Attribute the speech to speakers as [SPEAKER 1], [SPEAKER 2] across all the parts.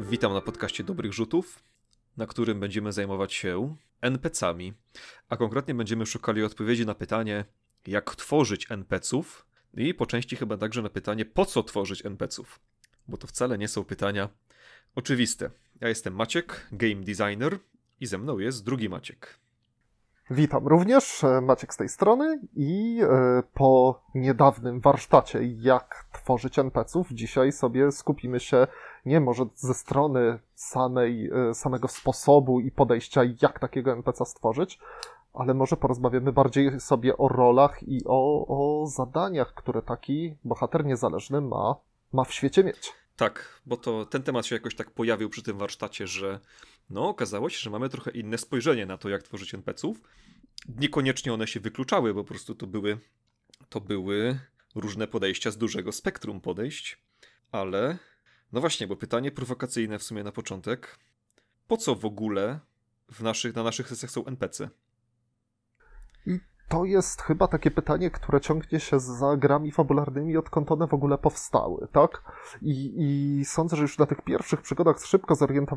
[SPEAKER 1] Witam na podcaście Dobrych Rzutów, na którym będziemy zajmować się NPC-ami, a konkretnie będziemy szukali odpowiedzi na pytanie, jak tworzyć NPC-ów i po części chyba także na pytanie, po co tworzyć NPC-ów, bo to wcale nie są pytania oczywiste. Ja jestem Maciek, game designer i ze mną jest drugi Maciek.
[SPEAKER 2] Witam również, Maciek z tej strony i po niedawnym warsztacie jak tworzyć NPC-ów dzisiaj sobie skupimy się nie może ze strony samego sposobu i podejścia jak takiego NPC-a stworzyć, ale może porozmawiamy bardziej sobie o rolach i o zadaniach, które taki bohater niezależny ma w świecie mieć.
[SPEAKER 1] Tak, bo to ten temat się jakoś tak pojawił przy tym warsztacie, że okazało się, że mamy trochę inne spojrzenie na to, jak tworzyć NPC-ów. Niekoniecznie one się wykluczały, bo po prostu to były różne podejścia z dużego spektrum podejść, ale no właśnie, bo pytanie prowokacyjne w sumie na początek. Po co w ogóle na naszych sesjach są NPC?
[SPEAKER 2] I to jest chyba takie pytanie, które ciągnie się za grami fabularnymi, odkąd one w ogóle powstały, tak? I sądzę, że już na tych pierwszych przygodach szybko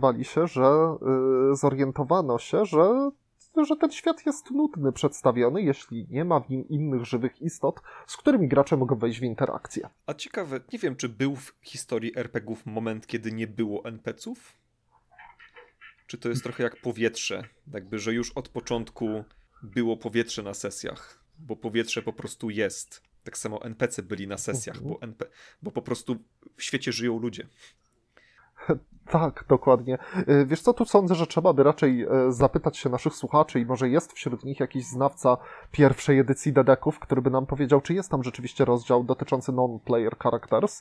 [SPEAKER 2] zorientowano się, że ten świat jest nudny przedstawiony, jeśli nie ma w nim innych żywych istot, z którymi gracze mogą wejść w interakcję.
[SPEAKER 1] A ciekawe, nie wiem, czy był w historii RPG-ów moment, kiedy nie było NPC-ów? Czy to jest trochę jak powietrze? Jakby, że już od początku było powietrze na sesjach, bo powietrze po prostu jest. Tak samo NPC byli na sesjach, bo po prostu w świecie żyją ludzie.
[SPEAKER 2] Tak, dokładnie. Wiesz co, tu sądzę, że trzeba by raczej zapytać się naszych słuchaczy i może jest wśród nich jakiś znawca pierwszej edycji DD-ków, który by nam powiedział, czy jest tam rzeczywiście rozdział dotyczący non-player characters.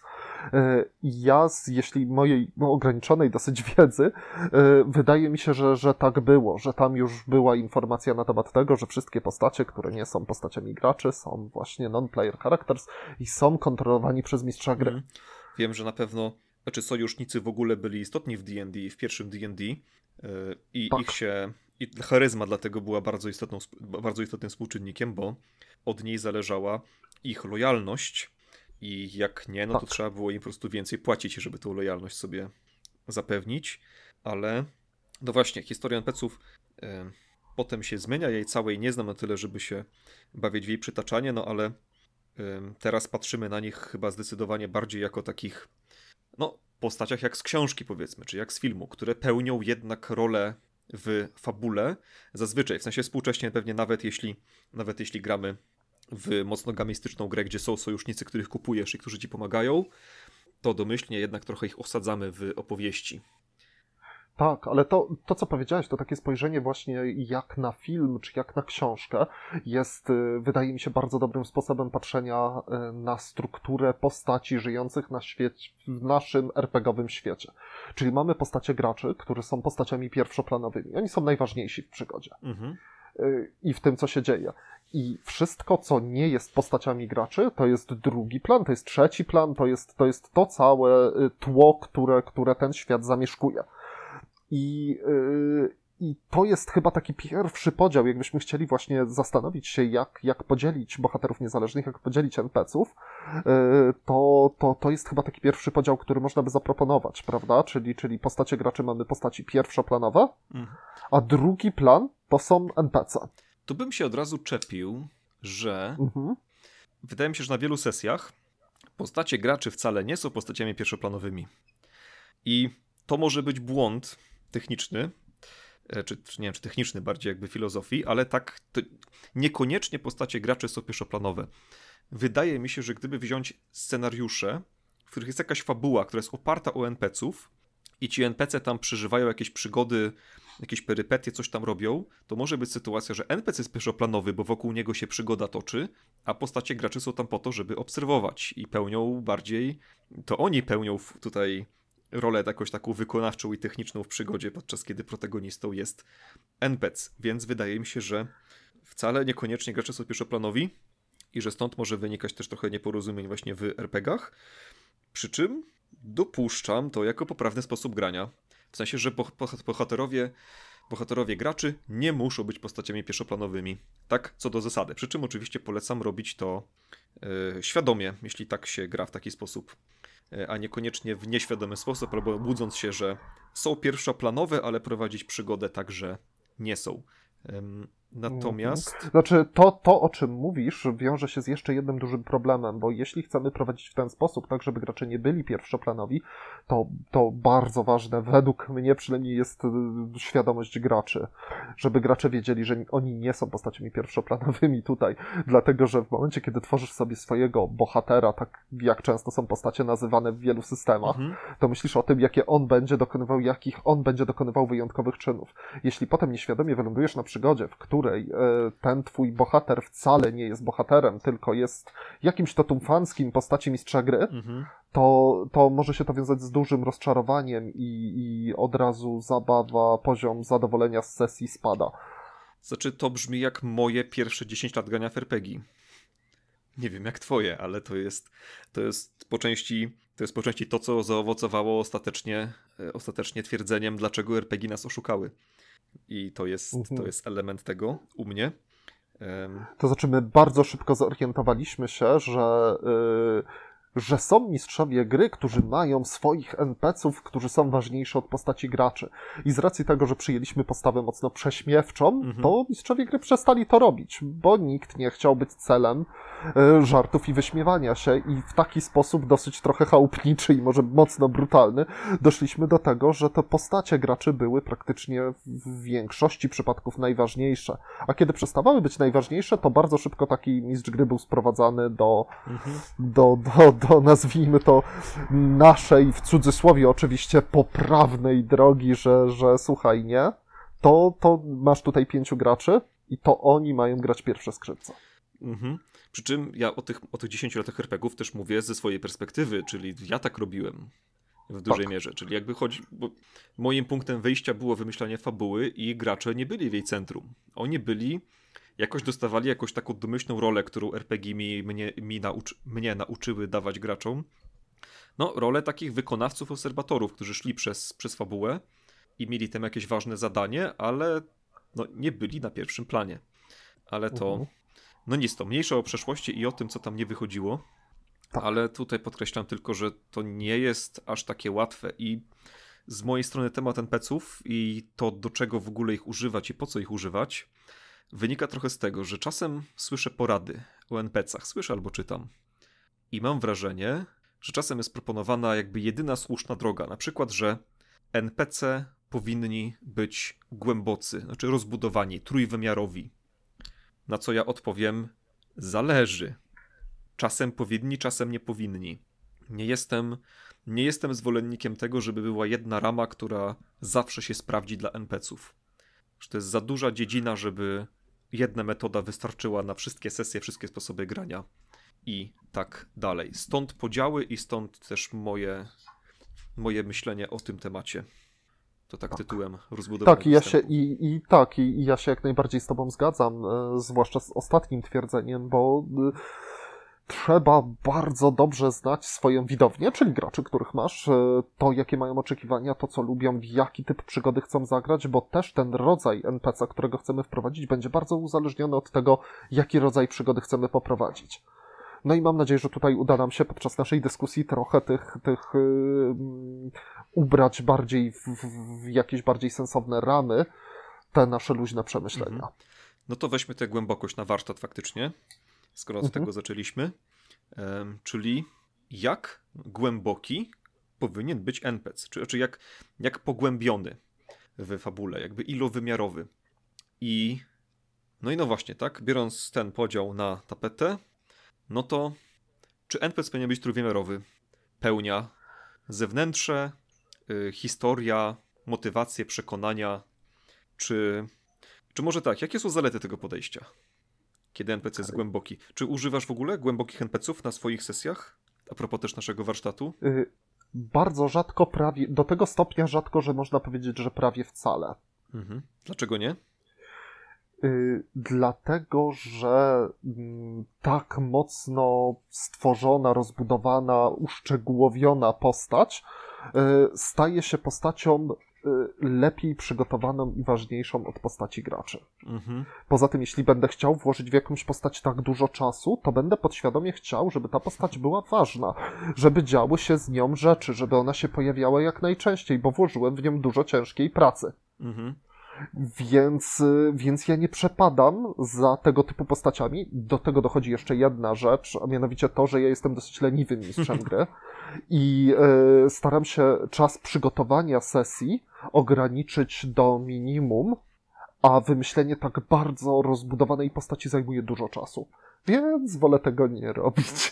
[SPEAKER 2] Jeśli mojej ograniczonej dosyć wiedzy, wydaje mi się, że tak było, że tam już była informacja na temat tego, że wszystkie postacie, które nie są postaciami graczy, są właśnie non-player characters i są kontrolowani przez mistrza gry.
[SPEAKER 1] Wiem, że na pewno sojusznicy w ogóle byli istotni w D&D, w pierwszym D&D i
[SPEAKER 2] tak.
[SPEAKER 1] i charyzma dlatego była bardzo istotnym współczynnikiem, bo od niej zależała ich lojalność i jak nie, to trzeba było im po prostu więcej płacić, żeby tą lojalność sobie zapewnić, ale no właśnie, historia NPC-ów potem się zmienia, ja jej całej nie znam na tyle, żeby się bawić w jej przytaczanie, ale teraz patrzymy na nich chyba zdecydowanie bardziej jako takich postaciach jak z książki, powiedzmy, czy jak z filmu, które pełnią jednak rolę w fabule. Zazwyczaj, w sensie współcześnie pewnie nawet jeśli gramy w mocno gamistyczną grę, gdzie są sojusznicy, których kupujesz i którzy ci pomagają, to domyślnie jednak trochę ich osadzamy w opowieści.
[SPEAKER 2] Tak, ale to co powiedziałeś, to takie spojrzenie właśnie jak na film, czy jak na książkę jest, wydaje mi się, bardzo dobrym sposobem patrzenia na strukturę postaci żyjących w naszym RPG-owym świecie. Czyli mamy postacie graczy, którzy są postaciami pierwszoplanowymi. Oni są najważniejsi w przygodzie. I w tym, co się dzieje. I wszystko, co nie jest postaciami graczy, to jest drugi plan, to jest trzeci plan, to jest to całe tło, które ten świat zamieszkuje. I to jest chyba taki pierwszy podział, jakbyśmy chcieli właśnie zastanowić się, jak podzielić bohaterów niezależnych, jak podzielić NPC-ów, to jest chyba taki pierwszy podział, który można by zaproponować, prawda? Czyli postacie graczy mamy postaci pierwszoplanowe, a drugi plan to są NPC.
[SPEAKER 1] Tu bym się od razu czepił, że wydaje mi się, że na wielu sesjach postacie graczy wcale nie są postaciami pierwszoplanowymi. I to może być błąd techniczny, czy nie wiem, czy techniczny bardziej jakby filozofii, ale tak to niekoniecznie postacie graczy są pierwszoplanowe. Wydaje mi się, że gdyby wziąć scenariusze, w których jest jakaś fabuła, która jest oparta o NPC-ów i ci NPC tam przeżywają jakieś przygody, jakieś perypetie, coś tam robią, to może być sytuacja, że NPC jest pierwszoplanowy, bo wokół niego się przygoda toczy, a postacie graczy są tam po to, żeby obserwować i to oni pełnią tutaj rolę jakąś taką wykonawczą i techniczną w przygodzie, podczas kiedy protagonistą jest NPC. Więc wydaje mi się, że wcale niekoniecznie gracze są pierwszoplanowi i że stąd może wynikać też trochę nieporozumień właśnie w RPG-ach. Przy czym dopuszczam to jako poprawny sposób grania. W sensie, że bohaterowie graczy nie muszą być postaciami pierwszoplanowymi. Tak, co do zasady. Przy czym oczywiście polecam robić to świadomie, jeśli tak się gra w taki sposób. a niekoniecznie w nieświadomy sposób, albo budząc się, że są pierwszoplanowe, ale prowadzić przygodę tak, że nie są. Natomiast...
[SPEAKER 2] Znaczy, to, o czym mówisz, wiąże się z jeszcze jednym dużym problemem, bo jeśli chcemy prowadzić w ten sposób, tak żeby gracze nie byli pierwszoplanowi, to bardzo ważne, według mnie przynajmniej, jest świadomość graczy. Żeby gracze wiedzieli, że oni nie są postaciami pierwszoplanowymi tutaj, dlatego że w momencie, kiedy tworzysz sobie swojego bohatera, tak jak często są postacie nazywane w wielu systemach, to myślisz o tym, jakich on będzie dokonywał wyjątkowych czynów. Jeśli potem nieświadomie wylądujesz na przygodzie, w której ten twój bohater wcale nie jest bohaterem, tylko jest jakimś totumfanskim postaci mistrza gry, to może się to wiązać z dużym rozczarowaniem i od razu poziom zadowolenia z sesji spada.
[SPEAKER 1] Znaczy, to brzmi jak moje pierwsze 10 lat grania w RPG. Nie wiem jak twoje, ale to jest po części to, co zaowocowało ostatecznie twierdzeniem, dlaczego RPG nas oszukały. I to jest element tego u mnie.
[SPEAKER 2] To znaczy, my bardzo szybko zorientowaliśmy się, że są mistrzowie gry, którzy mają swoich NPC-ów, którzy są ważniejsi od postaci graczy. I z racji tego, że przyjęliśmy postawę mocno prześmiewczą, to mistrzowie gry przestali to robić, bo nikt nie chciał być celem żartów i wyśmiewania się i w taki sposób dosyć trochę chałupniczy i może mocno brutalny doszliśmy do tego, że te postacie graczy były praktycznie w większości przypadków najważniejsze. A kiedy przestawały być najważniejsze, to bardzo szybko taki mistrz gry był sprowadzany do nazwijmy to naszej, w cudzysłowie oczywiście, poprawnej drogi, że słuchaj, nie, to masz tutaj 5 graczy i to oni mają grać pierwsze skrzypce.
[SPEAKER 1] Przy czym ja o tych 10 latach RPGów też mówię ze swojej perspektywy, czyli ja tak robiłem w dużej mierze, czyli jakby bo moim punktem wyjścia było wymyślanie fabuły i gracze nie byli w jej centrum. Oni dostawali jakąś taką domyślną rolę, którą RPG mnie nauczyły dawać graczom. No, rolę takich wykonawców, obserwatorów, którzy szli przez fabułę i mieli tam jakieś ważne zadanie, ale nie byli na pierwszym planie. Ale to, nic, to mniejsza o przeszłości i o tym, co tam nie wychodziło. Ale tutaj podkreślam tylko, że to nie jest aż takie łatwe i z mojej strony temat NPC-ów i to, do czego w ogóle ich używać i po co ich używać, wynika trochę z tego, że czasem słyszę porady o NPC-ach, słyszę albo czytam i mam wrażenie, że czasem jest proponowana jakby jedyna słuszna droga, na przykład, że NPC powinni być głębocy, znaczy rozbudowani, trójwymiarowi. Na co ja odpowiem, zależy. Czasem powinni, czasem nie powinni. Nie jestem zwolennikiem tego, żeby była jedna rama, która zawsze się sprawdzi dla NPC-ów. Że to jest za duża dziedzina, żeby jedna metoda wystarczyła na wszystkie sesje, wszystkie sposoby grania i tak dalej. Stąd podziały i stąd też moje myślenie o tym temacie. To tak tytułem rozbudowanego
[SPEAKER 2] Tak, i ja się jak najbardziej z tobą zgadzam, zwłaszcza z ostatnim twierdzeniem, bo trzeba bardzo dobrze znać swoją widownię, czyli graczy, których masz, to jakie mają oczekiwania, to co lubią, w jaki typ przygody chcą zagrać, bo też ten rodzaj NPC, którego chcemy wprowadzić, będzie bardzo uzależniony od tego, jaki rodzaj przygody chcemy poprowadzić. No i mam nadzieję, że tutaj uda nam się podczas naszej dyskusji trochę tych ubrać bardziej w jakieś bardziej sensowne ramy, te nasze luźne przemyślenia.
[SPEAKER 1] No to weźmy tę głębokość na warsztat faktycznie, skoro od tego zaczęliśmy. Czyli jak głęboki powinien być NPC, czy jak pogłębiony w fabule, jakby ilowymiarowy. No właśnie, tak, biorąc ten podział na tapetę, no to czy NPC powinien być trójwymiarowy? Pełnia, zewnętrze, historia, motywacje, przekonania, czy może tak, jakie są zalety tego podejścia? Kiedy NPC jest głęboki. Czy używasz w ogóle głębokich NPC-ów na swoich sesjach? A propos też naszego warsztatu?
[SPEAKER 2] Bardzo rzadko, do tego stopnia rzadko, że można powiedzieć, że prawie wcale.
[SPEAKER 1] Dlaczego nie?
[SPEAKER 2] Dlatego, że tak mocno stworzona, rozbudowana, uszczegółowiona postać staje się postacią lepiej przygotowaną i ważniejszą od postaci graczy. Poza tym, jeśli będę chciał włożyć w jakąś postać tak dużo czasu, to będę podświadomie chciał, żeby ta postać była ważna, żeby działy się z nią rzeczy, żeby ona się pojawiała jak najczęściej, bo włożyłem w nią dużo ciężkiej pracy. Więc ja nie przepadam za tego typu postaciami. Do tego dochodzi jeszcze jedna rzecz, a mianowicie to, że ja jestem dosyć leniwym mistrzem gry i staram się czas przygotowania sesji ograniczyć do minimum, a wymyślenie tak bardzo rozbudowanej postaci zajmuje dużo czasu. Więc wolę tego nie robić.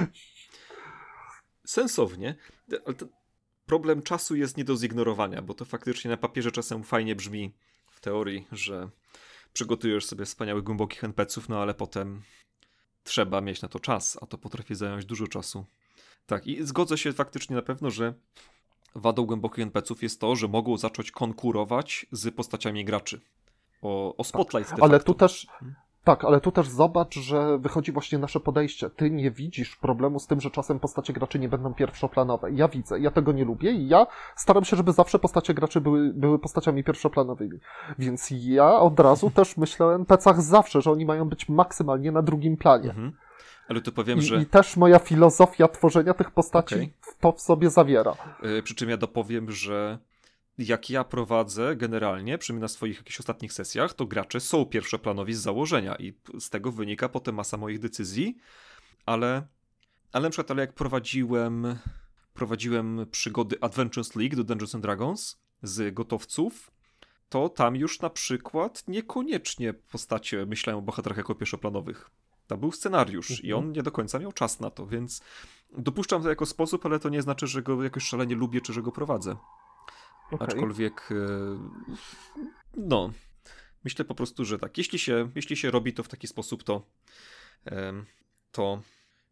[SPEAKER 1] Sensownie. Ale problem czasu jest nie do zignorowania, bo to faktycznie na papierze czasem fajnie brzmi w teorii, że przygotujesz sobie wspaniałych, głębokich NPC-ów, no ale potem trzeba mieć na to czas, a to potrafi zająć dużo czasu. Tak, i zgodzę się faktycznie na pewno, że wadą głębokich NPC-ów jest to, że mogą zacząć konkurować z postaciami graczy. O spotlight de
[SPEAKER 2] ale
[SPEAKER 1] facto.
[SPEAKER 2] tu też... Tak, ale tu też zobacz, że wychodzi właśnie nasze podejście. Ty nie widzisz problemu z tym, że czasem postacie graczy nie będą pierwszoplanowe. Ja widzę, ja tego nie lubię i ja staram się, żeby zawsze postacie graczy były postaciami pierwszoplanowymi. Więc ja od razu też myślę o NPC-ach zawsze, że oni mają być maksymalnie na drugim planie.
[SPEAKER 1] Ale to powiem, że...
[SPEAKER 2] I też moja filozofia tworzenia tych postaci to w sobie zawiera.
[SPEAKER 1] Przy czym ja dopowiem, że jak ja prowadzę generalnie, przynajmniej na swoich jakichś ostatnich sesjach, to gracze są pierwszoplanowi z założenia i z tego wynika potem masa moich decyzji, ale na przykład jak prowadziłem przygody Adventures League do Dungeons and Dragons z gotowców, to tam już na przykład niekoniecznie postacie myślałem o bohaterach jako pierwszoplanowych. Tam był scenariusz i on nie do końca miał czas na to, więc dopuszczam to jako sposób, ale to nie znaczy, że go jakoś szalenie lubię, czy że go prowadzę. Aczkolwiek, no, myślę po prostu, że tak, jeśli się robi to w taki sposób, to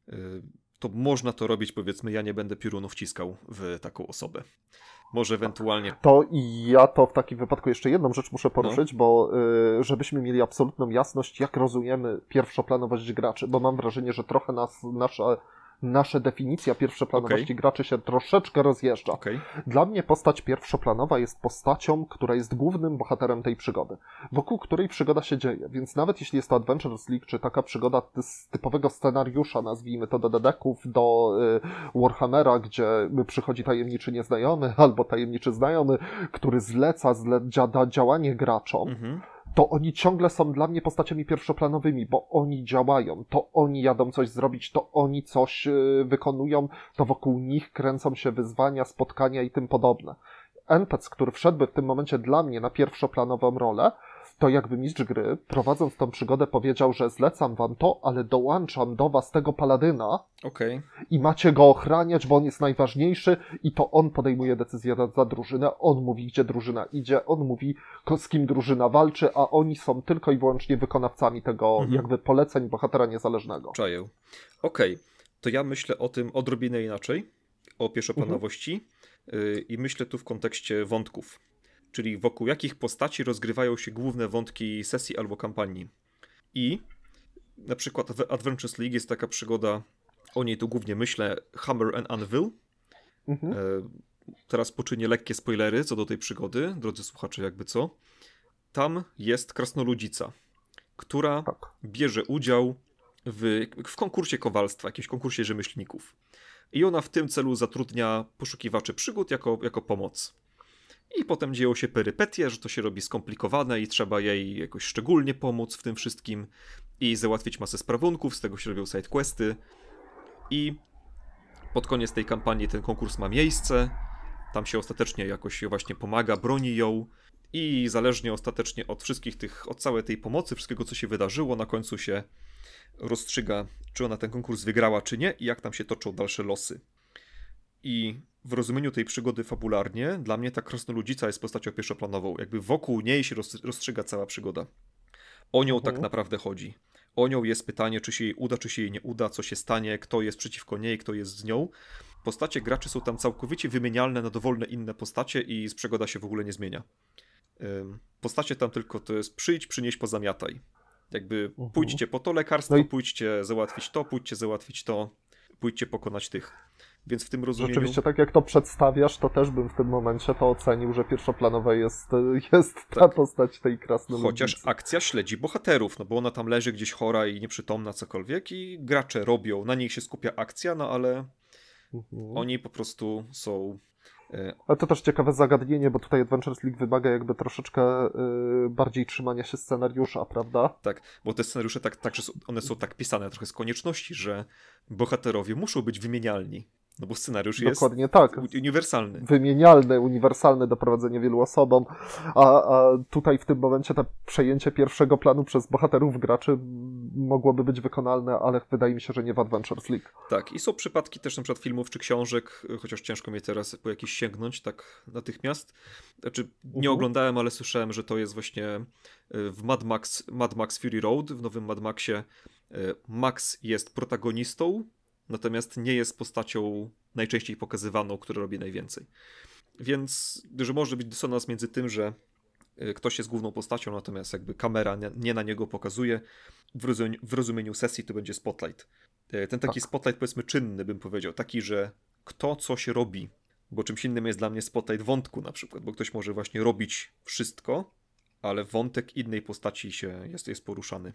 [SPEAKER 1] można to robić, powiedzmy, ja nie będę piorunów wciskał w taką osobę. Może ewentualnie...
[SPEAKER 2] To i ja to w takim wypadku jeszcze jedną rzecz muszę poruszyć, bo żebyśmy mieli absolutną jasność, jak rozumiemy pierwszoplanowość graczy, bo mam wrażenie, że trochę nasza definicja pierwszoplanowości graczy się troszeczkę rozjeżdża. Dla mnie postać pierwszoplanowa jest postacią, która jest głównym bohaterem tej przygody, wokół której przygoda się dzieje, więc nawet jeśli jest to Adventures League, czy taka przygoda z typowego scenariusza, nazwijmy to do dedeków, do Warhammera, gdzie przychodzi tajemniczy nieznajomy, albo tajemniczy znajomy, który zleca działanie graczom, to oni ciągle są dla mnie postaciami pierwszoplanowymi, bo oni działają, to oni jadą coś zrobić, to oni coś wykonują, to wokół nich kręcą się wyzwania, spotkania i tym podobne. NPC, który wszedłby w tym momencie dla mnie na pierwszoplanową rolę, to jakby mistrz gry, prowadząc tą przygodę, powiedział, że zlecam wam to, ale dołączam do was tego paladyna i macie go ochraniać, bo on jest najważniejszy i to on podejmuje decyzję za drużynę, on mówi, gdzie drużyna idzie, on mówi, z kim drużyna walczy, a oni są tylko i wyłącznie wykonawcami tego jakby poleceń bohatera niezależnego.
[SPEAKER 1] Czaję. To ja myślę o tym odrobinę inaczej, o pierwszoplanowości i myślę tu w kontekście wątków. Czyli wokół jakich postaci rozgrywają się główne wątki sesji albo kampanii. I na przykład w Adventures League jest taka przygoda, o niej tu głównie myślę, Hammer and Anvil. Teraz poczynię lekkie spoilery co do tej przygody, drodzy słuchacze, jakby co. Tam jest krasnoludzica, która bierze udział w konkursie kowalstwa, jakimś konkursie rzemieślników. I ona w tym celu zatrudnia poszukiwaczy przygód jako pomoc. I potem dzieją się perypetie, że to się robi skomplikowane i trzeba jej jakoś szczególnie pomóc w tym wszystkim i załatwić masę sprawunków, z tego się robią sidequesty. I pod koniec tej kampanii ten konkurs ma miejsce, tam się ostatecznie jakoś właśnie pomaga, broni ją i zależnie ostatecznie od wszystkich od całej tej pomocy, wszystkiego co się wydarzyło, na końcu się rozstrzyga, czy ona ten konkurs wygrała, czy nie i jak tam się toczą dalsze losy. I w rozumieniu tej przygody fabularnie, dla mnie ta krasnoludzica jest postacią pierwszoplanową. Jakby wokół niej się rozstrzyga cała przygoda. O nią tak naprawdę chodzi. O nią jest pytanie, czy się jej uda, czy się jej nie uda, co się stanie, kto jest przeciwko niej, kto jest z nią. Postacie graczy są tam całkowicie wymienialne na dowolne inne postacie i przygoda się w ogóle nie zmienia. Postacie tam tylko to jest przyjdź, przynieś, pozamiataj. Jakby pójdźcie po to lekarstwo, pójdźcie załatwić to, pójdźcie załatwić to, pójdźcie pokonać tych. Więc w tym rozumieniu...
[SPEAKER 2] Rzeczywiście, tak jak to przedstawiasz, to też bym w tym momencie to ocenił, że pierwszoplanowa jest ta
[SPEAKER 1] Tak.
[SPEAKER 2] postać tej krasnoludnicy.
[SPEAKER 1] Chociaż akcja śledzi bohaterów, no bo ona tam leży gdzieś chora i nieprzytomna, cokolwiek, i gracze robią, na niej się skupia akcja, no ale oni po prostu są...
[SPEAKER 2] Ale to też ciekawe zagadnienie, bo tutaj Adventures League wymaga jakby troszeczkę bardziej trzymania się scenariusza, prawda?
[SPEAKER 1] Tak, bo te scenariusze że one są tak pisane trochę z konieczności, że bohaterowie muszą być wymienialni. No bo scenariusz
[SPEAKER 2] Dokładnie
[SPEAKER 1] jest
[SPEAKER 2] tak.
[SPEAKER 1] uniwersalny.
[SPEAKER 2] Wymienialne, uniwersalne do prowadzenia wielu osobom, a tutaj w tym momencie to przejęcie pierwszego planu przez bohaterów graczy mogłoby być wykonalne, ale wydaje mi się, że nie w Adventures League.
[SPEAKER 1] Tak, i są przypadki też na przykład filmów czy książek, chociaż ciężko mnie teraz po jakiś sięgnąć tak natychmiast. Znaczy, nie oglądałem, ale słyszałem, że to jest właśnie w Mad Max Fury Road, w nowym Mad Maxie Max jest protagonistą, natomiast nie jest postacią najczęściej pokazywaną, która robi najwięcej. Więc, że może być dysonans między tym, że ktoś jest główną postacią, natomiast jakby kamera nie na niego pokazuje. W rozumieniu sesji to będzie spotlight. Ten taki spotlight, powiedzmy, czynny, bym powiedział. Taki, że kto coś robi. Bo czymś innym jest dla mnie spotlight wątku na przykład, bo ktoś może właśnie robić wszystko, ale wątek innej postaci jest poruszany.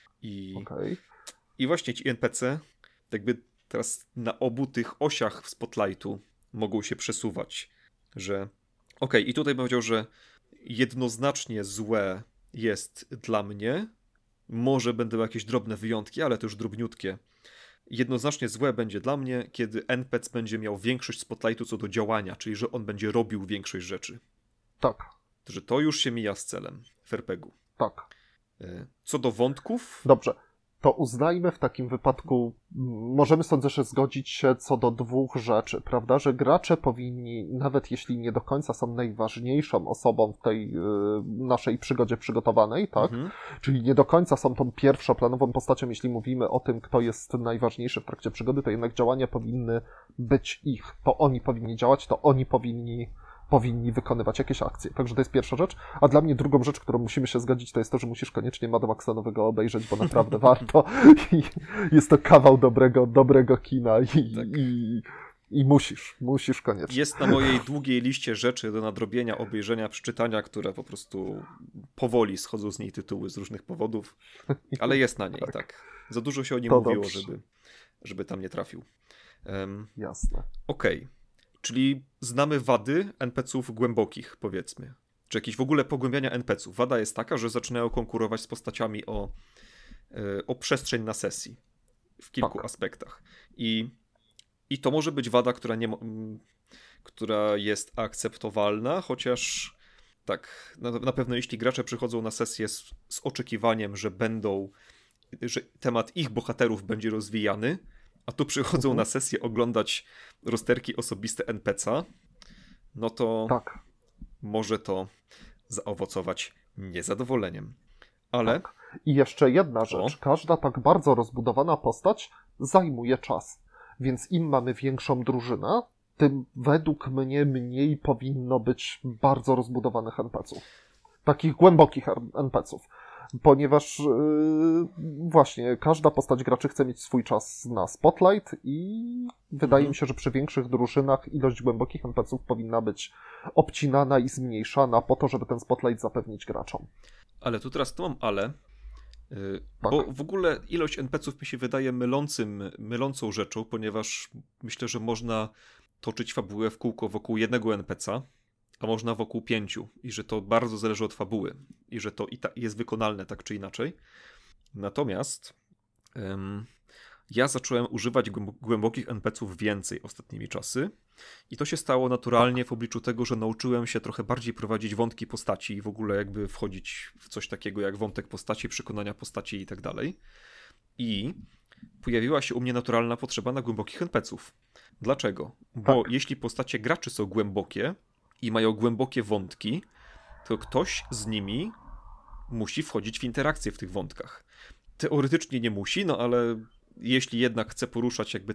[SPEAKER 1] I właśnie ci NPC jakby teraz na obu tych osiach spotlightu mogą się przesuwać, że i tutaj bym powiedział, że jednoznacznie złe jest dla mnie, może będą jakieś drobne wyjątki, ale to już drobniutkie. Jednoznacznie złe będzie dla mnie, kiedy NPC będzie miał większość spotlightu co do działania, czyli że on będzie robił większość rzeczy.
[SPEAKER 2] Tak.
[SPEAKER 1] Że to już się mija z celem w RPG-u.
[SPEAKER 2] Tak.
[SPEAKER 1] Co do wątków...
[SPEAKER 2] Dobrze. To uznajmy w takim wypadku, możemy sądzę, że zgodzić się co do dwóch rzeczy, prawda? Że gracze powinni, nawet jeśli nie do końca są najważniejszą osobą w tej naszej przygodzie przygotowanej, tak? Czyli nie do końca są tą pierwszoplanową postacią, jeśli mówimy o tym, kto jest najważniejszy w trakcie przygody, to jednak działania powinny być ich. To oni powinni działać, to oni powinni wykonywać jakieś akcje. Także to jest pierwsza rzecz. A dla mnie drugą rzecz, którą musimy się zgodzić, to jest to, że musisz koniecznie Mad Maxa nowego obejrzeć, bo naprawdę warto. I jest to kawał dobrego kina i musisz koniecznie.
[SPEAKER 1] Jest na mojej długiej liście rzeczy do nadrobienia, obejrzenia, przeczytania, które po prostu powoli schodzą z niej tytuły z różnych powodów, ale jest na niej, tak. Za dużo się o nim mówiło, żeby tam nie trafił.
[SPEAKER 2] Jasne.
[SPEAKER 1] Okej. Czyli znamy wady NPC-ów głębokich, powiedzmy. Czy jakieś w ogóle pogłębiania NPC-ów. Wada jest taka, że zaczynają konkurować z postaciami o przestrzeń na sesji. W kilku aspektach. I to może być wada, która jest akceptowalna, chociaż tak, na pewno jeśli gracze przychodzą na sesję z oczekiwaniem, że temat ich bohaterów będzie rozwijany, a tu przychodzą na sesję oglądać rozterki osobiste NPC-a, no to może to zaowocować niezadowoleniem. Ale...
[SPEAKER 2] Tak. I jeszcze jedna rzecz. Każda tak bardzo rozbudowana postać zajmuje czas. Więc im mamy większą drużynę, tym według mnie mniej powinno być bardzo rozbudowanych NPC-ów. Takich głębokich NPC-ów. Ponieważ właśnie każda postać graczy chce mieć swój czas na spotlight i wydaje mi się, że przy większych drużynach ilość głębokich NPC-ów powinna być obcinana i zmniejszana po to, żeby ten spotlight zapewnić graczom.
[SPEAKER 1] Ale tu teraz mam bo w ogóle ilość NPC-ów mi się wydaje mylącą rzeczą, ponieważ myślę, że można toczyć fabułę w kółko wokół jednego NPC-a, a można wokół 5 i że to bardzo zależy od fabuły i że to jest wykonalne tak czy inaczej. Natomiast ja zacząłem używać głębokich NPC-ów więcej ostatnimi czasy i to się stało naturalnie w obliczu tego, że nauczyłem się trochę bardziej prowadzić wątki postaci i w ogóle jakby wchodzić w coś takiego jak wątek postaci, przekonania postaci i tak dalej. I pojawiła się u mnie naturalna potrzeba na głębokich NPC-ów. Dlaczego? Bo jeśli postacie graczy są głębokie i mają głębokie wątki, to ktoś z nimi musi wchodzić w interakcję w tych wątkach. Teoretycznie nie musi, no ale jeśli jednak chce poruszać jakby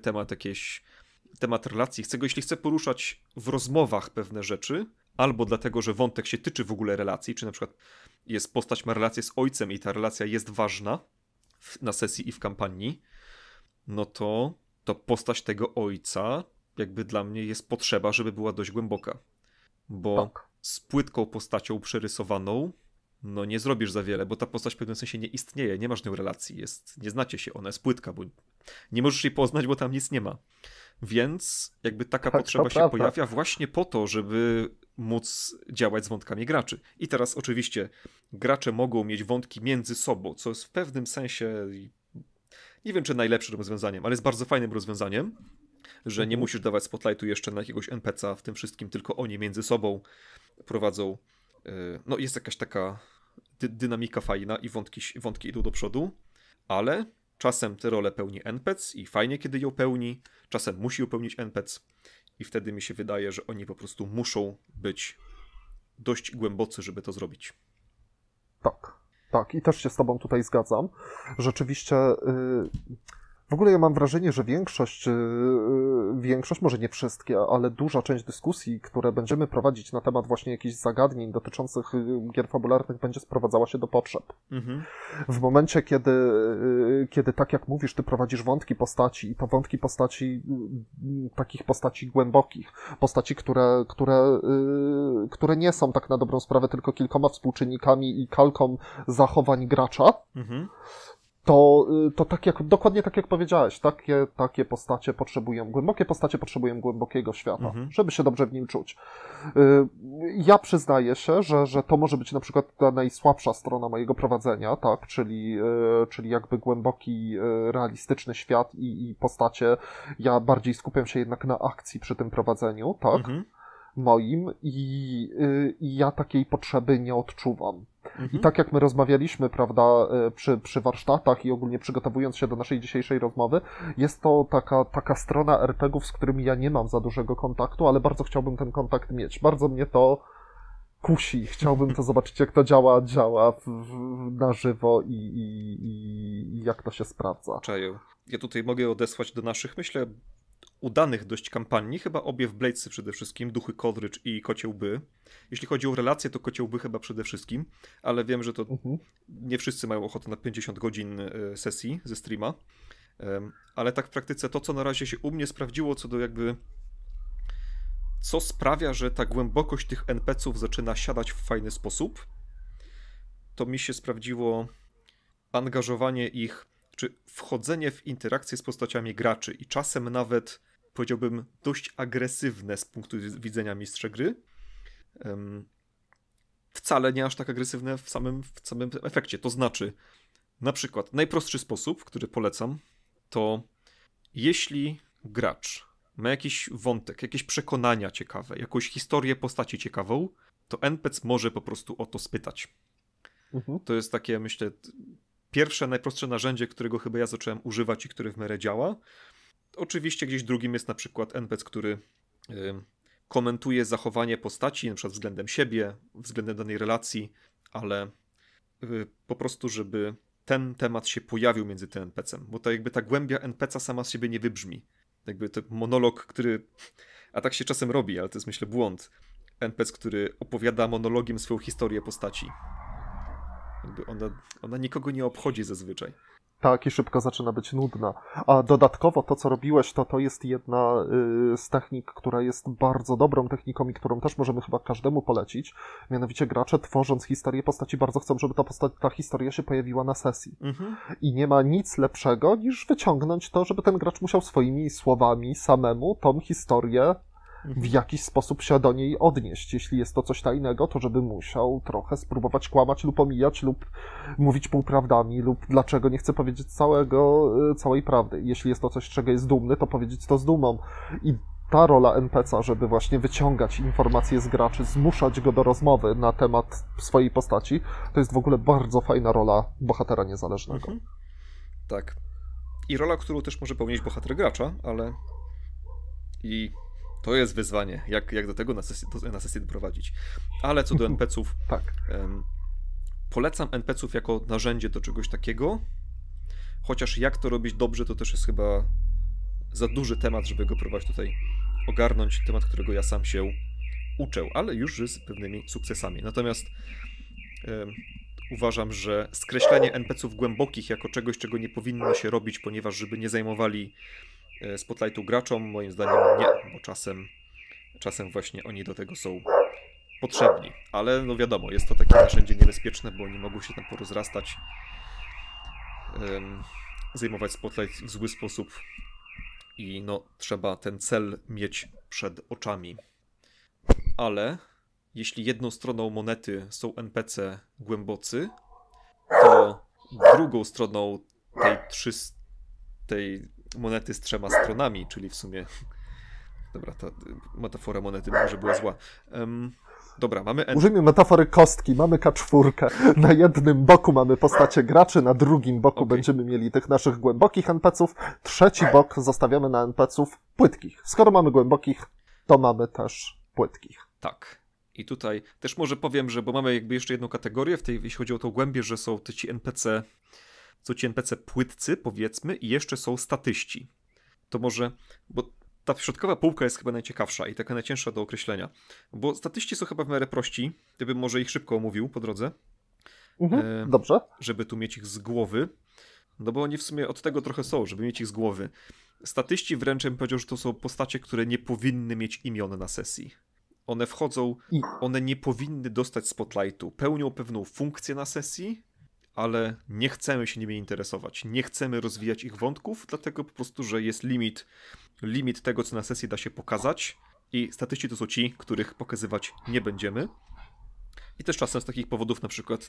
[SPEAKER 1] temat relacji, jeśli chce poruszać w rozmowach pewne rzeczy, albo dlatego, że wątek się tyczy w ogóle relacji, czy na przykład postać ma relację z ojcem i ta relacja jest ważna na sesji i w kampanii, no to postać tego ojca jakby dla mnie jest potrzeba, żeby była dość głęboka. Bo z płytką postacią przerysowaną no nie zrobisz za wiele, bo ta postać w pewnym sensie nie istnieje, nie masz z nią relacji, nie znacie się, ona jest płytka, bo nie możesz jej poznać, bo tam nic nie ma. Więc jakby taka potrzeba się pojawia właśnie po to, żeby móc działać z wątkami graczy. I teraz oczywiście gracze mogą mieć wątki między sobą, co jest w pewnym sensie, nie wiem czy najlepszym rozwiązaniem, ale jest bardzo fajnym rozwiązaniem, że nie musisz dawać spotlightu jeszcze na jakiegoś NPC-a w tym wszystkim, tylko oni między sobą prowadzą, no jest jakaś taka dynamika fajna i wątki idą do przodu, ale czasem tę rolę pełni NPC i fajnie, kiedy ją pełni, czasem musi ją pełnić NPC i wtedy mi się wydaje, że oni po prostu muszą być dość głębocy, żeby to zrobić.
[SPEAKER 2] Tak, i też się z tobą tutaj zgadzam. Rzeczywiście w ogóle ja mam wrażenie, że większość, może nie wszystkie, ale duża część dyskusji, które będziemy prowadzić na temat właśnie jakichś zagadnień dotyczących gier fabularnych, będzie sprowadzała się do potrzeb. W momencie, kiedy tak jak mówisz, ty prowadzisz wątki postaci i to wątki postaci, takich postaci głębokich, postaci, które nie są tak na dobrą sprawę tylko kilkoma współczynnikami i kalką zachowań gracza, to dokładnie tak jak powiedziałeś, takie postacie potrzebują, głębokie postacie potrzebują głębokiego świata, żeby się dobrze w nim czuć. Ja przyznaję się, że to może być na przykład ta najsłabsza strona mojego prowadzenia, tak, czyli jakby głęboki, realistyczny świat i postacie. Ja bardziej skupiam się jednak na akcji przy tym prowadzeniu, tak, moim i ja takiej potrzeby nie odczuwam. I tak jak my rozmawialiśmy, prawda, przy warsztatach i ogólnie przygotowując się do naszej dzisiejszej rozmowy, jest to taka strona RPG-ów, z którymi ja nie mam za dużego kontaktu, ale bardzo chciałbym ten kontakt mieć. Bardzo mnie to kusi. Chciałbym to zobaczyć, jak to działa na żywo i jak to się sprawdza.
[SPEAKER 1] Czaję. Ja tutaj mogę odesłać do naszych, myślę, udanych dość kampanii, chyba obie w Bladesy przede wszystkim, Duchy Coldridge i Kocie Łby. Jeśli chodzi o relacje, to Kocie Łby chyba przede wszystkim, ale wiem, że to nie wszyscy mają ochotę na 50 godzin sesji ze streama, ale tak w praktyce to, co na razie się u mnie sprawdziło, co do jakby co sprawia, że ta głębokość tych NPC-ów zaczyna siadać w fajny sposób, to mi się sprawdziło angażowanie ich czy wchodzenie w interakcje z postaciami graczy i czasem nawet, powiedziałbym, dość agresywne z punktu widzenia mistrza gry. Wcale nie aż tak agresywne w samym efekcie. To znaczy, na przykład, najprostszy sposób, który polecam, to jeśli gracz ma jakiś wątek, jakieś przekonania ciekawe, jakąś historię postaci ciekawą, to NPC może po prostu o to spytać. To jest takie, myślę, pierwsze, najprostsze narzędzie, którego chyba ja zacząłem używać i które w miarę działa. Oczywiście gdzieś drugim jest na przykład NPC, który komentuje zachowanie postaci, na przykład względem siebie, względem danej relacji, ale po prostu, żeby ten temat się pojawił między tym NPC-em, bo to jakby ta głębia NPC-a sama z siebie nie wybrzmi. Jakby to monolog, który... A tak się czasem robi, ale to jest, myślę, błąd. NPC, który opowiada monologiem swoją historię postaci. Jakby ona nikogo nie obchodzi zazwyczaj.
[SPEAKER 2] Tak, i szybko zaczyna być nudna. A dodatkowo to, co robiłeś, to jest jedna z technik, która jest bardzo dobrą techniką i którą też możemy chyba każdemu polecić. Mianowicie gracze, tworząc historię postaci, bardzo chcą, żeby ta historia się pojawiła na sesji. I nie ma nic lepszego, niż wyciągnąć to, żeby ten gracz musiał swoimi słowami samemu tą historię w jakiś sposób się do niej odnieść. Jeśli jest to coś tajnego, to żeby musiał trochę spróbować kłamać lub omijać, lub mówić półprawdami, lub dlaczego nie chce powiedzieć całej prawdy. Jeśli jest to coś, z czego jest dumny, to powiedzieć to z dumą. I ta rola NPC-a, żeby właśnie wyciągać informacje z graczy, zmuszać go do rozmowy na temat swojej postaci, to jest w ogóle bardzo fajna rola bohatera niezależnego.
[SPEAKER 1] Tak. I rola, którą też może pełnić bohater gracza, ale to jest wyzwanie, jak do tego na sesję doprowadzić. Ale co do NPC-ów,
[SPEAKER 2] tak.
[SPEAKER 1] Polecam NPC-ów jako narzędzie do czegoś takiego, chociaż jak to robić dobrze, to też jest chyba za duży temat, żeby go próbować tutaj ogarnąć, temat, którego ja sam się uczę, ale już z pewnymi sukcesami. Natomiast uważam, że skreślenie NPC-ów głębokich jako czegoś, czego nie powinno się robić, ponieważ żeby nie zajmowali spotlightu graczom? Moim zdaniem nie, bo czasem właśnie oni do tego są potrzebni. Ale no wiadomo, jest to takie narzędzie niebezpieczne, bo oni mogą się tam porozrastać, zajmować spotlight w zły sposób i no trzeba ten cel mieć przed oczami. Ale jeśli jedną stroną monety są NPC głębocy, to drugą stroną tej monety z 3 stronami, czyli w sumie... Dobra, ta metafora monety może była zła. Dobra, mamy...
[SPEAKER 2] Użyjmy metafory kostki. Mamy K4. Na jednym boku mamy postacie graczy, na drugim boku będziemy mieli tych naszych głębokich NPC-ów. Trzeci bok zostawiamy na NPC-ów płytkich. Skoro mamy głębokich, to mamy też płytkich.
[SPEAKER 1] Tak. I tutaj też może powiem, że bo mamy jakby jeszcze jedną kategorię, jeśli chodzi o tą głębię, że są ci NPC płytcy, powiedzmy, i jeszcze są statyści. To może... Bo ta środkowa półka jest chyba najciekawsza i taka najcięższa do określenia. Bo statyści są chyba w miarę prości. Gdybym może ich szybko omówił po drodze.
[SPEAKER 2] Dobrze.
[SPEAKER 1] Żeby tu mieć ich z głowy. No bo oni w sumie od tego trochę są, żeby mieć ich z głowy. Statyści wręcz bym powiedział, że to są postacie, które nie powinny mieć imion na sesji. One wchodzą, one nie powinny dostać spotlightu. Pełnią pewną funkcję na sesji, ale nie chcemy się nimi interesować. Nie chcemy rozwijać ich wątków, dlatego po prostu, że jest limit tego, co na sesji da się pokazać i statyści to są ci, których pokazywać nie będziemy. I też czasem z takich powodów, na przykład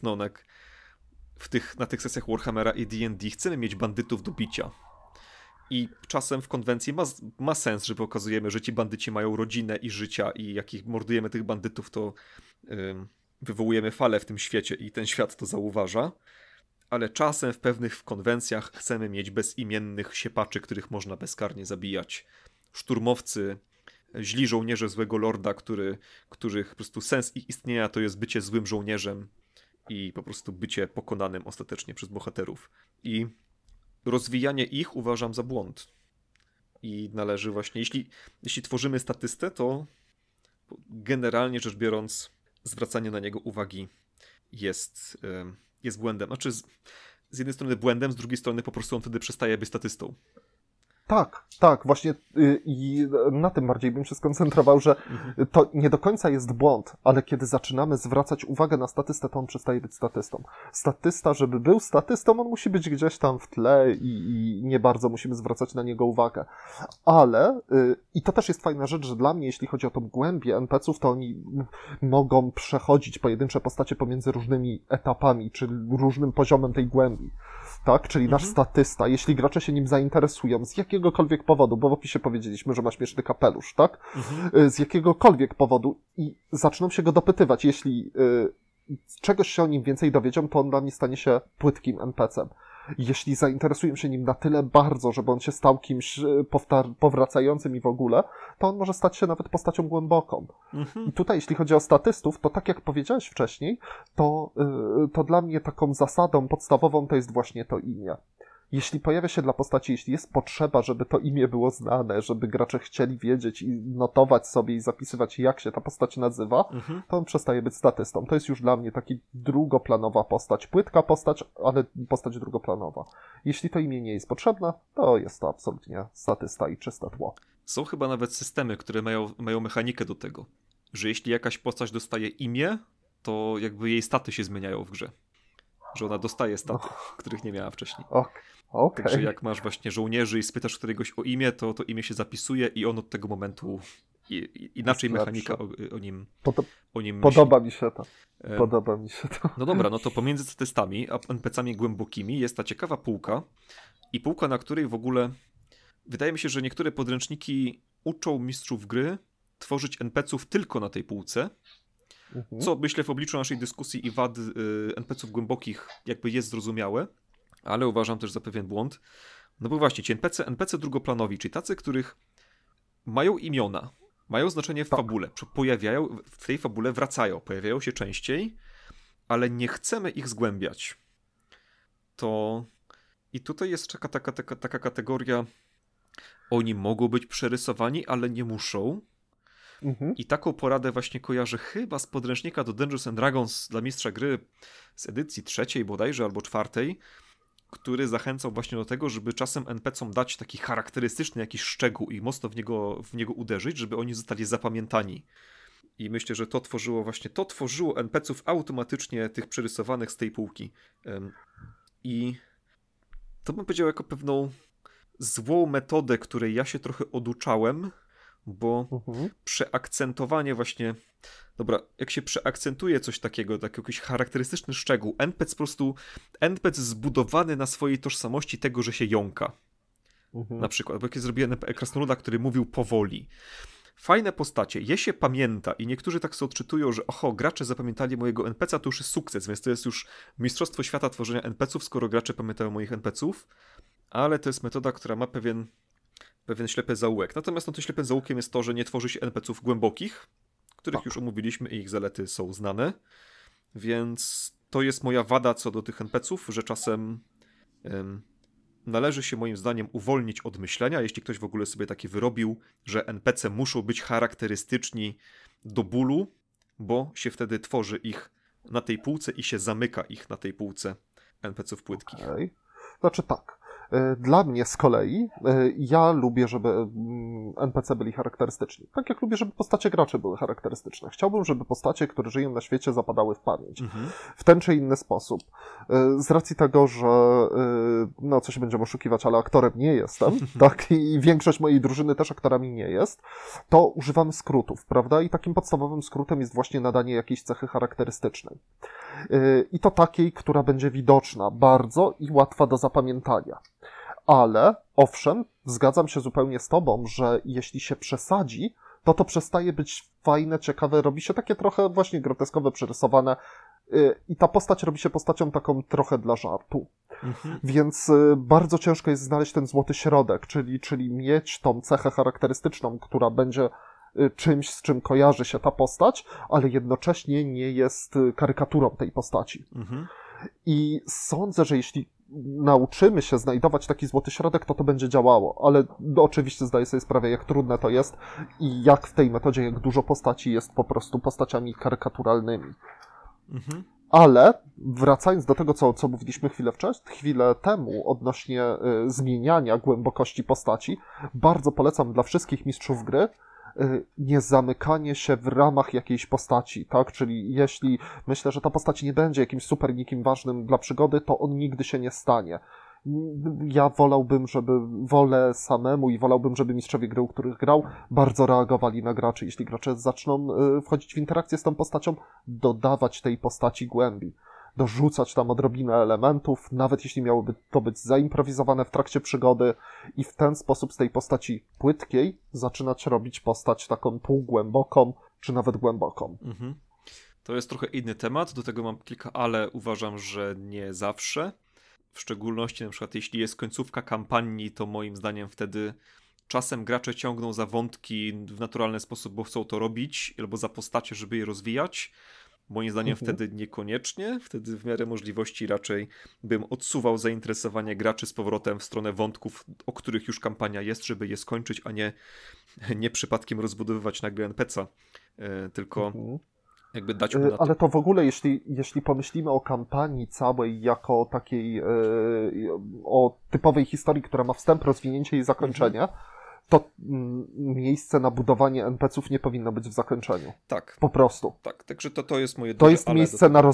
[SPEAKER 1] na tych sesjach Warhammera i D&D chcemy mieć bandytów do bicia. I czasem w konwencji ma sens, że pokazujemy, że ci bandyci mają rodzinę i życia i jak ich mordujemy tych bandytów, to wywołujemy falę w tym świecie i ten świat to zauważa. Ale czasem w pewnych konwencjach chcemy mieć bezimiennych siepaczy, których można bezkarnie zabijać. Szturmowcy, źli żołnierze złego lorda, których po prostu sens ich istnienia to jest bycie złym żołnierzem i po prostu bycie pokonanym ostatecznie przez bohaterów. I rozwijanie ich uważam za błąd. I należy właśnie, jeśli tworzymy statystę, to generalnie rzecz biorąc zwracanie na niego uwagi jest błędem. Znaczy z jednej strony błędem, z drugiej strony po prostu on wtedy przestaje być statystą.
[SPEAKER 2] Tak, właśnie i na tym bardziej bym się skoncentrował, że to nie do końca jest błąd, ale kiedy zaczynamy zwracać uwagę na statystę, to on przestaje być statystą. Statysta, żeby był statystą, on musi być gdzieś tam w tle i nie bardzo musimy zwracać na niego uwagę. Ale, i to też jest fajna rzecz, że dla mnie, jeśli chodzi o tą głębię NPC-ów, to oni mogą przechodzić pojedyncze postacie pomiędzy różnymi etapami, czy różnym poziomem tej głębi. Tak? Czyli nasz statysta, jeśli gracze się nim zainteresują z jakiegokolwiek powodu, bo w opisie powiedzieliśmy, że ma śmieszny kapelusz, tak? Z jakiegokolwiek powodu i zaczną się go dopytywać, jeśli czegoś się o nim więcej dowiedzą, to on dla mnie stanie się płytkim NPC-em. Jeśli zainteresują się nim na tyle bardzo, żeby on się stał kimś powracającym i w ogóle, to on może stać się nawet postacią głęboką. I tutaj, jeśli chodzi o statystów, to tak jak powiedziałeś wcześniej, to dla mnie taką zasadą podstawową to jest właśnie to imię. Jeśli pojawia się dla postaci, jeśli jest potrzeba, żeby to imię było znane, żeby gracze chcieli wiedzieć i notować sobie i zapisywać, jak się ta postać nazywa, to on przestaje być statystą. To jest już dla mnie taki drugoplanowa postać. Płytka postać, ale postać drugoplanowa. Jeśli to imię nie jest potrzebne, to jest to absolutnie statysta i czyste tło.
[SPEAKER 1] Są chyba nawet systemy, które mają mechanikę do tego, że jeśli jakaś postać dostaje imię, to jakby jej staty się zmieniają w grze. Że ona dostaje staty, których nie miała wcześniej.
[SPEAKER 2] Okay.
[SPEAKER 1] Także jak masz właśnie żołnierzy i spytasz któregoś o imię, to imię się zapisuje i on od tego momentu inaczej mechanika o nim
[SPEAKER 2] Podoba mi się to. Podoba mi się to.
[SPEAKER 1] No dobra, no to pomiędzy statystami a NPC-ami głębokimi jest ta ciekawa półka i półka, na której w ogóle wydaje mi się, że niektóre podręczniki uczą mistrzów gry tworzyć NPC-ów tylko na tej półce, co myślę w obliczu naszej dyskusji i wad NPC-ów głębokich jakby jest zrozumiałe, ale uważam też za pewien błąd. No bo właśnie ci NPC drugoplanowi, czyli tacy, których mają imiona, mają znaczenie w fabule, w tej fabule wracają, pojawiają się częściej, ale nie chcemy ich zgłębiać. I tutaj jest taka kategoria, oni mogą być przerysowani, ale nie muszą. I taką poradę właśnie kojarzę chyba z podręcznika do Dungeons & Dragons dla mistrza gry z edycji 3 bodajże albo 4, który zachęcał właśnie do tego, żeby czasem NPC-om dać taki charakterystyczny jakiś szczegół i mocno w niego uderzyć, żeby oni zostali zapamiętani. I myślę, że to tworzyło NPC-ów automatycznie tych przerysowanych z tej półki. I to bym powiedział jako pewną złą metodę, której ja się trochę oduczałem, bo przeakcentowanie właśnie... Dobra, jak się przeakcentuje coś takiego, tak jakiś charakterystyczny szczegół, NPC zbudowany na swojej tożsamości tego, że się jąka. Na przykład, bo jak zrobiłem krasnoluda, który mówił powoli. Fajne postacie, je się pamięta i niektórzy tak sobie odczytują, że gracze zapamiętali mojego NPC-a, to już jest sukces, więc to jest już mistrzostwo świata tworzenia NPC-ów, skoro gracze pamiętają moich NPC-ów, ale to jest metoda, która ma pewien ślepy zaułek. Natomiast tym ślepym zaułkiem jest to, że nie tworzy się NPC-ów głębokich, których już omówiliśmy i ich zalety są znane, więc to jest moja wada co do tych NPC-ów, że czasem należy się moim zdaniem uwolnić od myślenia, jeśli ktoś w ogóle sobie taki wyrobił, że NPC muszą być charakterystyczni do bólu, bo się wtedy tworzy ich na tej półce i się zamyka ich na tej półce NPC-ów płytkich.
[SPEAKER 2] Okay. Znaczy tak. Dla mnie z kolei, ja lubię, żeby NPC byli charakterystyczni. Tak jak lubię, żeby postacie graczy były charakterystyczne. Chciałbym, żeby postacie, które żyją na świecie, zapadały w pamięć. W ten czy inny sposób. Z racji tego, że co się będziemy oszukiwać, ale aktorem nie jestem, tak? I większość mojej drużyny też aktorami nie jest, to używamy skrótów, prawda? I takim podstawowym skrótem jest właśnie nadanie jakiejś cechy charakterystycznej. I to takiej, która będzie widoczna bardzo i łatwa do zapamiętania. Ale, owszem, zgadzam się zupełnie z tobą, że jeśli się przesadzi, to przestaje być fajne, ciekawe, robi się takie trochę właśnie groteskowe, przerysowane i ta postać robi się postacią taką trochę dla żartu. Więc bardzo ciężko jest znaleźć ten złoty środek, czyli mieć tą cechę charakterystyczną, która będzie czymś, z czym kojarzy się ta postać, ale jednocześnie nie jest karykaturą tej postaci. I sądzę, że jeśli nauczymy się znajdować taki złoty środek, to będzie działało, ale oczywiście zdaję sobie sprawę, jak trudne to jest i jak w tej metodzie, jak dużo postaci jest po prostu postaciami karykaturalnymi. Ale wracając do tego, co mówiliśmy chwilę temu odnośnie zmieniania głębokości postaci, bardzo polecam dla wszystkich mistrzów gry nie zamykanie się w ramach jakiejś postaci, tak? Czyli jeśli myślę, że ta postać nie będzie jakimś super nikim ważnym dla przygody, to on nigdy się nie stanie. Ja wolę samemu i wolałbym, żeby mistrzowie gry, u których grał, bardzo reagowali na graczy. Jeśli gracze zaczną wchodzić w interakcję z tą postacią, dodawać tej postaci głębi. Dorzucać tam odrobinę elementów, nawet jeśli miałoby to być zaimprowizowane w trakcie przygody i w ten sposób z tej postaci płytkiej zaczynać robić postać taką półgłęboką, czy nawet głęboką.
[SPEAKER 1] To jest trochę inny temat, do tego mam kilka ale, uważam, że nie zawsze. W szczególności na przykład jeśli jest końcówka kampanii, to moim zdaniem wtedy czasem gracze ciągną za wątki w naturalny sposób, bo chcą to robić, albo za postacie, żeby je rozwijać. Moim zdaniem wtedy niekoniecznie, wtedy w miarę możliwości raczej bym odsuwał zainteresowanie graczy z powrotem w stronę wątków, o których już kampania jest, żeby je skończyć, a nie przypadkiem rozbudowywać nagle NPC-a, tylko jakby dać mu na to.
[SPEAKER 2] Ale to w ogóle, jeśli pomyślimy o kampanii całej jako takiej, o typowej historii, która ma wstęp, rozwinięcie i zakończenie, to miejsce na budowanie NPC-ów nie powinno być w zakończeniu.
[SPEAKER 1] Tak.
[SPEAKER 2] Po prostu.
[SPEAKER 1] Tak, także to jest moje...
[SPEAKER 2] To jest miejsce na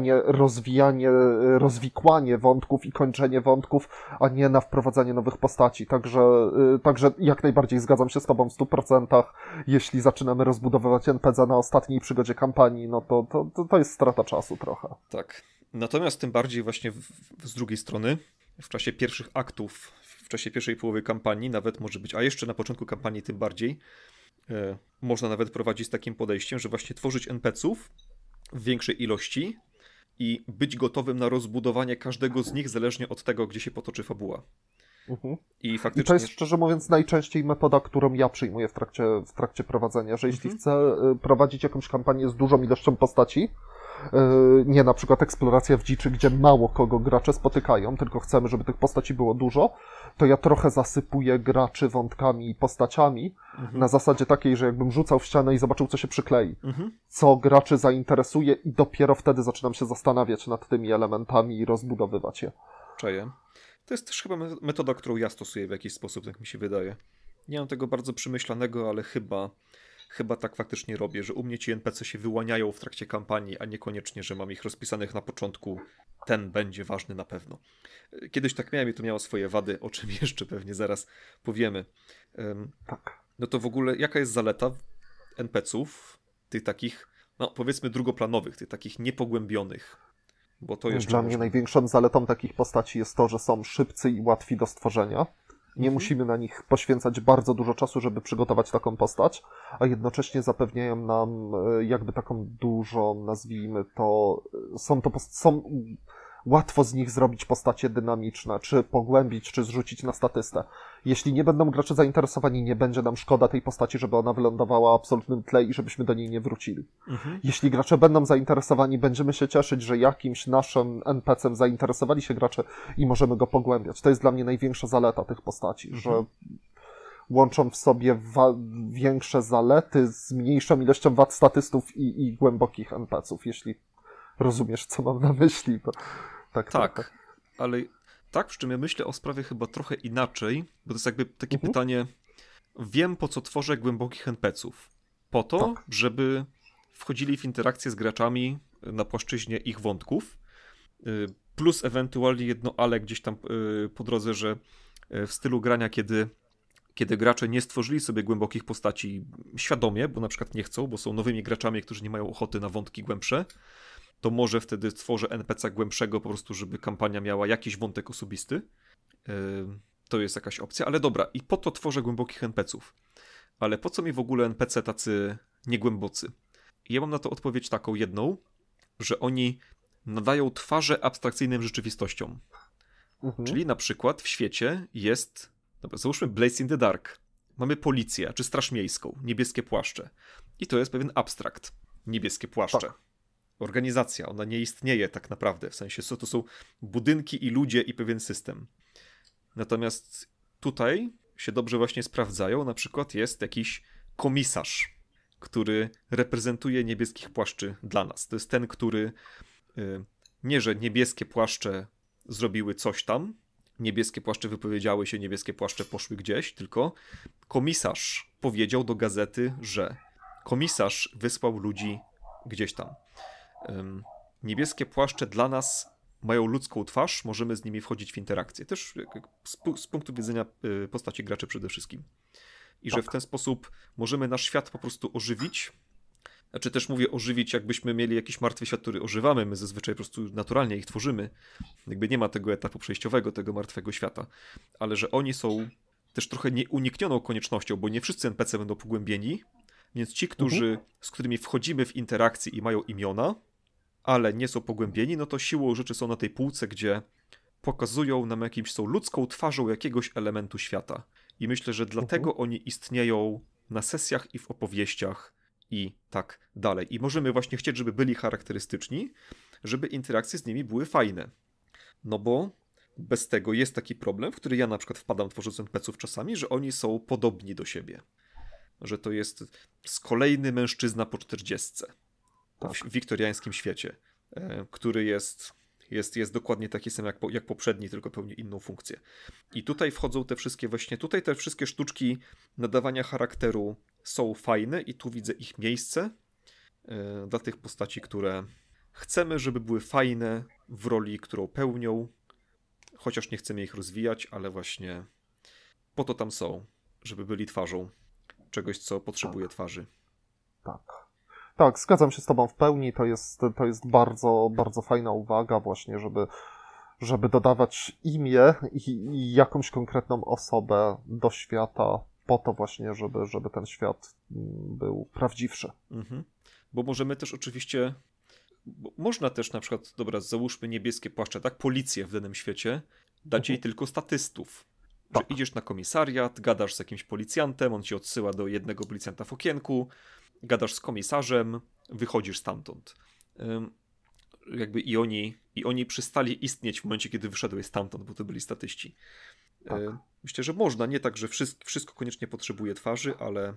[SPEAKER 2] rozwikłanie wątków i kończenie wątków, a nie na wprowadzanie nowych postaci. Także jak najbardziej zgadzam się z tobą w 100%. Jeśli zaczynamy rozbudowywać NPC na ostatniej przygodzie kampanii, no to jest strata czasu trochę.
[SPEAKER 1] Tak. Natomiast tym bardziej właśnie z drugiej strony, w czasie pierwszych aktów, w czasie pierwszej połowy kampanii nawet może być, a jeszcze na początku kampanii tym bardziej, można nawet prowadzić z takim podejściem, że właśnie tworzyć NPC-ów w większej ilości i być gotowym na rozbudowanie każdego z nich zależnie od tego, gdzie się potoczy fabuła. I faktycznie...
[SPEAKER 2] I to jest, szczerze mówiąc, najczęściej metoda, którą ja przyjmuję w trakcie prowadzenia, że jeśli chcę prowadzić jakąś kampanię z dużą ilością postaci, nie na przykład eksploracja w dziczy, gdzie mało kogo gracze spotykają, tylko chcemy, żeby tych postaci było dużo, to ja trochę zasypuję graczy wątkami i postaciami na zasadzie takiej, że jakbym rzucał w ścianę i zobaczył, co się przyklei. Co graczy zainteresuje i dopiero wtedy zaczynam się zastanawiać nad tymi elementami i rozbudowywać je.
[SPEAKER 1] Czaję. To jest też chyba metoda, którą ja stosuję w jakiś sposób, tak mi się wydaje. Nie mam tego bardzo przemyślanego, ale chyba tak faktycznie robię, że u mnie ci NPC się wyłaniają w trakcie kampanii, a niekoniecznie, że mam ich rozpisanych na początku. Ten będzie ważny na pewno. Kiedyś tak miałem i to miało swoje wady, o czym jeszcze pewnie zaraz powiemy.
[SPEAKER 2] Tak.
[SPEAKER 1] No to w ogóle jaka jest zaleta NPC-ów, tych takich, no powiedzmy drugoplanowych, tych takich niepogłębionych? Bo to jeszcze
[SPEAKER 2] Dla mnie największą zaletą takich postaci jest to, że są szybcy i łatwi do stworzenia. Nie musimy na nich poświęcać bardzo dużo czasu, żeby przygotować taką postać, a jednocześnie zapewniają nam jakby taką dużą, nazwijmy to, są łatwo z nich zrobić postacie dynamiczne, czy pogłębić, czy zrzucić na statystę. Jeśli nie będą gracze zainteresowani, nie będzie nam szkoda tej postaci, żeby ona wylądowała w absolutnym tle i żebyśmy do niej nie wrócili. Jeśli gracze będą zainteresowani, będziemy się cieszyć, że jakimś naszym NPC-em zainteresowali się gracze i możemy go pogłębiać. To jest dla mnie największa zaleta tych postaci, że łączą w sobie większe zalety z mniejszą ilością wad statystów i głębokich NPC-ów, jeśli rozumiesz, co mam na myśli. Bo
[SPEAKER 1] tak, ale tak, przy czym ja myślę o sprawie chyba trochę inaczej, bo to jest jakby takie pytanie, wiem po co tworzę głębokich NPC-ów. Po to, żeby wchodzili w interakcję z graczami na płaszczyźnie ich wątków, plus ewentualnie jedno ale gdzieś tam po drodze, że w stylu grania, kiedy gracze nie stworzyli sobie głębokich postaci świadomie, bo na przykład nie chcą, bo są nowymi graczami, którzy nie mają ochoty na wątki głębsze, to może wtedy stworzę NPC głębszego po prostu, żeby kampania miała jakiś wątek osobisty. To jest jakaś opcja, ale dobra, i po to tworzę głębokich NPC-ów. Ale po co mi w ogóle NPC tacy niegłębocy? I ja mam na to odpowiedź taką jedną, że oni nadają twarze abstrakcyjnym rzeczywistościom. Czyli na przykład w świecie jest, dobra, załóżmy Blaze in the Dark. Mamy policję, czy straż miejską, niebieskie płaszcze. I to jest pewien abstrakt. Niebieskie płaszcze.
[SPEAKER 2] Tak.
[SPEAKER 1] Organizacja, ona nie istnieje tak naprawdę, w sensie to są budynki i ludzie i pewien system. Natomiast tutaj się dobrze właśnie sprawdzają, na przykład jest jakiś komisarz, który reprezentuje niebieskich płaszczy dla nas. To jest ten, który nie, że niebieskie płaszcze zrobiły coś tam, niebieskie płaszcze wypowiedziały się, niebieskie płaszcze poszły gdzieś, tylko komisarz powiedział do gazety, że komisarz wysłał ludzi gdzieś tam. Niebieskie płaszcze dla nas mają ludzką twarz, możemy z nimi wchodzić w interakcję. Też z punktu widzenia postaci graczy przede wszystkim. I że w ten sposób możemy nasz świat po prostu ożywić. Znaczy też mówię ożywić, jakbyśmy mieli jakiś martwy świat, który ożywamy. My zazwyczaj po prostu naturalnie ich tworzymy. Jakby nie ma tego etapu przejściowego, tego martwego świata. Ale że oni są też trochę nieuniknioną koniecznością, bo nie wszyscy NPC będą pogłębieni. Więc ci, z którymi wchodzimy w interakcję i mają imiona, ale nie są pogłębieni, no to siłą rzeczy są na tej półce, gdzie pokazują nam są ludzką twarzą jakiegoś elementu świata. I myślę, że dlatego oni istnieją na sesjach i w opowieściach i tak dalej. I możemy właśnie chcieć, żeby byli charakterystyczni, żeby interakcje z nimi były fajne. No bo bez tego jest taki problem, w który ja na przykład wpadam tworząc NPC-ów czasami, że oni są podobni do siebie. Że to jest z kolejny mężczyzna po 40 w wiktoriańskim świecie, który jest dokładnie taki sam jak poprzedni, tylko pełni inną funkcję. I tutaj wchodzą te wszystkie te wszystkie sztuczki nadawania charakteru są fajne i tu widzę ich miejsce dla tych postaci, które chcemy, żeby były fajne w roli, którą pełnią, chociaż nie chcemy ich rozwijać, ale właśnie po to tam są, żeby byli twarzą czegoś, co potrzebuje twarzy.
[SPEAKER 2] Tak, zgadzam się z tobą w pełni. To jest bardzo, bardzo fajna uwaga właśnie, żeby dodawać imię i jakąś konkretną osobę do świata po to właśnie, żeby ten świat był prawdziwszy.
[SPEAKER 1] Bo możemy też oczywiście, można też na przykład, dobra, załóżmy niebieskie płaszcze, tak, policję w danym świecie, dać jej tylko statystów. Że idziesz na komisariat, gadasz z jakimś policjantem, on ci odsyła do jednego policjanta w okienku, gadasz z komisarzem, wychodzisz stamtąd. Jakby i oni przestali istnieć w momencie, kiedy wyszedłeś stamtąd, bo to byli statyści. Myślę, że można, nie tak, że wszystko koniecznie potrzebuje twarzy, ale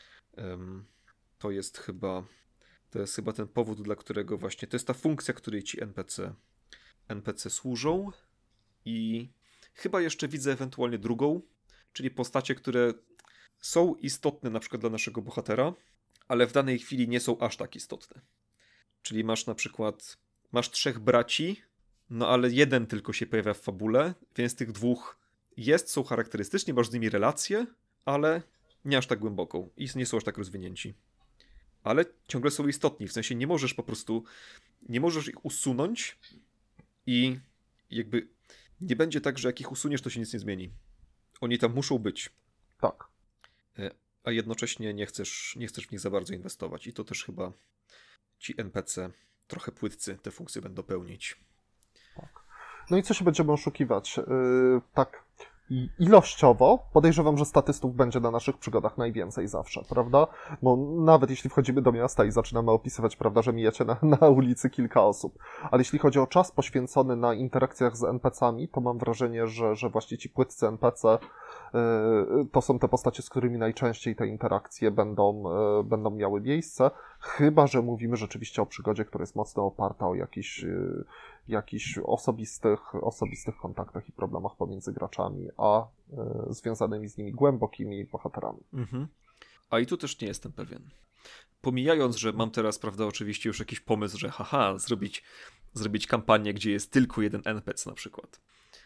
[SPEAKER 1] to jest chyba ten powód, dla którego właśnie to jest ta funkcja, której ci NPC służą i chyba jeszcze widzę ewentualnie drugą, czyli postacie, które są istotne na przykład dla naszego bohatera, ale w danej chwili nie są aż tak istotne. Czyli masz na przykład, masz 3 braci, no ale jeden tylko się pojawia w fabule, więc tych 2 są charakterystyczni, masz z nimi relację, ale nie aż tak głęboką i nie są aż tak rozwinięci. Ale ciągle są istotni, w sensie nie możesz ich usunąć i jakby nie będzie tak, że jak ich usuniesz, to się nic nie zmieni. Oni tam muszą być.
[SPEAKER 2] Tak.
[SPEAKER 1] A jednocześnie nie chcesz w nich za bardzo inwestować i to też chyba ci NPC trochę płytcy te funkcje będą pełnić.
[SPEAKER 2] Tak. No i co się będziemy oszukiwać? Tak ilościowo podejrzewam, że statystów będzie na naszych przygodach najwięcej zawsze, prawda? Bo nawet jeśli wchodzimy do miasta i zaczynamy opisywać, prawda, że mijecie na ulicy kilka osób. Ale jeśli chodzi o czas poświęcony na interakcjach z NPC-ami, to mam wrażenie, że właśnie ci płytcy NPC to są te postacie, z którymi najczęściej te interakcje będą miały miejsce, chyba że mówimy rzeczywiście o przygodzie, która jest mocno oparta o jakichś osobistych kontaktach i problemach pomiędzy graczami, a związanymi z nimi głębokimi bohaterami.
[SPEAKER 1] Mhm. A i tu też nie jestem pewien. Pomijając, że mam teraz, prawda, oczywiście już jakiś pomysł, że zrobić kampanię, gdzie jest tylko jeden NPC na przykład.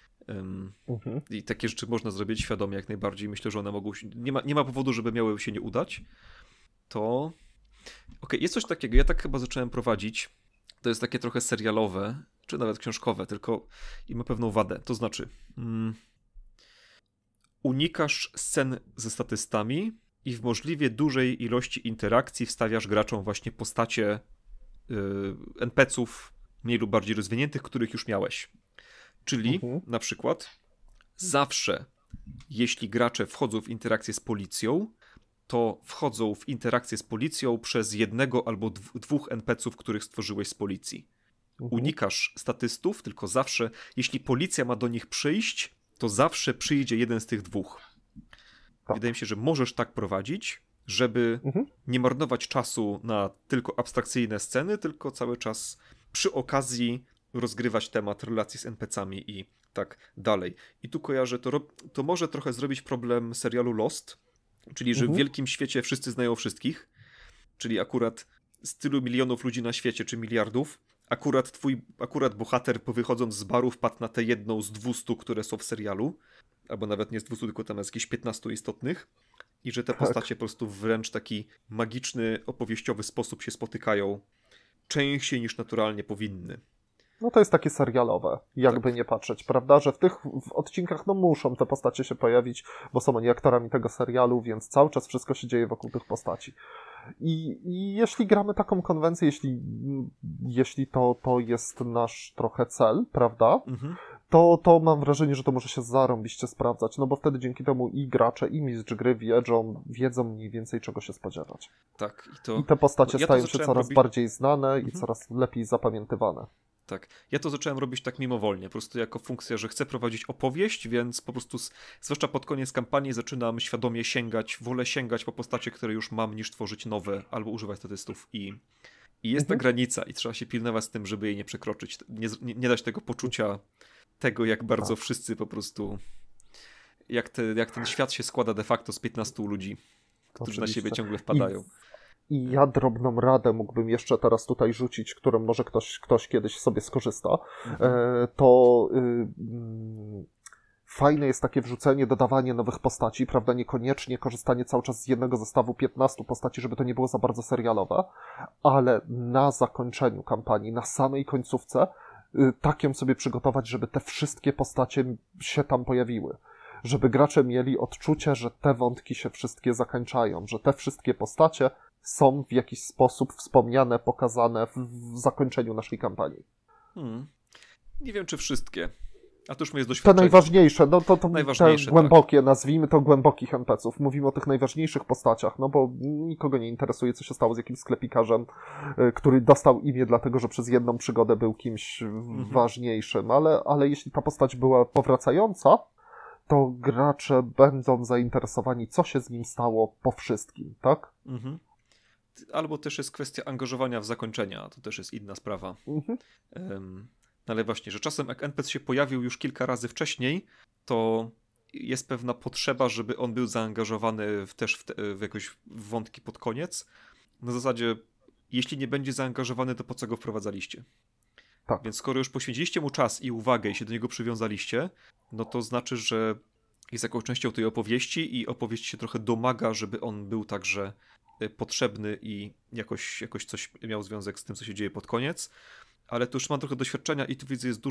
[SPEAKER 1] I takie rzeczy można zrobić świadomie jak najbardziej. Myślę, że one mogą się... Nie ma powodu, żeby miały się nie udać. To... Okej, jest coś takiego, ja tak chyba zacząłem prowadzić. To jest takie trochę serialowe, czy nawet książkowe, tylko i ma pewną wadę. To znaczy, unikasz scen ze statystami i w możliwie dużej ilości interakcji wstawiasz graczom właśnie postacie NPC-ów mniej lub bardziej rozwiniętych, których już miałeś. Czyli na przykład zawsze, jeśli gracze wchodzą w interakcję z policją, to wchodzą w interakcję z policją przez jednego albo 2 NPC-ów, których stworzyłeś z policji. Unikasz statystów, tylko zawsze, jeśli policja ma do nich przyjść, to zawsze przyjdzie jeden z tych 2. Tak. Wydaje mi się, że możesz tak prowadzić, żeby nie marnować czasu na tylko abstrakcyjne sceny, tylko cały czas przy okazji rozgrywać temat relacji z NPC-ami i tak dalej. I tu kojarzę, to może trochę zrobić problem serialu Lost, czyli że w wielkim świecie wszyscy znają wszystkich, czyli akurat z tylu milionów ludzi na świecie, czy miliardów, akurat bohater wychodząc z baru wpadł na tę jedną z 200, które są w serialu, albo nawet nie z 200, tylko tam jest jakieś 15 istotnych i że te postacie po prostu wręcz taki magiczny, opowieściowy sposób się spotykają częściej niż naturalnie powinny.
[SPEAKER 2] No to jest takie serialowe, jakby nie patrzeć, prawda? Że w odcinkach muszą te postacie się pojawić, bo są oni aktorami tego serialu, więc cały czas wszystko się dzieje wokół tych postaci. I jeśli gramy taką konwencję, jeśli to jest nasz trochę cel, prawda? To mam wrażenie, że to może się zarąbiście sprawdzać, no bo wtedy dzięki temu i gracze, i mistrz gry wiedzą mniej więcej czego się spodziewać.
[SPEAKER 1] Tak.
[SPEAKER 2] I te postacie stają się coraz bardziej znane i coraz lepiej zapamiętywane.
[SPEAKER 1] Tak. Ja to zacząłem robić tak mimowolnie, po prostu jako funkcja, że chcę prowadzić opowieść, więc po prostu, zwłaszcza pod koniec kampanii, zaczynam świadomie wolę sięgać po postacie, które już mam, niż tworzyć nowe, albo używać statystów. I jest ta granica i trzeba się pilnować z tym, żeby jej nie przekroczyć. Nie dać tego poczucia tego, jak bardzo wszyscy po prostu... Jak ten świat się składa de facto z 15 ludzi, którzy na siebie ciągle wpadają.
[SPEAKER 2] I ja drobną radę mógłbym jeszcze teraz tutaj rzucić, którą może ktoś kiedyś sobie skorzysta, to fajne jest takie wrzucenie, dodawanie nowych postaci, prawda, niekoniecznie korzystanie cały czas z jednego zestawu 15 postaci, żeby to nie było za bardzo serialowe, ale na zakończeniu kampanii, na samej końcówce, tak ją sobie przygotować, żeby te wszystkie postacie się tam pojawiły. Żeby gracze mieli odczucie, że te wątki się wszystkie zakończają, że te wszystkie postacie są w jakiś sposób wspomniane, pokazane w zakończeniu naszej kampanii.
[SPEAKER 1] Nie wiem, czy wszystkie. A to już jest doświadczenie.
[SPEAKER 2] Te najważniejsze,
[SPEAKER 1] najważniejsze,
[SPEAKER 2] te głębokie, nazwijmy to głębokich NPC-ów. Mówimy o tych najważniejszych postaciach, no bo nikogo nie interesuje, co się stało z jakimś sklepikarzem, który dostał imię dlatego, że przez jedną przygodę był kimś ważniejszym, ale jeśli ta postać była powracająca, to gracze będą zainteresowani, co się z nim stało po wszystkim, tak?
[SPEAKER 1] Albo też jest kwestia angażowania w zakończenia, to też jest inna sprawa. Ale właśnie, że czasem jak NPC się pojawił już kilka razy wcześniej, to jest pewna potrzeba, żeby on był zaangażowany w jakoś wątki pod koniec. Na zasadzie, jeśli nie będzie zaangażowany, to po co go wprowadzaliście?
[SPEAKER 2] Tak.
[SPEAKER 1] Więc skoro już poświęciliście mu czas i uwagę i się do niego przywiązaliście, no to znaczy, że jest jakąś częścią tej opowieści i opowieść się trochę domaga, żeby on był także potrzebny i jakoś coś miał związek z tym, co się dzieje pod koniec. Ale tu już mam trochę doświadczenia i tu widzę, jest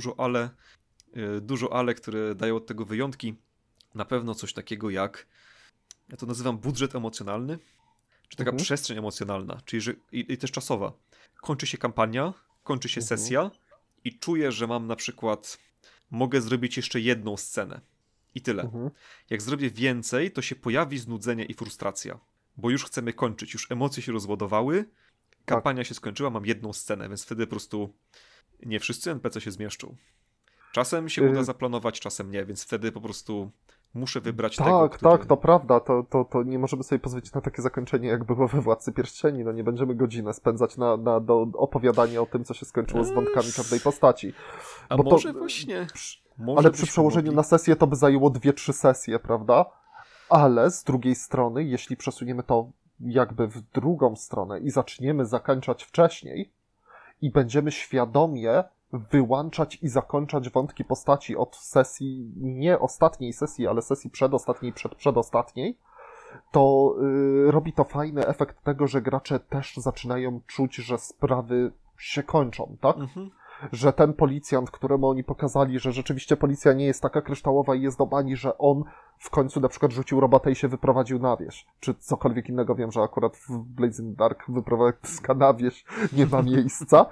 [SPEAKER 1] dużo ale, które dają od tego wyjątki. Na pewno coś takiego jak, ja to nazywam budżet emocjonalny, czy taka przestrzeń emocjonalna, czyli że i też czasowa. Kończy się kampania, kończy się sesja i czuję, że mam na przykład, mogę zrobić jeszcze jedną scenę i tyle. Jak zrobię więcej, to się pojawi znudzenie i frustracja, bo już chcemy kończyć, już emocje się rozładowały, kampania się skończyła, mam jedną scenę, więc wtedy po prostu nie wszyscy NPC się zmieszczą. Czasem się uda zaplanować, czasem nie, więc wtedy po prostu muszę wybrać tego, który...
[SPEAKER 2] Tak, to prawda. To nie możemy sobie pozwolić na takie zakończenie, jak było we Władcy Pierścieni. No nie będziemy godzinę spędzać do opowiadania o tym, co się skończyło z wątkami każdej postaci.
[SPEAKER 1] A
[SPEAKER 2] bo
[SPEAKER 1] może właśnie...
[SPEAKER 2] ale przy przełożeniu na sesję to by zajęło 2-3 sesje, prawda? Ale z drugiej strony, jeśli przesuniemy to jakby w drugą stronę i zaczniemy zakończać wcześniej i będziemy świadomie wyłączać i zakończać wątki postaci od sesji, nie ostatniej sesji, ale sesji przedostatniej, przedostatniej, to robi to fajny efekt tego, że gracze też zaczynają czuć, że sprawy się kończą, tak? Że ten policjant, któremu oni pokazali, że rzeczywiście policja nie jest taka kryształowa i jest do bani, że on w końcu na przykład rzucił robotę i się wyprowadził na wieś. Czy cokolwiek innego, wiem, że akurat w Blazing Dark wyprowadzka na wieś nie ma miejsca,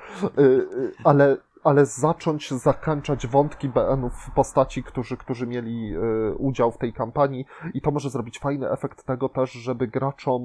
[SPEAKER 2] ale zakończać wątki BN-ów w postaci, którzy mieli udział w tej kampanii i to może zrobić fajny efekt tego też, żeby graczom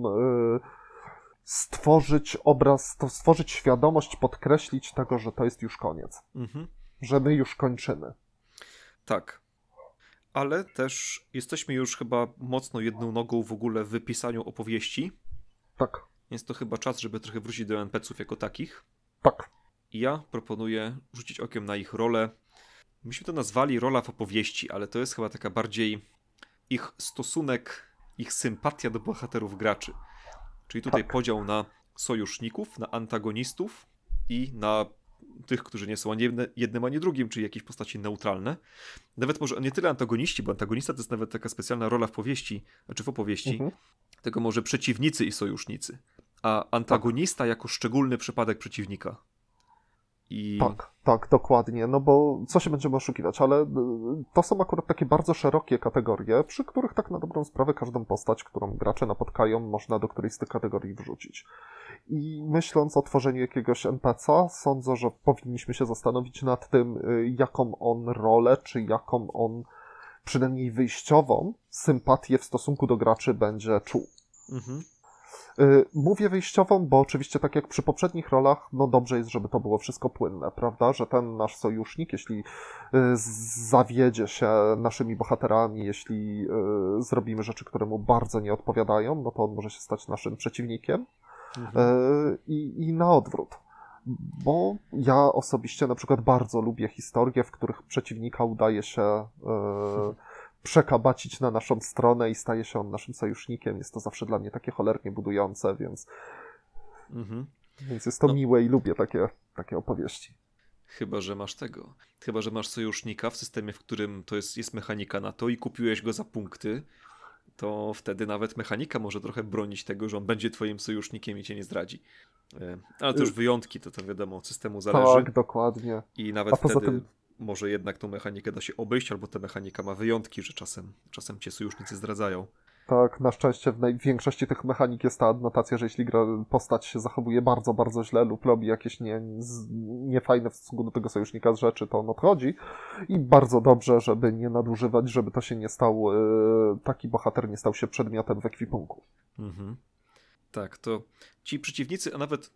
[SPEAKER 2] stworzyć obraz, to stworzyć świadomość, podkreślić tego, że to jest już koniec. Że my już kończymy.
[SPEAKER 1] Tak. Ale też jesteśmy już chyba mocno jedną nogą w ogóle w pisaniu opowieści.
[SPEAKER 2] Tak.
[SPEAKER 1] Więc to chyba czas, żeby trochę wrócić do NPC-ów jako takich.
[SPEAKER 2] Tak.
[SPEAKER 1] I ja proponuję rzucić okiem na ich rolę. Myśmy to nazwali rola w opowieści, ale to jest chyba taka bardziej ich stosunek, ich sympatia do bohaterów graczy. Czyli tutaj podział na sojuszników, na antagonistów i na tych, którzy nie są ani jednym, ani drugim, czyli jakieś postaci neutralne. Nawet może nie tyle antagoniści, bo antagonista to jest nawet taka specjalna rola w powieści, znaczy w opowieści, tylko może przeciwnicy i sojusznicy. A antagonista jako szczególny przypadek przeciwnika.
[SPEAKER 2] Tak, dokładnie, no bo co się będziemy oszukiwać, ale to są akurat takie bardzo szerokie kategorie, przy których tak na dobrą sprawę każdą postać, którą gracze napotkają, można do którejś z tych kategorii wrzucić. I myśląc o tworzeniu jakiegoś NPC-a, sądzę, że powinniśmy się zastanowić nad tym, jaką on rolę, czy jaką on, przynajmniej wyjściową, sympatię w stosunku do graczy będzie czuł. Mówię wyjściową, bo oczywiście tak jak przy poprzednich rolach, no dobrze jest, żeby to było wszystko płynne, prawda? Że ten nasz sojusznik, jeśli zawiedzie się naszymi bohaterami, jeśli zrobimy rzeczy, które mu bardzo nie odpowiadają, no to on może się stać naszym przeciwnikiem. I na odwrót. Bo ja osobiście na przykład bardzo lubię historie, w których przeciwnika udaje się przekabacić na naszą stronę i staje się on naszym sojusznikiem. Jest to zawsze dla mnie takie cholernie budujące, więc jest to miłe i lubię takie opowieści.
[SPEAKER 1] Chyba, że masz sojusznika w systemie, w którym to jest mechanika na to i kupiłeś go za punkty, to wtedy nawet mechanika może trochę bronić tego, że on będzie twoim sojusznikiem i cię nie zdradzi. Ale to już wyjątki, to wiadomo, od systemu zależy.
[SPEAKER 2] Tak, dokładnie.
[SPEAKER 1] I nawet wtedy może jednak tą mechanikę da się obejść, albo ta mechanika ma wyjątki, że czasem cię sojusznicy zdradzają.
[SPEAKER 2] Tak, na szczęście w większości tych mechanik jest ta adnotacja, że jeśli postać się zachowuje bardzo, bardzo źle lub robi jakieś niefajne w stosunku do tego sojusznika z rzeczy, to on odchodzi. I bardzo dobrze, żeby nie nadużywać, żeby to się nie stał, taki bohater nie stał się przedmiotem w ekwipunku.
[SPEAKER 1] Tak, to ci przeciwnicy, a nawet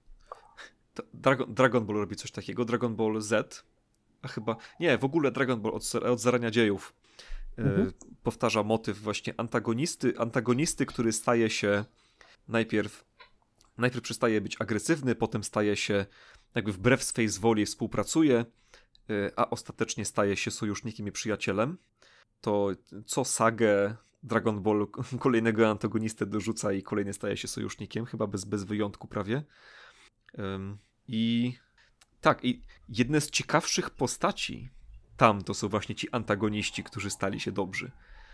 [SPEAKER 1] Dragon Ball robi coś takiego, Dragon Ball Z, a chyba, nie, w ogóle Dragon Ball od zarania dziejów powtarza motyw właśnie antagonisty, który staje się najpierw przestaje być agresywny, potem staje się jakby wbrew swej woli współpracuje, a ostatecznie staje się sojusznikiem i przyjacielem, to co sagę Dragon Ball kolejnego antagonistę dorzuca i kolejny staje się sojusznikiem, chyba bez wyjątku prawie. I tak, i jedne z ciekawszych postaci tam to są właśnie ci antagoniści, którzy stali się dobrzy.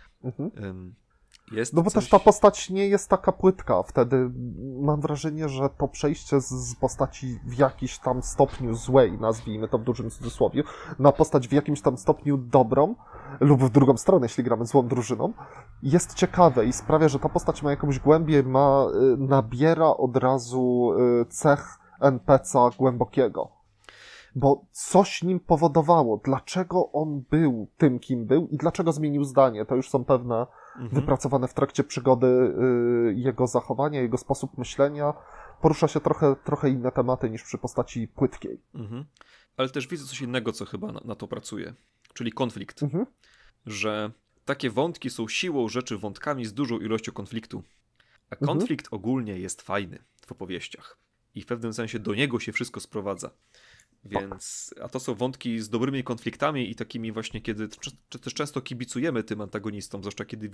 [SPEAKER 2] No bo też ta postać nie jest taka płytka. Wtedy mam wrażenie, że to przejście z postaci w jakiś tam stopniu złej, nazwijmy to w dużym cudzysłowie, na postać w jakimś tam stopniu dobrą, lub w drugą stronę, jeśli gramy złą drużyną, jest ciekawe i sprawia, że ta postać ma jakąś głębię, nabiera od razu cech NPC-a głębokiego. Bo coś nim powodowało, dlaczego on był tym, kim był i dlaczego zmienił zdanie. To już są pewne wypracowane w trakcie przygody jego zachowania, jego sposób myślenia. Porusza się trochę inne tematy niż przy postaci płytkiej.
[SPEAKER 1] Ale też widzę coś innego, co chyba na to pracuje, czyli konflikt. Że takie wątki są siłą rzeczy wątkami z dużą ilością konfliktu. A konflikt ogólnie jest fajny w opowieściach. I w pewnym sensie do niego się wszystko sprowadza. Więc, a to są wątki z dobrymi konfliktami i takimi właśnie, kiedy też często kibicujemy tym antagonistom, zwłaszcza kiedy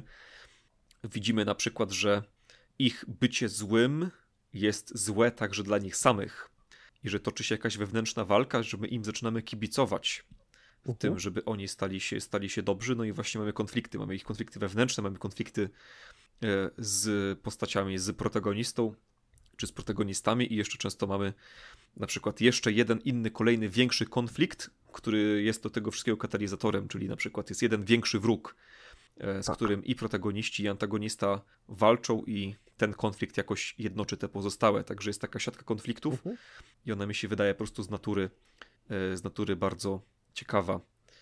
[SPEAKER 1] widzimy na przykład, że ich bycie złym jest złe także dla nich samych i że toczy się jakaś wewnętrzna walka, że my im zaczynamy kibicować w tym, żeby oni stali się dobrzy, no i właśnie mamy ich konflikty wewnętrzne, mamy konflikty z postaciami, z protagonistą czy z protagonistami i jeszcze często mamy na przykład jeszcze jeden inny, kolejny większy konflikt, który jest do tego wszystkiego katalizatorem, czyli na przykład jest jeden większy wróg, z którym i protagoniści, i antagonista walczą i ten konflikt jakoś jednoczy te pozostałe. Także jest taka siatka konfliktów i ona mi się wydaje po prostu z natury bardzo ciekawa.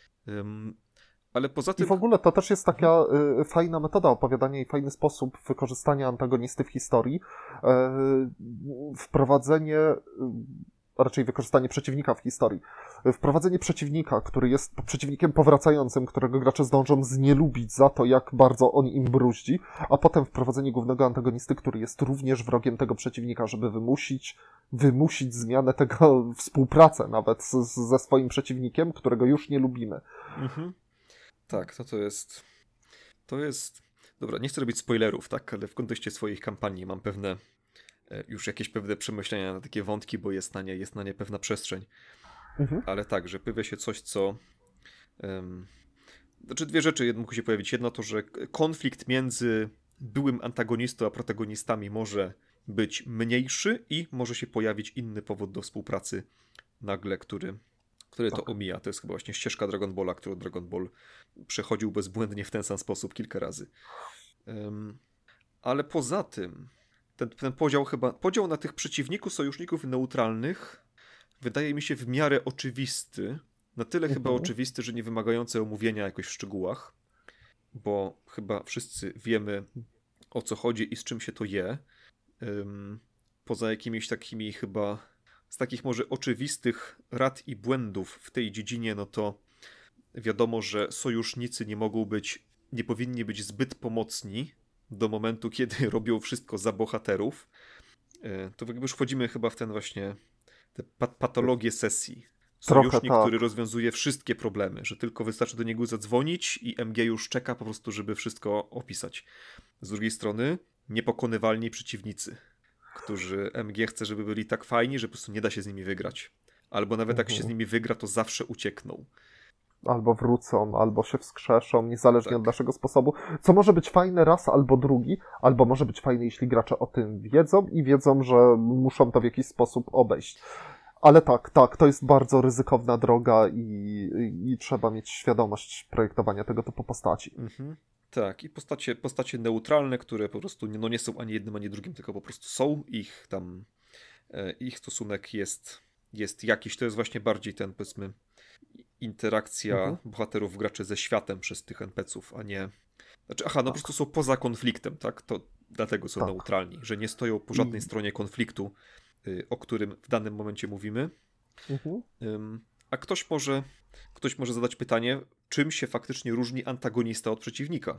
[SPEAKER 1] Ale poza tym...
[SPEAKER 2] I w ogóle to też jest taka fajna metoda opowiadania i fajny sposób wykorzystania antagonisty w historii. Wprowadzenie, a raczej wykorzystanie przeciwnika w historii. Wprowadzenie przeciwnika, który jest przeciwnikiem powracającym, którego gracze zdążą znielubić za to, jak bardzo on im bruździ, a potem wprowadzenie głównego antagonisty, który jest również wrogiem tego przeciwnika, żeby wymusić zmianę tego, współpracę nawet ze swoim przeciwnikiem, którego już nie lubimy.
[SPEAKER 1] Tak, to jest... Dobra, nie chcę robić spoilerów, tak, ale w kontekście swoich kampanii mam już jakieś pewne przemyślenia na takie wątki, bo jest na nie pewna przestrzeń. Ale tak, że pojawia się coś, co... Znaczy dwie rzeczy mogą się pojawić. Jedna to, że konflikt między byłym antagonistą a protagonistami może być mniejszy i może się pojawić inny powód do współpracy nagle, który to omija. To jest chyba właśnie ścieżka Dragon Balla, którą Dragon Ball przechodził bezbłędnie w ten sam sposób kilka razy. Ale poza tym ten podział na tych przeciwników, sojuszników neutralnych wydaje mi się w miarę oczywisty. Na tyle chyba oczywisty, że nie wymagający omówienia jakoś w szczegółach, bo chyba wszyscy wiemy, o co chodzi i z czym się to je. Poza jakimiś takimi chyba z takich może oczywistych rad i błędów w tej dziedzinie, no to wiadomo, że sojusznicy nie powinni być zbyt pomocni do momentu, kiedy robią wszystko za bohaterów. To jakby już wchodzimy chyba w ten właśnie tę patologię sesji. Sojusznik, który rozwiązuje wszystkie problemy, że tylko wystarczy do niego zadzwonić i MG już czeka po prostu, żeby wszystko opisać. Z drugiej strony niepokonywalni przeciwnicy, którzy MG chce, żeby byli tak fajni, że po prostu nie da się z nimi wygrać. Albo nawet jak się z nimi wygra, to zawsze uciekną.
[SPEAKER 2] Albo wrócą, albo się wskrzeszą, niezależnie od naszego sposobu. Co może być fajne raz albo drugi, albo może być fajne, jeśli gracze o tym wiedzą i wiedzą, że muszą to w jakiś sposób obejść. Ale tak, to jest bardzo ryzykowna droga i trzeba mieć świadomość projektowania tego typu postaci.
[SPEAKER 1] Tak, i postacie neutralne, które po prostu nie są ani jednym, ani drugim, tylko po prostu są. Ich stosunek jest jakiś. To jest właśnie bardziej ten, powiedzmy, interakcja bohaterów graczy ze światem przez tych NPC-ów, a nie... Znaczy, po prostu są poza konfliktem, tak? To dlatego są neutralni, że nie stoją po żadnej stronie konfliktu, o którym w danym momencie mówimy. A ktoś może zadać pytanie, czym się faktycznie różni antagonista od przeciwnika.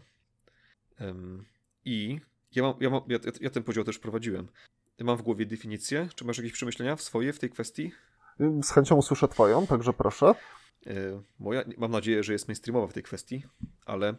[SPEAKER 1] I ja ten podział też prowadziłem. Ja mam w głowie definicję. Czy masz jakieś przemyślenia swoje w tej kwestii?
[SPEAKER 2] Z chęcią usłyszę twoją, także proszę.
[SPEAKER 1] Moja, mam nadzieję, że jest mainstreamowa w tej kwestii, ale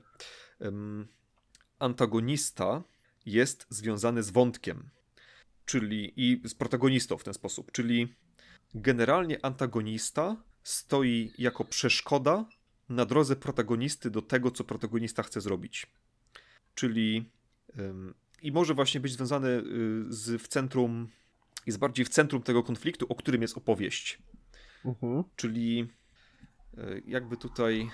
[SPEAKER 1] antagonista jest związany z wątkiem, czyli i z protagonistą w ten sposób, czyli generalnie antagonista stoi jako przeszkoda na drodze protagonisty do tego, co protagonista chce zrobić. Czyli i może właśnie być związany w centrum, jest bardziej w centrum tego konfliktu, o którym jest opowieść. Czyli jakby tutaj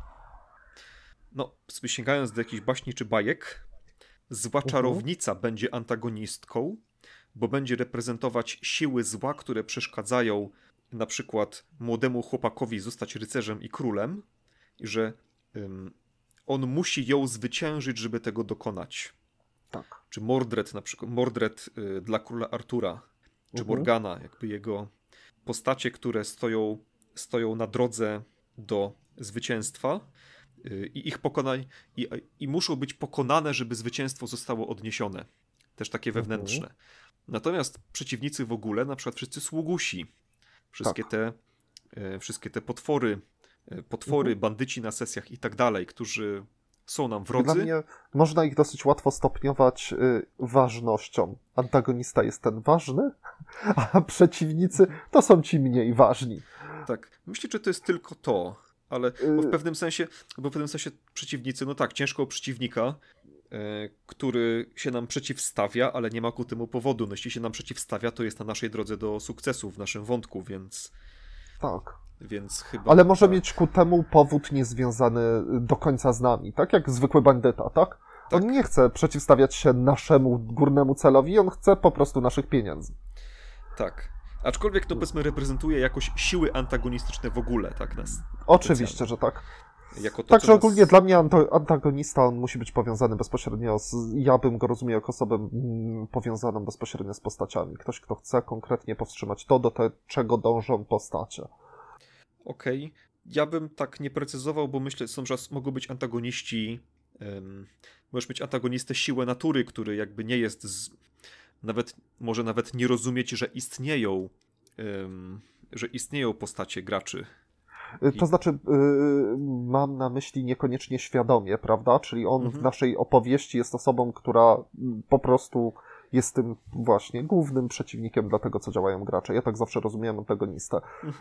[SPEAKER 1] sobie sięgając do jakichś baśni czy bajek, zła czarownica będzie antagonistką, bo będzie reprezentować siły zła, które przeszkadzają na przykład młodemu chłopakowi zostać rycerzem i królem, i że on musi ją zwyciężyć, żeby tego dokonać.
[SPEAKER 2] Tak.
[SPEAKER 1] Czy Mordred na przykład, Mordred dla króla Artura, czy Morgana, jakby jego postacie, które stoją na drodze do zwycięstwa i ich pokonań i muszą być pokonane, żeby zwycięstwo zostało odniesione. Też takie wewnętrzne. Natomiast przeciwnicy w ogóle, na przykład wszyscy sługusi, wszystkie te potwory, bandyci na sesjach i tak dalej, którzy są nam wrodzy.
[SPEAKER 2] Dla mnie można ich dosyć łatwo stopniować ważnością. Antagonista jest ten ważny, a przeciwnicy to są ci mniej ważni.
[SPEAKER 1] Tak, myślę, że to jest tylko to, ale bo w pewnym sensie przeciwnicy, no tak, ciężko o przeciwnika, który się nam przeciwstawia, ale nie ma ku temu powodu. No, jeśli się nam przeciwstawia, to jest na naszej drodze do sukcesu w naszym wątku, więc...
[SPEAKER 2] Tak.
[SPEAKER 1] Więc chyba...
[SPEAKER 2] Ale może mieć ku temu powód niezwiązany do końca z nami, tak jak zwykły bandyta, tak? On nie chce przeciwstawiać się naszemu górnemu celowi, on chce po prostu naszych pieniędzy.
[SPEAKER 1] Tak. Aczkolwiek to powiedzmy reprezentuje jakoś siły antagonistyczne w ogóle, tak?
[SPEAKER 2] Oczywiście, że tak.
[SPEAKER 1] Jako to,
[SPEAKER 2] także ogólnie dla mnie antagonista on musi być powiązany bezpośrednio ja bym go rozumiał jako osobę powiązaną bezpośrednio z postaciami. Ktoś, kto chce konkretnie powstrzymać to, do czego dążą postacie.
[SPEAKER 1] Okej. Ja bym tak nie precyzował, bo myślę, że mogą być antagoniści. Możesz mieć antagonistę siłę natury, który jakby nie jest. Może nawet nie rozumieć, że istnieją postacie graczy.
[SPEAKER 2] To znaczy, mam na myśli niekoniecznie świadomie, prawda? Czyli on w naszej opowieści jest osobą, która po prostu jest tym właśnie głównym przeciwnikiem dla tego, co działają gracze. Ja tak zawsze rozumiałem antagonistę.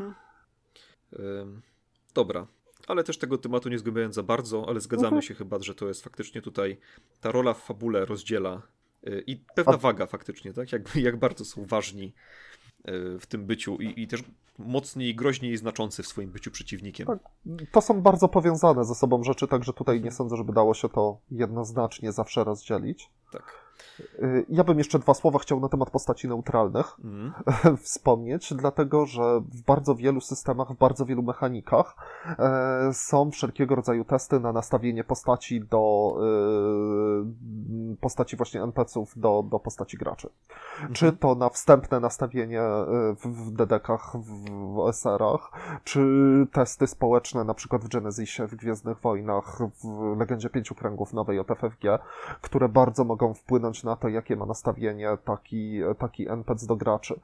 [SPEAKER 1] Dobra, ale też tego tematu nie zgłębiając za bardzo, ale zgadzamy się chyba, że to jest faktycznie tutaj ta rola w fabule rozdziela i pewna waga faktycznie, tak? Jak bardzo są ważni w tym byciu i też mocniej i groźniej znaczący w swoim byciu przeciwnikiem.
[SPEAKER 2] Tak, to są bardzo powiązane ze sobą rzeczy, także tutaj nie sądzę, żeby dało się to jednoznacznie zawsze rozdzielić.
[SPEAKER 1] Tak.
[SPEAKER 2] Ja bym jeszcze 2 słowa chciał na temat postaci neutralnych wspomnieć, dlatego że w bardzo wielu systemach, w bardzo wielu mechanikach są wszelkiego rodzaju testy na nastawienie postaci do postaci właśnie NPC-ów do postaci graczy. Czy to na wstępne nastawienie w DD-kach, w OSR-ach, czy testy społeczne, na przykład w Genesisie, w Gwiezdnych Wojnach, w Legendzie Pięciu Kręgów nowej od FFG, które bardzo mogą wpłynąć na to, jakie ma nastawienie taki NPC do graczy.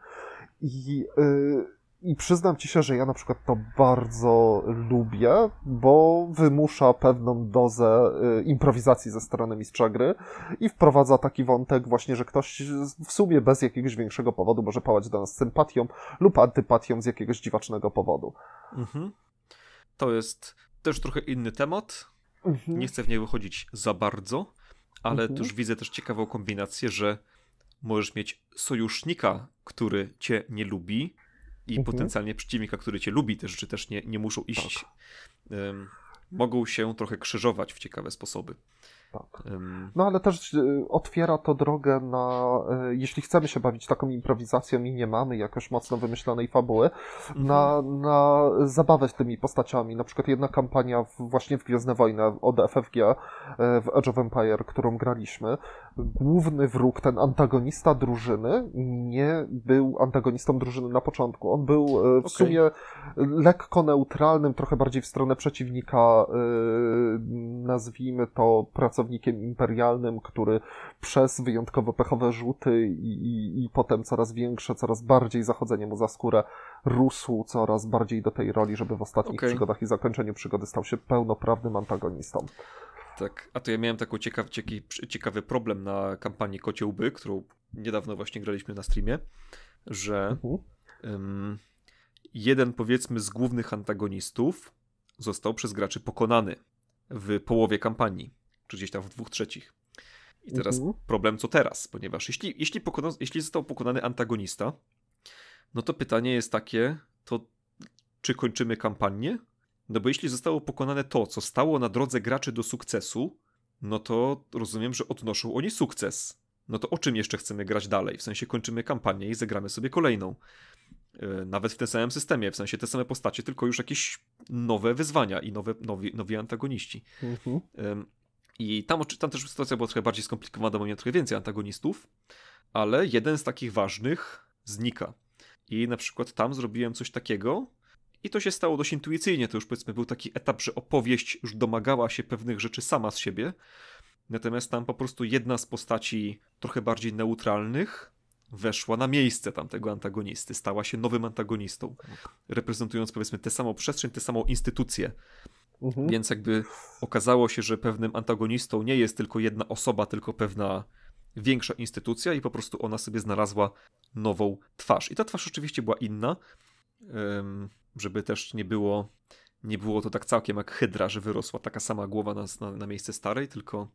[SPEAKER 2] I przyznam ci się, że ja na przykład to bardzo lubię, bo wymusza pewną dozę improwizacji ze strony mistrza gry i wprowadza taki wątek właśnie, że ktoś w sumie bez jakiegoś większego powodu może pałać do nas sympatią lub antypatią z jakiegoś dziwacznego powodu.
[SPEAKER 1] To jest też trochę inny temat. Nie chcę w niej wychodzić za bardzo, ale już widzę też ciekawą kombinację, że możesz mieć sojusznika, który cię nie lubi i potencjalnie przeciwnika, który cię lubi. Te rzeczy też nie muszą iść. Tak. Mogą się trochę krzyżować w ciekawe sposoby.
[SPEAKER 2] Tak. No ale też otwiera to drogę na, jeśli chcemy się bawić taką improwizacją i nie mamy jakoś mocno wymyślonej fabuły, na zabawę z tymi postaciami. Na przykład jedna kampania właśnie w Gwiezdne Wojny od FFG w Age of Empire, którą graliśmy, główny wróg, ten antagonista drużyny, nie był antagonistą drużyny na początku. On był w sumie lekko neutralnym, trochę bardziej w stronę przeciwnika, nazwijmy to pracownikiem imperialnym, który przez wyjątkowo pechowe rzuty i potem coraz większe, coraz bardziej zachodzenie mu za skórę rósł coraz bardziej do tej roli, żeby w ostatnich przygodach i zakończeniu przygody stał się pełnoprawnym antagonistą.
[SPEAKER 1] Tak, a to ja miałem taki ciekawy problem na kampanii Kocie Łby, którą niedawno właśnie graliśmy na streamie, że jeden, powiedzmy, z głównych antagonistów został przez graczy pokonany w połowie kampanii, czy gdzieś tam w 2/3. I teraz problem co teraz, ponieważ jeśli został pokonany antagonista, no to pytanie jest takie, to czy kończymy kampanię? No bo jeśli zostało pokonane to, co stało na drodze graczy do sukcesu, no to rozumiem, że odnoszą oni sukces. No to o czym jeszcze chcemy grać dalej? W sensie kończymy kampanię i zagramy sobie kolejną. Nawet w tym samym systemie, w sensie te same postacie, tylko już jakieś nowe wyzwania i nowi antagoniści. I tam też sytuacja była trochę bardziej skomplikowana, bo miałem trochę więcej antagonistów, ale jeden z takich ważnych znika. I na przykład tam zrobiłem coś takiego i to się stało dość intuicyjnie. To już, powiedzmy, był taki etap, że opowieść już domagała się pewnych rzeczy sama z siebie. Natomiast tam po prostu jedna z postaci trochę bardziej neutralnych weszła na miejsce tamtego antagonisty. Stała się nowym antagonistą, reprezentując, powiedzmy, tę samą przestrzeń, tę samą instytucję. Więc jakby okazało się, że pewnym antagonistą nie jest tylko jedna osoba, tylko pewna większa instytucja i po prostu ona sobie znalazła nową twarz. I ta twarz oczywiście była inna, żeby też nie było to tak całkiem jak Hydra, że wyrosła taka sama głowa na miejsce starej,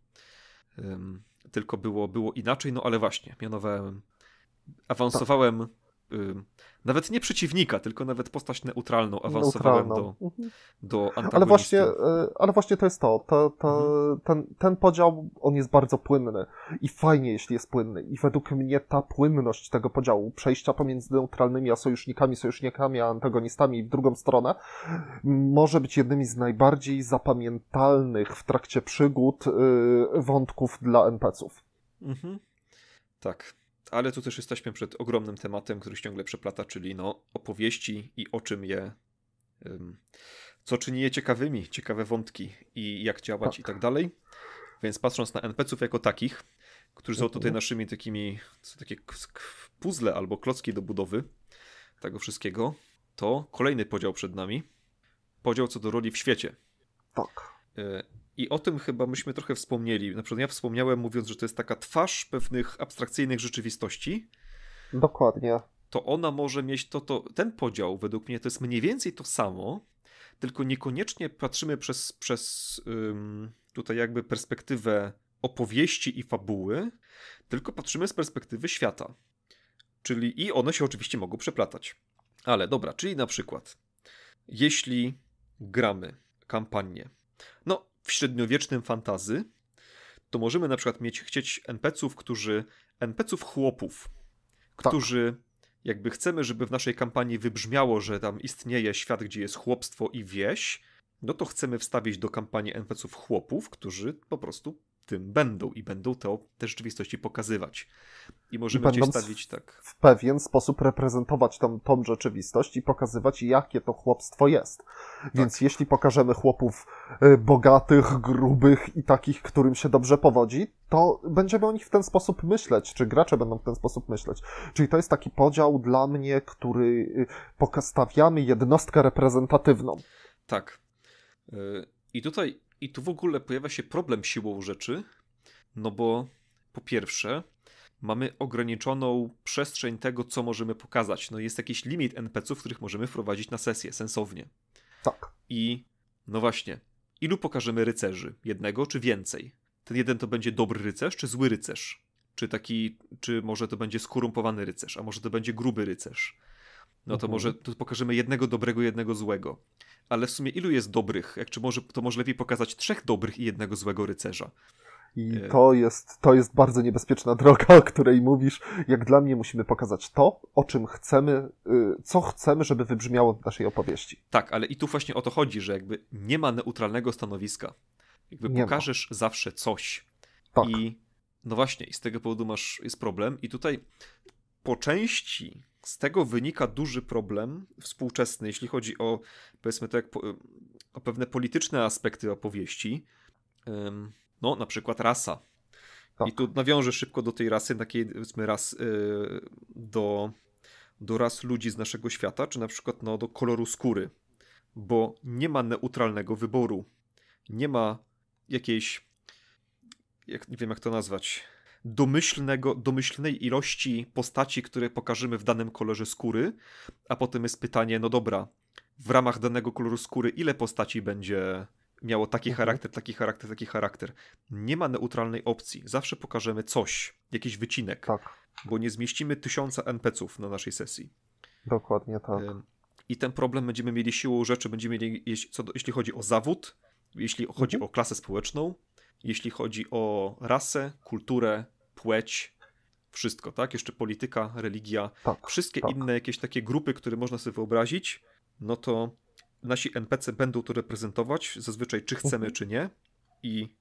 [SPEAKER 1] tylko było inaczej, no ale właśnie, mianowałem, awansowałem nawet nie przeciwnika, tylko nawet postać neutralną awansowałem do antagonisty.
[SPEAKER 2] Ale właśnie to jest ten podział, on jest bardzo płynny i fajnie, jeśli jest płynny. I według mnie ta płynność tego podziału, przejścia pomiędzy neutralnymi a sojusznikami, a antagonistami w drugą stronę, może być jednymi z najbardziej zapamiętalnych w trakcie przygód wątków dla NPC-ów.
[SPEAKER 1] Tak. Ale tu też jesteśmy przed ogromnym tematem, który się ciągle przeplata, czyli opowieści i o czym co czyni je ciekawymi, ciekawe wątki i jak działać i tak dalej. Więc patrząc na NPC-ów jako takich, którzy są tutaj naszymi takimi, są takie puzzle albo klocki do budowy tego wszystkiego, to kolejny podział przed nami. Podział co do roli w świecie.
[SPEAKER 2] Tak.
[SPEAKER 1] I o tym chyba myśmy trochę wspomnieli. Na przykład ja wspomniałem, mówiąc, że to jest taka twarz pewnych abstrakcyjnych rzeczywistości.
[SPEAKER 2] Dokładnie.
[SPEAKER 1] To ona może mieć ten podział, według mnie to jest mniej więcej to samo, tylko niekoniecznie patrzymy przez tutaj jakby perspektywę opowieści i fabuły, tylko patrzymy z perspektywy świata. I one się oczywiście mogą przeplatać. Ale dobra, czyli na przykład jeśli gramy kampanię, w średniowiecznym fantasy, to możemy na przykład chcieć NPC-ów chłopów, którzy jakby chcemy, żeby w naszej kampanii wybrzmiało, że tam istnieje świat, gdzie jest chłopstwo i wieś, no to chcemy wstawić do kampanii NPC-ów chłopów, którzy po prostu tym będą i będą te rzeczywistości pokazywać. I możemy gdzieś stawić tak.
[SPEAKER 2] W pewien sposób reprezentować tą rzeczywistość i pokazywać, jakie to chłopstwo jest. Więc jeśli pokażemy chłopów bogatych, grubych i takich, którym się dobrze powodzi, to będziemy o nich w ten sposób myśleć, czy gracze będą w ten sposób myśleć. Czyli to jest taki podział dla mnie, który stawiamy jednostkę reprezentatywną.
[SPEAKER 1] Tak. I tu w ogóle pojawia się problem siłą rzeczy, no bo po pierwsze mamy ograniczoną przestrzeń tego, co możemy pokazać. No jest jakiś limit NPC-ów, których możemy wprowadzić na sesję sensownie.
[SPEAKER 2] Tak.
[SPEAKER 1] I no właśnie, ilu pokażemy rycerzy? Jednego czy więcej? Ten jeden to będzie dobry rycerz czy zły rycerz? Czy może to będzie skorumpowany rycerz, a może to będzie gruby rycerz? No to może to pokażemy jednego dobrego, jednego złego. Ale w sumie ilu jest dobrych? To może lepiej pokazać 3 dobrych i jednego złego rycerza.
[SPEAKER 2] I to jest bardzo niebezpieczna droga, o której mówisz. Jak dla mnie musimy pokazać to, o czym chcemy, co chcemy, żeby wybrzmiało w naszej opowieści.
[SPEAKER 1] Tak, ale i tu właśnie o to chodzi, że jakby nie ma neutralnego stanowiska. Jakby pokażesz zawsze coś.
[SPEAKER 2] Tak.
[SPEAKER 1] I No właśnie, i z tego powodu jest problem. I tutaj po części z tego wynika duży problem współczesny, jeśli chodzi o, powiedzmy to, o pewne polityczne aspekty opowieści. No, na przykład rasa.
[SPEAKER 2] Tak.
[SPEAKER 1] I tu nawiążę szybko do tej rasy, takiej, powiedzmy, do ras ludzi z naszego świata, czy na przykład do koloru skóry. Bo nie ma neutralnego wyboru. Nie ma jakiejś, nie wiem jak to nazwać, domyślnej ilości postaci, które pokażemy w danym kolorze skóry, a potem jest pytanie, no dobra, w ramach danego koloru skóry ile postaci będzie miało taki charakter, taki charakter, taki charakter. Nie ma neutralnej opcji. Zawsze pokażemy coś, jakiś wycinek, bo nie zmieścimy 1000 NPC-ów na naszej sesji.
[SPEAKER 2] Dokładnie tak.
[SPEAKER 1] I ten problem będziemy mieli siłą rzeczy, będziemy mieli, jeśli chodzi o zawód, jeśli chodzi o klasę społeczną, jeśli chodzi o rasę, kulturę, płeć, wszystko, tak? Jeszcze polityka, religia, wszystkie inne jakieś takie grupy, które można sobie wyobrazić, no to nasi NPC będą to reprezentować, zazwyczaj czy chcemy, czy nie, i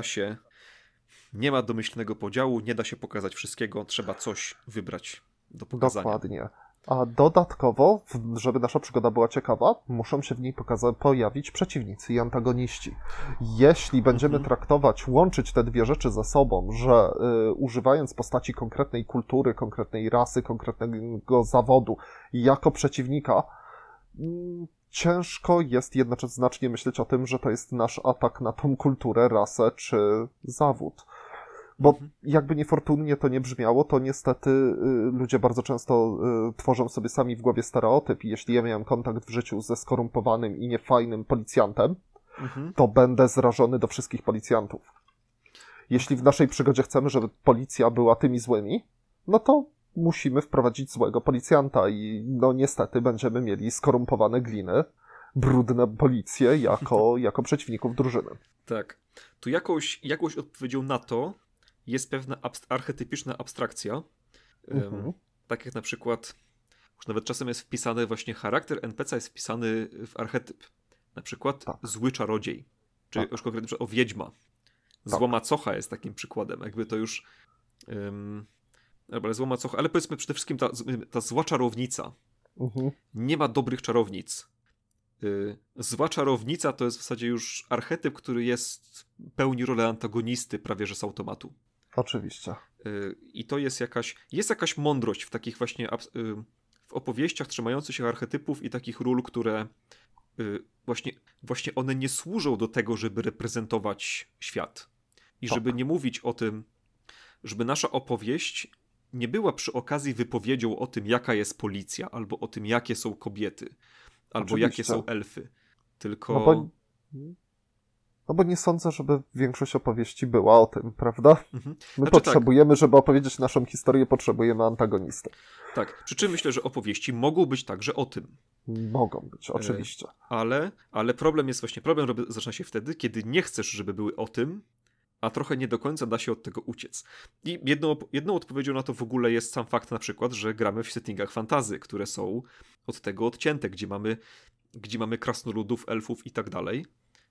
[SPEAKER 1] nie ma domyślnego podziału, nie da się pokazać wszystkiego, trzeba coś wybrać do pokazania.
[SPEAKER 2] Dokładnie. A dodatkowo, żeby nasza przygoda była ciekawa, muszą się w niej pojawić przeciwnicy i antagoniści. Jeśli będziemy łączyć te dwie rzeczy ze sobą, że używając postaci konkretnej kultury, konkretnej rasy, konkretnego zawodu jako przeciwnika, ciężko jest jednocześnie myśleć o tym, że to jest nasz atak na tą kulturę, rasę czy zawód. Bo jakby niefortunnie to nie brzmiało, to niestety ludzie bardzo często tworzą sobie sami w głowie stereotyp i jeśli ja miałem kontakt w życiu ze skorumpowanym i niefajnym policjantem, to będę zrażony do wszystkich policjantów. Jeśli w naszej przygodzie chcemy, żeby policja była tymi złymi, no to musimy wprowadzić złego policjanta i no niestety będziemy mieli skorumpowane gliny, brudne policje jako przeciwników drużyny.
[SPEAKER 1] Tak. Tu jakąś odpowiedzią na to jest pewna archetypiczna abstrakcja. Tak jak na przykład, już nawet czasem jest wpisany właśnie charakter NPC jest wpisany w archetyp. Na przykład zły czarodziej, czy już konkretnie o wiedźma. Zła macocha jest takim przykładem. Jakby to już... zła macocha, ale powiedzmy przede wszystkim ta zła czarownica. Nie ma dobrych czarownic. Zła czarownica to jest w zasadzie już archetyp, który pełni rolę antagonisty prawie że z automatu.
[SPEAKER 2] Oczywiście.
[SPEAKER 1] I to jest jakaś mądrość w takich właśnie w opowieściach trzymających się archetypów i takich ról, które właśnie one nie służą do tego, żeby reprezentować świat. I żeby nie mówić o tym, żeby nasza opowieść nie była przy okazji wypowiedzią o tym, jaka jest policja, albo o tym, jakie są kobiety, albo jakie są elfy. Tylko...
[SPEAKER 2] No bo nie sądzę, żeby większość opowieści była o tym, prawda? My potrzebujemy, żeby opowiedzieć naszą historię, potrzebujemy antagonisty.
[SPEAKER 1] Tak, przy czym myślę, że opowieści mogą być także o tym.
[SPEAKER 2] Mogą być, oczywiście.
[SPEAKER 1] Ale problem zaczyna się wtedy, kiedy nie chcesz, żeby były o tym, a trochę nie do końca da się od tego uciec. I jedną odpowiedzią na to w ogóle jest sam fakt na przykład, że gramy w settingach fantasy, które są od tego odcięte, gdzie mamy krasnoludów, elfów i tak dalej.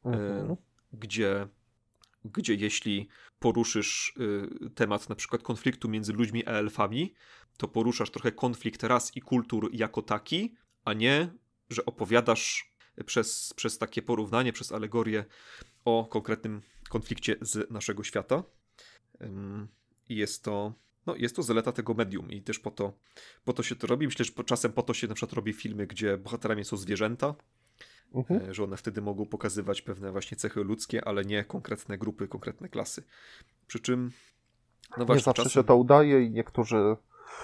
[SPEAKER 1] Gdzie jeśli poruszysz temat na przykład konfliktu między ludźmi a elfami, to poruszasz trochę konflikt ras i kultur jako taki, a nie, że opowiadasz przez takie porównanie, przez alegorię o konkretnym konflikcie z naszego świata. I jest to zaleta tego medium i też po to się to robi. Myślę, że czasem po to się na przykład robi filmy, gdzie bohaterami są zwierzęta, że one wtedy mogą pokazywać pewne właśnie cechy ludzkie, ale nie konkretne grupy, konkretne klasy. Przy czym
[SPEAKER 2] no właśnie, nie zawsze się to udaje i niektórzy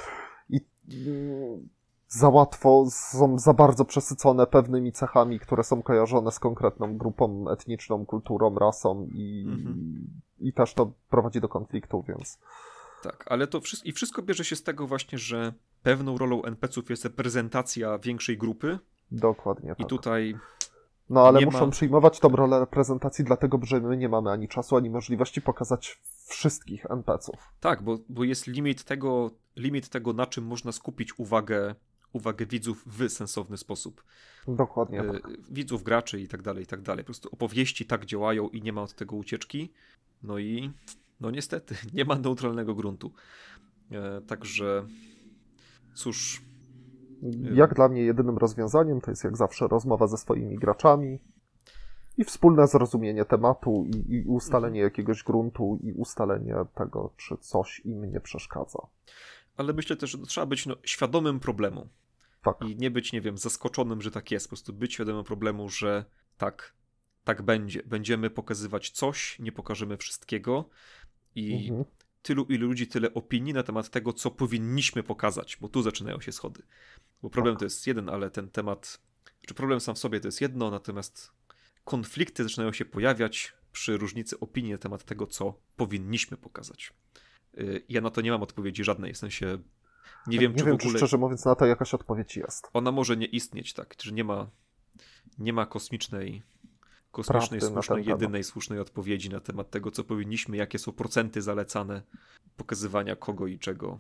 [SPEAKER 2] za łatwo są za bardzo przesycone pewnymi cechami, które są kojarzone z konkretną grupą etniczną, kulturą, rasą i też to prowadzi do konfliktu, więc...
[SPEAKER 1] Tak, ale to wszystko bierze się z tego właśnie, że pewną rolą NPC-ów jest reprezentacja większej grupy.
[SPEAKER 2] Dokładnie tak.
[SPEAKER 1] I tutaj...
[SPEAKER 2] No ale muszą przyjmować tą rolę reprezentacji, dlatego że my nie mamy ani czasu, ani możliwości pokazać wszystkich NPC-ów.
[SPEAKER 1] Tak, bo jest limit tego, na czym można skupić uwagę widzów w sensowny sposób.
[SPEAKER 2] Dokładnie tak.
[SPEAKER 1] Widzów, graczy i tak dalej, i tak dalej. Po prostu opowieści tak działają i nie ma od tego ucieczki. No i No niestety, nie ma neutralnego gruntu. Także cóż.
[SPEAKER 2] Jak dla mnie jedynym rozwiązaniem to jest jak zawsze rozmowa ze swoimi graczami i wspólne zrozumienie tematu i ustalenie jakiegoś gruntu i ustalenie tego, czy coś im nie przeszkadza.
[SPEAKER 1] Ale myślę też, że trzeba być świadomym problemu.
[SPEAKER 2] Tak.
[SPEAKER 1] I nie być, nie wiem, zaskoczonym, że tak jest. Po prostu być świadomym problemu, że tak będzie. Będziemy pokazywać coś, nie pokażemy wszystkiego i ilu ludzi, tyle opinii na temat tego, co powinniśmy pokazać, bo tu zaczynają się schody. Bo problem to jest jeden, ale ten temat, czy problem sam w sobie to jest jedno, natomiast konflikty zaczynają się pojawiać przy różnicy opinii na temat tego, co powinniśmy pokazać. Ja na to nie mam odpowiedzi żadnej, w sensie nie wiem,
[SPEAKER 2] czy szczerze mówiąc na to jakaś odpowiedź jest.
[SPEAKER 1] Ona może nie istnieć, tak, że nie ma kosmicznej, słusznej, jedynej słusznej odpowiedzi na temat tego, co powinniśmy, jakie są procenty zalecane, pokazywania kogo i czego.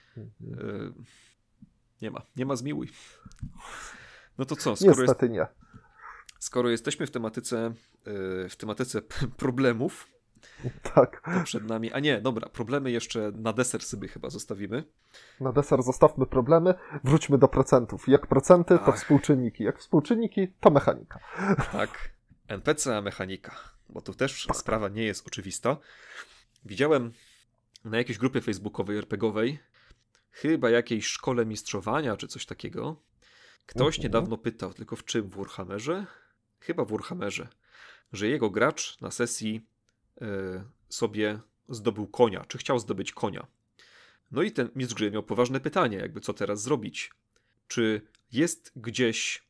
[SPEAKER 1] Nie ma zmiłuj. No to co?
[SPEAKER 2] Nie.
[SPEAKER 1] Skoro jesteśmy w tematyce problemów,
[SPEAKER 2] tak.
[SPEAKER 1] To przed nami. A nie, dobra, problemy jeszcze na deser sobie chyba zostawimy.
[SPEAKER 2] Na deser zostawmy problemy, wróćmy do procentów. Jak procenty, to współczynniki. Jak współczynniki, to mechanika.
[SPEAKER 1] Tak, NPC a mechanika. Bo tu też sprawa nie jest oczywista. Widziałem na jakiejś grupie facebookowej, RPGowej, chyba jakiejś szkole mistrzowania, czy coś takiego. Ktoś niedawno pytał, tylko w czym? W Warhammerze? Chyba w Warhammerze. Że jego gracz na sesji sobie zdobył konia, czy chciał zdobyć konia. No i ten mistrz gry miał poważne pytanie, jakby co teraz zrobić. Czy jest gdzieś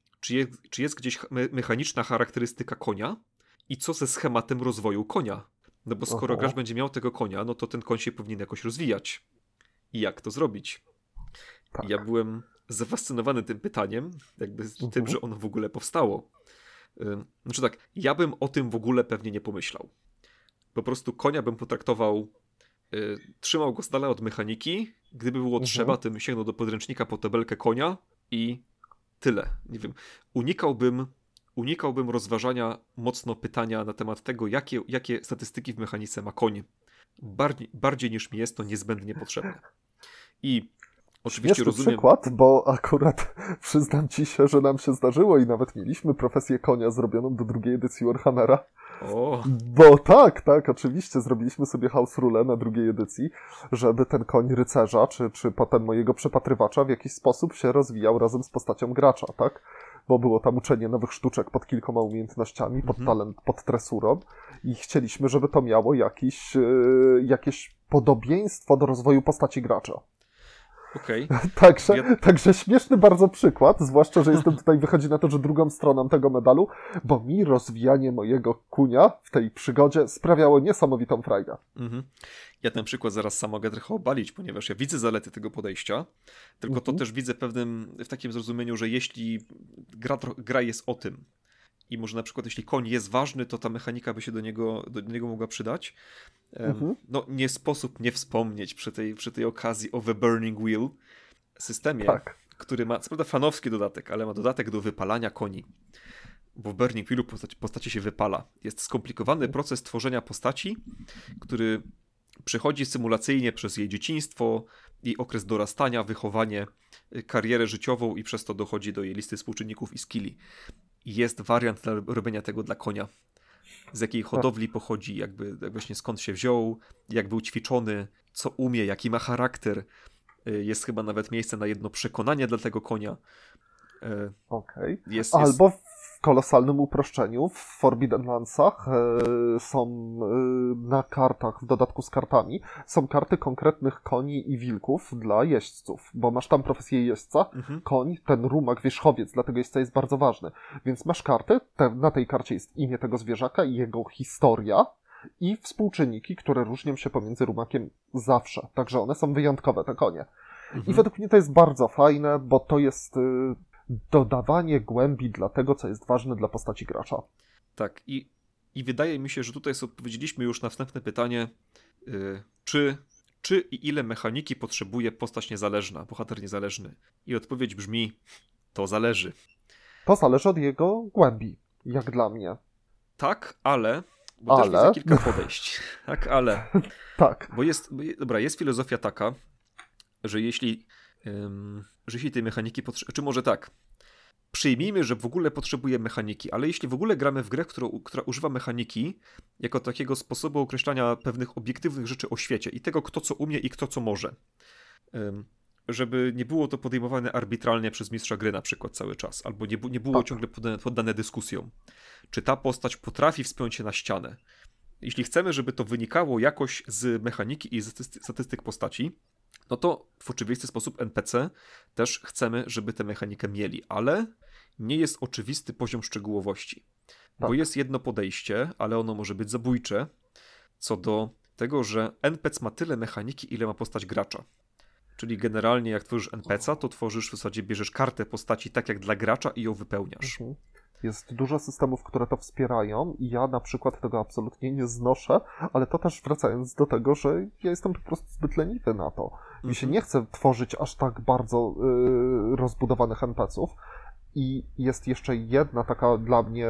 [SPEAKER 1] mechaniczna charakterystyka konia i co ze schematem rozwoju konia? No bo skoro gracz będzie miał tego konia, no to ten koń się powinien jakoś rozwijać. I jak to zrobić? Tak. Ja byłem zafascynowany tym pytaniem, jakby tym, że ono w ogóle powstało. Znaczy tak, ja bym o tym w ogóle pewnie nie pomyślał. Po prostu konia bym potraktował, trzymał go z dala od mechaniki, gdyby było trzeba, to bym sięgnął do podręcznika po tabelkę konia i tyle. Nie wiem, unikałbym rozważania mocno pytania na temat tego, jakie statystyki w mechanice ma koń. Bardziej niż mi jest to niezbędnie potrzebne. I oczywiście rozumiem...
[SPEAKER 2] przykład, bo akurat przyznam ci się, że nam się zdarzyło i nawet mieliśmy profesję konia zrobioną do drugiej edycji Warhammera. Bo tak, oczywiście zrobiliśmy sobie house rule na drugiej edycji, żeby ten koń rycerza, czy potem mojego przepatrywacza w jakiś sposób się rozwijał razem z postacią gracza, tak? Bo było tam uczenie nowych sztuczek pod kilkoma umiejętnościami, pod talent, pod tresurą i chcieliśmy, żeby to miało jakieś podobieństwo do rozwoju postaci gracza.
[SPEAKER 1] Okay.
[SPEAKER 2] Także śmieszny bardzo przykład, zwłaszcza, że wychodzi na to, że drugą stroną tego medalu, bo mi rozwijanie mojego kunia w tej przygodzie sprawiało niesamowitą frajdę.
[SPEAKER 1] Ja ten przykład zaraz sam mogę trochę obalić, ponieważ ja widzę zalety tego podejścia, tylko to też widzę w takim zrozumieniu, że jeśli gra jest o tym i może na przykład jeśli koń jest ważny, to ta mechanika by się do niego mogła przydać. No nie sposób nie wspomnieć przy tej okazji o The Burning Wheel systemie, który ma, co prawda fanowski dodatek, ale ma dodatek do wypalania koni. Bo w Burning Wheelu postaci się wypala. Jest skomplikowany proces tworzenia postaci, który przechodzi symulacyjnie przez jej dzieciństwo i okres dorastania, wychowanie, karierę życiową i przez to dochodzi do jej listy współczynników i skilli. Jest wariant robienia tego dla konia. Z jakiej hodowli pochodzi, jak właśnie skąd się wziął, jak był ćwiczony, co umie, jaki ma charakter. Jest chyba nawet miejsce na jedno przekonanie dla tego konia.
[SPEAKER 2] Albo w kolosalnym uproszczeniu w Forbidden Landsach są na kartach, w dodatku z kartami, są karty konkretnych koni i wilków dla jeźdźców, bo masz tam profesję jeźdźca, koń, ten rumak, wierzchowiec dla tego jeźdźca jest bardzo ważny. Więc masz karty, na tej karcie jest imię tego zwierzaka i jego historia i współczynniki, które różnią się pomiędzy rumakiem zawsze. Także one są wyjątkowe, te konie. I według mnie to jest bardzo fajne, bo to jest dodawanie głębi dla tego, co jest ważne dla postaci gracza.
[SPEAKER 1] Tak, i wydaje mi się, że tutaj sobie odpowiedzieliśmy już na wstępne pytanie, czy i ile mechaniki potrzebuje postać niezależna, bohater niezależny. I odpowiedź brzmi, to zależy.
[SPEAKER 2] To zależy od jego głębi, jak dla mnie.
[SPEAKER 1] Tak, ale Bo też widzę kilka podejść. Tak, ale...
[SPEAKER 2] Tak.
[SPEAKER 1] Bo jest filozofia taka, że jeśli tej mechaniki czy może tak, przyjmijmy, że w ogóle potrzebuje mechaniki, ale jeśli w ogóle gramy w grę, która używa mechaniki jako takiego sposobu określania pewnych obiektywnych rzeczy o świecie i tego, kto co umie i kto co może, żeby nie było to podejmowane arbitralnie przez mistrza gry na przykład cały czas, albo nie było ciągle poddane dyskusjom. Czy ta postać potrafi wspiąć się na ścianę? Jeśli chcemy, żeby to wynikało jakoś z mechaniki i statystyk postaci, no to w oczywisty sposób NPC też chcemy, żeby tę mechanikę mieli, ale nie jest oczywisty poziom szczegółowości. Bo jest jedno podejście, ale ono może być zabójcze, co do tego, że NPC ma tyle mechaniki, ile ma postać gracza. Czyli generalnie jak tworzysz NPC-a, to tworzysz w zasadzie, bierzesz kartę postaci tak jak dla gracza i ją wypełniasz.
[SPEAKER 2] Jest dużo systemów, które to wspierają i ja na przykład tego absolutnie nie znoszę, ale to też wracając do tego, że ja jestem po prostu zbyt leniwy na to. Mi się nie chce tworzyć aż tak bardzo rozbudowanych NPC-ów. I jest jeszcze jedna taka dla mnie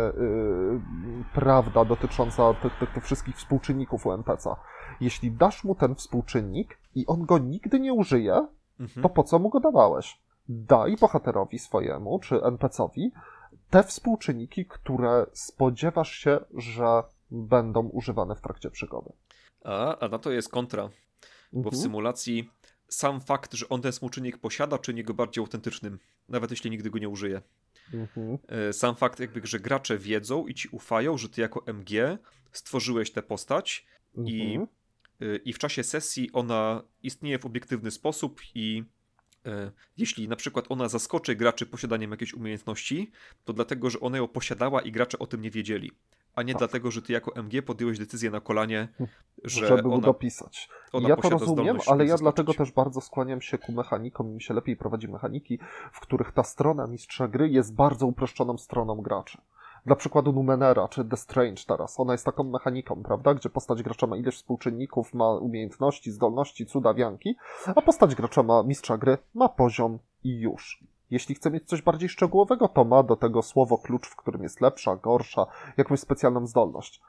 [SPEAKER 2] prawda dotycząca tych wszystkich współczynników u NPC-a. Jeśli dasz mu ten współczynnik i on go nigdy nie użyje, to po co mu go dawałeś? Daj bohaterowi swojemu, czy NPC-owi, te współczynniki, które spodziewasz się, że będą używane w trakcie przygody.
[SPEAKER 1] A na to jest kontra. Bo w symulacji sam fakt, że on ten współczynnik posiada, czyni go bardziej autentycznym, nawet jeśli nigdy go nie użyje. Sam fakt, że gracze wiedzą i ci ufają, że ty jako MG stworzyłeś tę postać i w czasie sesji ona istnieje w obiektywny sposób i jeśli na przykład ona zaskoczy graczy posiadaniem jakiejś umiejętności, to dlatego, że ona ją posiadała i gracze o tym nie wiedzieli. A nie dlatego, że ty jako MG podjąłeś decyzję na kolanie,
[SPEAKER 2] żeby mu dopisać. Ja to rozumiem, ale ja dlatego też bardzo skłaniam się ku mechanikom i mi się lepiej prowadzi mechaniki, w których ta strona mistrza gry jest bardzo uproszczoną stroną graczy. Dla przykładu Numenera, czy The Strange teraz. Ona jest taką mechaniką, prawda? Gdzie postać gracza ma ileś współczynników, ma umiejętności, zdolności, cudawianki, a postać gracza ma mistrza gry, ma poziom i już. Jeśli chce mieć coś bardziej szczegółowego, to ma do tego słowo klucz, w którym jest lepsza, gorsza, jakąś specjalną zdolność.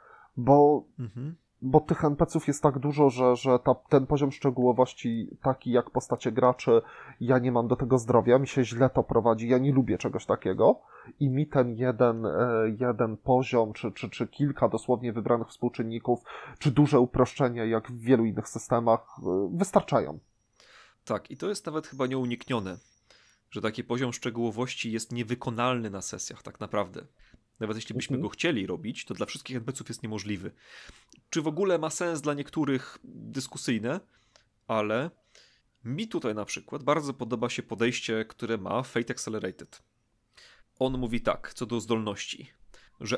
[SPEAKER 2] Bo tych NPC-ów jest tak dużo, że ten poziom szczegółowości, taki jak postacie graczy, ja nie mam do tego zdrowia, mi się źle to prowadzi, ja nie lubię czegoś takiego i mi ten jeden poziom, czy kilka dosłownie wybranych współczynników, czy duże uproszczenie, jak w wielu innych systemach, wystarczają.
[SPEAKER 1] Tak, i to jest nawet chyba nieuniknione, że taki poziom szczegółowości jest niewykonalny na sesjach tak naprawdę. Nawet jeśli byśmy go chcieli robić, to dla wszystkich NPC-ów jest niemożliwy. Czy w ogóle ma sens dla niektórych dyskusyjne, ale mi tutaj na przykład bardzo podoba się podejście, które ma Fate Accelerated. On mówi tak, co do zdolności, że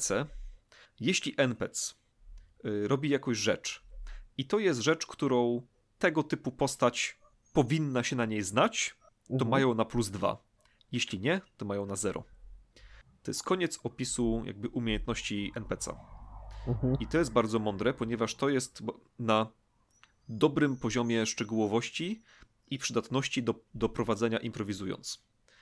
[SPEAKER 1] jeśli NPC robi jakąś rzecz i to jest rzecz, którą tego typu postać powinna się na niej znać, to mają na +2. Jeśli nie, to mają na 0. To jest koniec opisu jakby umiejętności NPC-a. I to jest bardzo mądre, ponieważ to jest na dobrym poziomie szczegółowości i przydatności do prowadzenia improwizując.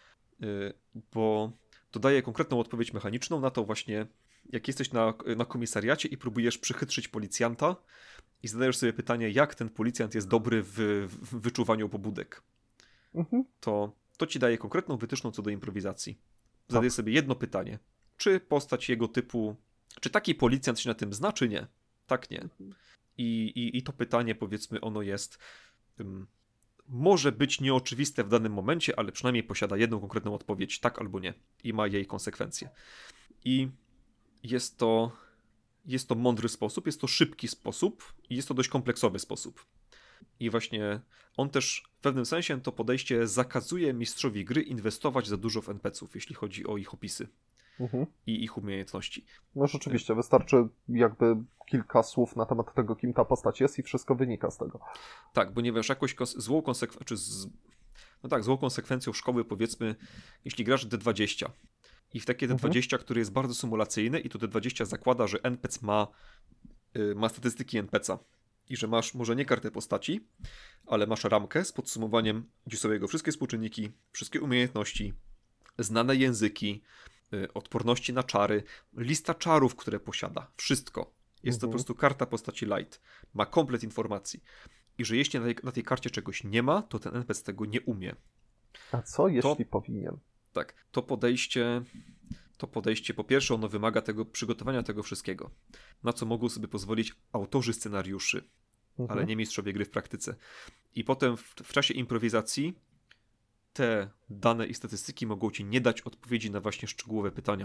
[SPEAKER 1] Bo to daje konkretną odpowiedź mechaniczną na to właśnie, jak jesteś na komisariacie i próbujesz przychytrzyć policjanta i zadajesz sobie pytanie, jak ten policjant jest dobry w wyczuwaniu pobudek. To ci daje konkretną wytyczną co do improwizacji. Zadaję sobie jedno pytanie. Czy postać jego typu, czy taki policjant się na tym zna, czy nie? Tak, nie. I to pytanie, powiedzmy, ono jest może być nieoczywiste w danym momencie, ale przynajmniej posiada jedną konkretną odpowiedź, tak albo nie. I ma jej konsekwencje. I jest to mądry sposób, jest to szybki sposób i jest to dość kompleksowy sposób. I właśnie on też w pewnym sensie to podejście zakazuje mistrzowi gry inwestować za dużo w NPC-ów, jeśli chodzi o ich opisy i ich umiejętności.
[SPEAKER 2] No rzeczywiście, wystarczy jakby kilka słów na temat tego, kim ta postać jest i wszystko wynika z tego.
[SPEAKER 1] Tak, ponieważ jakąś złą konsekwencją szkoły, powiedzmy, jeśli grasz D20 i w takie D20, które jest bardzo symulacyjne i to D20 zakłada, że NPC ma statystyki NPC-a. I że masz może nie kartę postaci, ale masz ramkę z podsumowaniem, gdzie są jego wszystkie współczynniki, wszystkie umiejętności, znane języki, odporności na czary, lista czarów, które posiada, wszystko. Jest to po prostu karta postaci light. Ma komplet informacji. I że jeśli na tej karcie czegoś nie ma, to ten NPC tego nie umie.
[SPEAKER 2] A co jeśli powinien?
[SPEAKER 1] Tak, to podejście, po pierwsze, ono wymaga przygotowania tego wszystkiego, na co mogą sobie pozwolić autorzy scenariuszy, ale nie mistrzowie gry w praktyce. I potem w czasie improwizacji te dane i statystyki mogą ci nie dać odpowiedzi na właśnie szczegółowe pytania.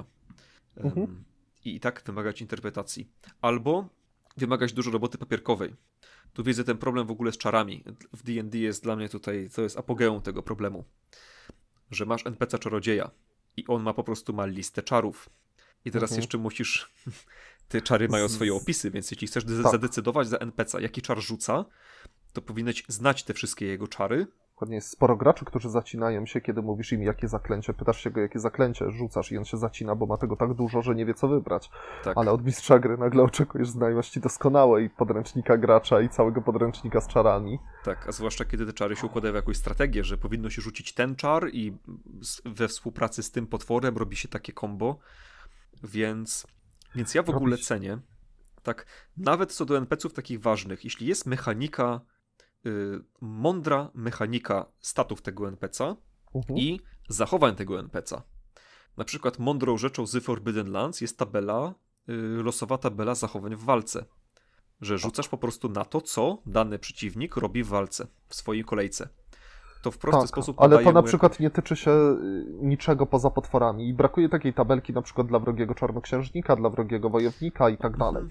[SPEAKER 1] I tak wymagać interpretacji. Albo wymagać dużo roboty papierkowej. Tu widzę ten problem w ogóle z czarami. W D&D jest dla mnie tutaj, to jest apogeum tego problemu. Że masz NPC czarodzieja i on po prostu ma listę czarów. I teraz jeszcze musisz... Te czary mają swoje opisy, więc jeśli chcesz zadecydować za NPC, jaki czar rzuca, to powinieneś znać te wszystkie jego czary.
[SPEAKER 2] Dokładnie, jest sporo graczy, którzy zacinają się, kiedy mówisz im jakie zaklęcie, pytasz się go jakie zaklęcie rzucasz i on się zacina, bo ma tego tak dużo, że nie wie co wybrać. Tak. Ale od mistrza gry nagle oczekujesz znajomości doskonałej podręcznika gracza i całego podręcznika z czarami.
[SPEAKER 1] Tak, a zwłaszcza kiedy te czary się układają w jakąś strategię, że powinno się rzucić ten czar i we współpracy z tym potworem robi się takie combo, więc ja w ogóle cenię, tak, nawet co do NPC-ów takich ważnych, jeśli jest mechanika, mądra mechanika statów tego NPC-a i zachowań tego NPC-a. Na przykład mądrą rzeczą z Forbidden Lands jest tabela, losowa tabela zachowań w walce. Że rzucasz po prostu na to, co dany przeciwnik robi w walce, w swojej kolejce. To w prosty sposób
[SPEAKER 2] ale to na przykład nie tyczy się niczego poza potworami i brakuje takiej tabelki na przykład dla wrogiego czarnoksiężnika, dla wrogiego wojownika i tak dalej.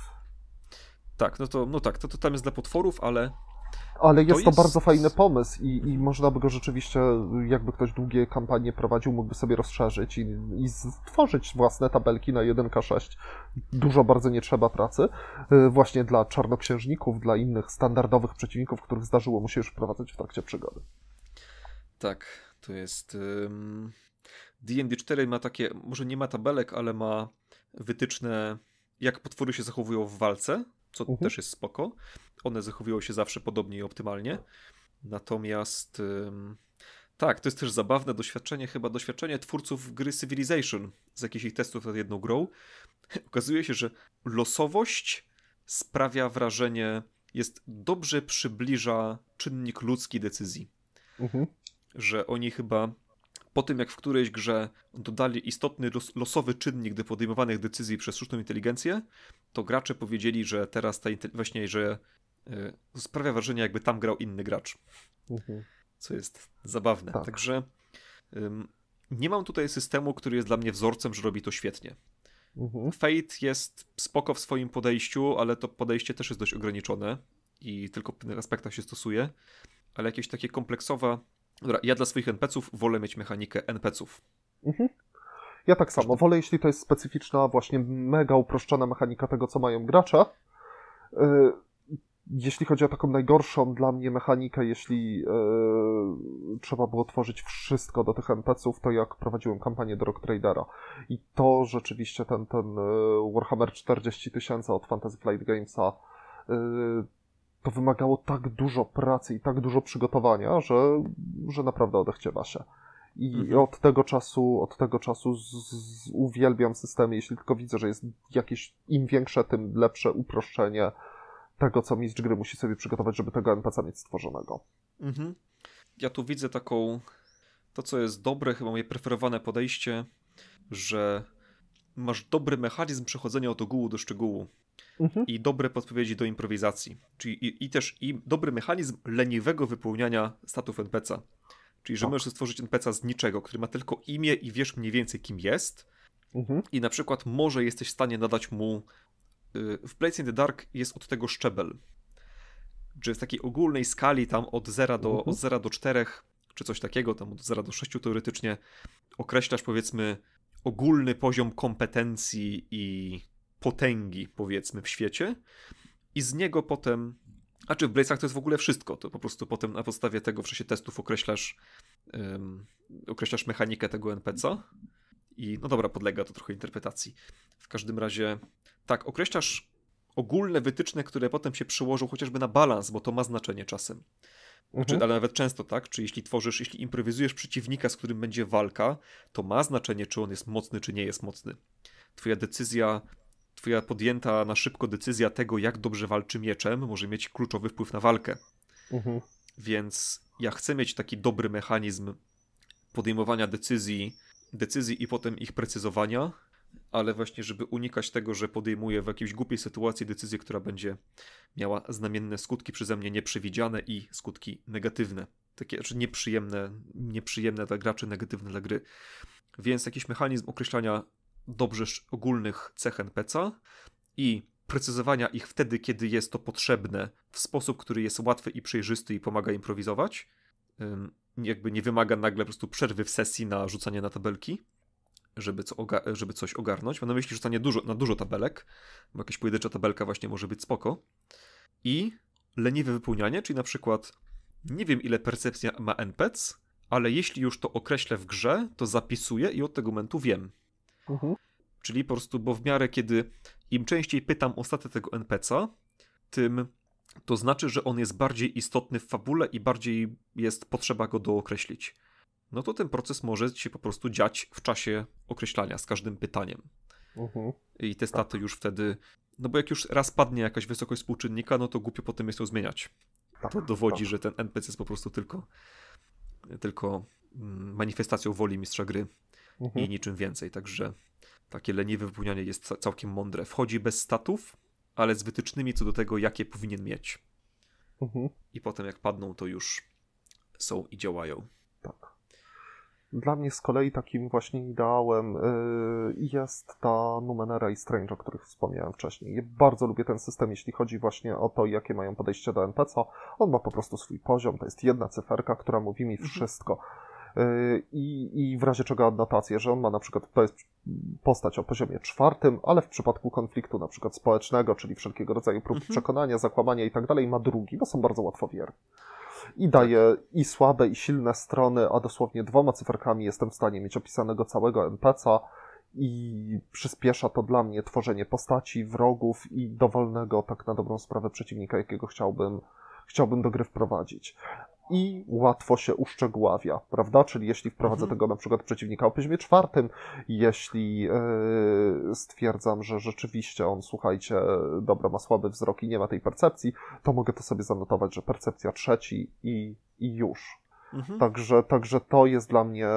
[SPEAKER 1] Tak, to tam jest dla potworów, ale
[SPEAKER 2] jest to bardzo fajny pomysł i można by go rzeczywiście, jakby ktoś długie kampanie prowadził, mógłby sobie rozszerzyć i stworzyć własne tabelki na 1K6. Dużo bardzo nie trzeba pracy. Właśnie dla czarnoksiężników, dla innych standardowych przeciwników, których zdarzyło mu się już wprowadzać w trakcie przygody.
[SPEAKER 1] Tak, to jest... D&D 4 ma takie, może nie ma tabelek, ale ma wytyczne, jak potwory się zachowują w walce, co też jest spoko. One zachowują się zawsze podobnie i optymalnie. Natomiast tak, to jest też zabawne doświadczenie twórców gry Civilization z jakichś ich testów nad jedną grą. Okazuje się, że losowość sprawia wrażenie, dobrze przybliża czynnik ludzki decyzji. Że oni chyba po tym, jak w którejś grze dodali istotny losowy czynnik do podejmowanych decyzji przez sztuczną inteligencję, to gracze powiedzieli, że teraz że sprawia wrażenie, jakby tam grał inny gracz. Co jest zabawne. Tak. Także nie mam tutaj systemu, który jest dla mnie wzorcem, że robi to świetnie. Fate jest spoko w swoim podejściu, ale to podejście też jest dość ograniczone i tylko w pewnych aspektach się stosuje. Ale jakieś takie kompleksowe... Dobra, ja dla swoich NPC-ów wolę mieć mechanikę NPC-ów.
[SPEAKER 2] Ja tak samo. Wolę, jeśli to jest specyficzna, właśnie mega uproszczona mechanika tego, co mają gracze. Jeśli chodzi o taką najgorszą dla mnie mechanikę, jeśli trzeba było tworzyć wszystko do tych NPC-ów, to jak prowadziłem kampanię do Rock Tradera. I to rzeczywiście ten Warhammer 40 000 od Fantasy Flight Gamesa to wymagało tak dużo pracy i tak dużo przygotowania, że naprawdę odechciewa się. I od tego czasu uwielbiam systemy, jeśli tylko widzę, że jest jakieś, im większe, tym lepsze uproszczenie tego, co mistrz gry musi sobie przygotować, żeby tego NPC mieć stworzonego.
[SPEAKER 1] Ja tu widzę to co jest dobre, chyba moje preferowane podejście, że masz dobry mechanizm przechodzenia od ogółu do szczegółu. I dobre podpowiedzi do improwizacji. Czyli i dobry mechanizm leniwego wypełniania statów NPC. Czyli, że możesz stworzyć NPC z niczego, który ma tylko imię i wiesz mniej więcej kim jest. I na przykład może jesteś w stanie nadać mu... W Blades in the Dark jest od tego szczebel. Że w takiej ogólnej skali tam od 0 do 4, czy coś takiego, tam od 0 do 6 teoretycznie, określasz powiedzmy ogólny poziom kompetencji i potęgi, powiedzmy, w świecie i z niego potem, w Bladesach to jest w ogóle wszystko, to po prostu potem na podstawie tego w czasie testów określasz mechanikę tego NPC i no dobra, podlega to trochę interpretacji. W każdym razie tak, określasz ogólne wytyczne, które potem się przyłożą chociażby na balans, bo to ma znaczenie czasem. Ale nawet często tak, czy jeśli improwizujesz przeciwnika, z którym będzie walka, to ma znaczenie, czy on jest mocny, czy nie jest mocny. Twoja decyzja twoja podjęta na szybko decyzja tego, jak dobrze walczy mieczem, może mieć kluczowy wpływ na walkę. Więc ja chcę mieć taki dobry mechanizm podejmowania decyzji i potem ich precyzowania, ale właśnie, żeby unikać tego, że podejmuję w jakiejś głupiej sytuacji decyzję, która będzie miała znamienne skutki przeze mnie nieprzewidziane i skutki negatywne. Takie, znaczy nieprzyjemne dla graczy, negatywne dla gry. Więc jakiś mechanizm określania dobrze ogólnych cech NPC-a i precyzowania ich wtedy, kiedy jest to potrzebne, w sposób, który jest łatwy i przejrzysty i pomaga improwizować. Jakby nie wymaga nagle po prostu przerwy w sesji na rzucanie na tabelki, żeby coś ogarnąć. Mam na myśli rzucanie na dużo tabelek, bo jakaś pojedyncza tabelka właśnie może być spoko. I leniwe wypełnianie, czyli na przykład nie wiem, ile percepcja ma NPC, ale jeśli już to określę w grze, to zapisuję i od tego momentu wiem. Czyli po prostu, bo w miarę kiedy im częściej pytam o statę tego NPC-a, tym to znaczy, że on jest bardziej istotny w fabule i bardziej jest potrzeba go dookreślić. No to ten proces może się po prostu dziać w czasie określania z każdym pytaniem. I te staty już wtedy, no bo jak już raz padnie jakaś wysokość współczynnika, no to głupio potem jest ją zmieniać. To dowodzi, że ten NPC jest po prostu tylko manifestacją woli mistrza gry i niczym więcej. Także takie leniwe wypełnianie jest całkiem mądre. Wchodzi bez statów, ale z wytycznymi co do tego, jakie powinien mieć. I potem jak padną, to już są i działają.
[SPEAKER 2] Tak. Dla mnie z kolei takim właśnie ideałem jest ta Numenera i Strange, o których wspomniałem wcześniej. Ja bardzo lubię ten system, jeśli chodzi właśnie o to, jakie mają podejście do NPC. On ma po prostu swój poziom, to jest jedna cyferka, która mówi mi wszystko. I w razie czego adnotację, że on ma na przykład, to jest postać o poziomie 4, ale w przypadku konfliktu na przykład społecznego, czyli wszelkiego rodzaju prób przekonania, zakłamania i tak dalej, ma drugi, bo są bardzo łatwowierni. I daje i słabe, i silne strony, a dosłownie 2 cyferkami jestem w stanie mieć opisanego całego NPC-a i przyspiesza to dla mnie tworzenie postaci, wrogów i dowolnego, tak na dobrą sprawę, przeciwnika, jakiego chciałbym do gry wprowadzić. I łatwo się uszczegóławia, prawda? Czyli jeśli wprowadzę tego na przykład przeciwnika o poziomie 4, jeśli stwierdzam, że rzeczywiście on, słuchajcie, dobra, ma słaby wzrok i nie ma tej percepcji, to mogę to sobie zanotować, że percepcja 3 i już. Także to jest dla mnie,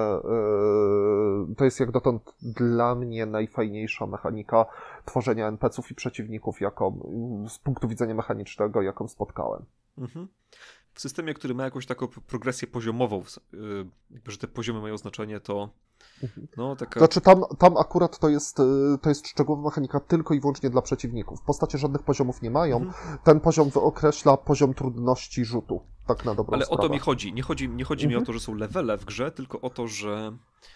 [SPEAKER 2] to jest jak dotąd dla mnie najfajniejsza mechanika tworzenia NPC-ów i przeciwników, z punktu widzenia mechanicznego, jaką spotkałem.
[SPEAKER 1] W systemie, który ma jakąś taką progresję poziomową, że te poziomy mają znaczenie, to no taka...
[SPEAKER 2] Znaczy tam akurat to jest szczegółowa mechanika tylko i wyłącznie dla przeciwników. Postacie żadnych poziomów nie mają. Ten poziom określa poziom trudności rzutu. Tak na dobrą sprawę.
[SPEAKER 1] Ale o to mi chodzi. Nie chodzi mi o to, że są levele w grze, tylko o to, że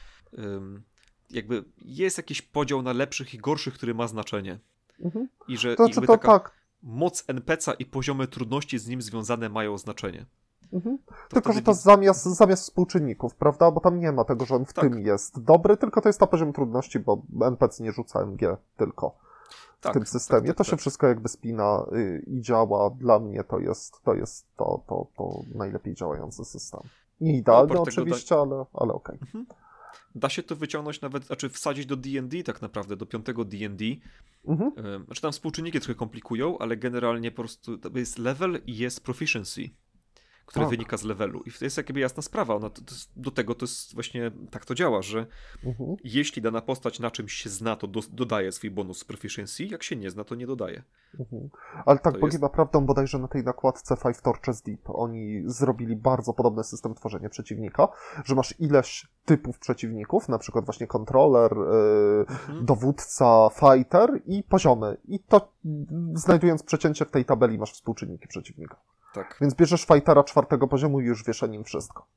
[SPEAKER 1] jakby jest jakiś podział na lepszych i gorszych, który ma znaczenie. I że
[SPEAKER 2] to znaczy,
[SPEAKER 1] moc NPC-a i poziomy trudności z nim związane mają znaczenie.
[SPEAKER 2] Tylko, że to zamiast współczynników, prawda? Bo tam nie ma tego, że on w tym jest dobry, tylko to jest na poziom trudności, bo NPC nie rzuca MG tylko w tym systemie. To się wszystko jakby spina i działa. Dla mnie to jest to najlepiej działający system. Nie idealny oczywiście, ale okej.
[SPEAKER 1] Da się to wyciągnąć nawet, znaczy wsadzić do D&D tak naprawdę, do 5. D&D. Znaczy tam współczynniki trochę komplikują, ale generalnie po prostu jest level i jest proficiency, które wynika z levelu. I to jest jakby jasna sprawa. Do tego to jest właśnie tak to działa, że jeśli dana postać na czymś się zna, to dodaje swój bonus proficiency, jak się nie zna, to nie dodaje.
[SPEAKER 2] Ale tak, Bogiem naprawdę bodajże na tej nakładce Five Torches Deep oni zrobili bardzo podobny system tworzenia przeciwnika, że masz ileś typów przeciwników, na przykład właśnie kontroler, dowódca, fighter i poziomy. I to znajdując przecięcie w tej tabeli masz współczynniki przeciwnika.
[SPEAKER 1] Tak.
[SPEAKER 2] Więc bierzesz fightera 4. poziomu i już wiesz o nim wszystko.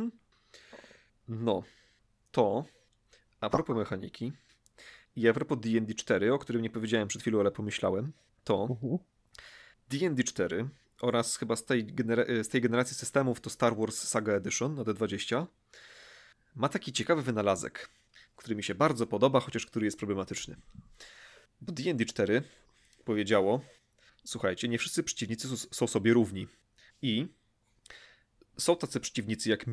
[SPEAKER 1] No, to a propos mechaniki i a propos D&D 4, o którym nie powiedziałem przed chwilą, ale pomyślałem, to D&D 4 oraz chyba z tej generacji systemów to Star Wars Saga Edition na D20 ma taki ciekawy wynalazek, który mi się bardzo podoba, chociaż który jest problematyczny. Bo D&D 4 powiedziało: słuchajcie, nie wszyscy przeciwnicy są sobie równi. I są tacy przeciwnicy jak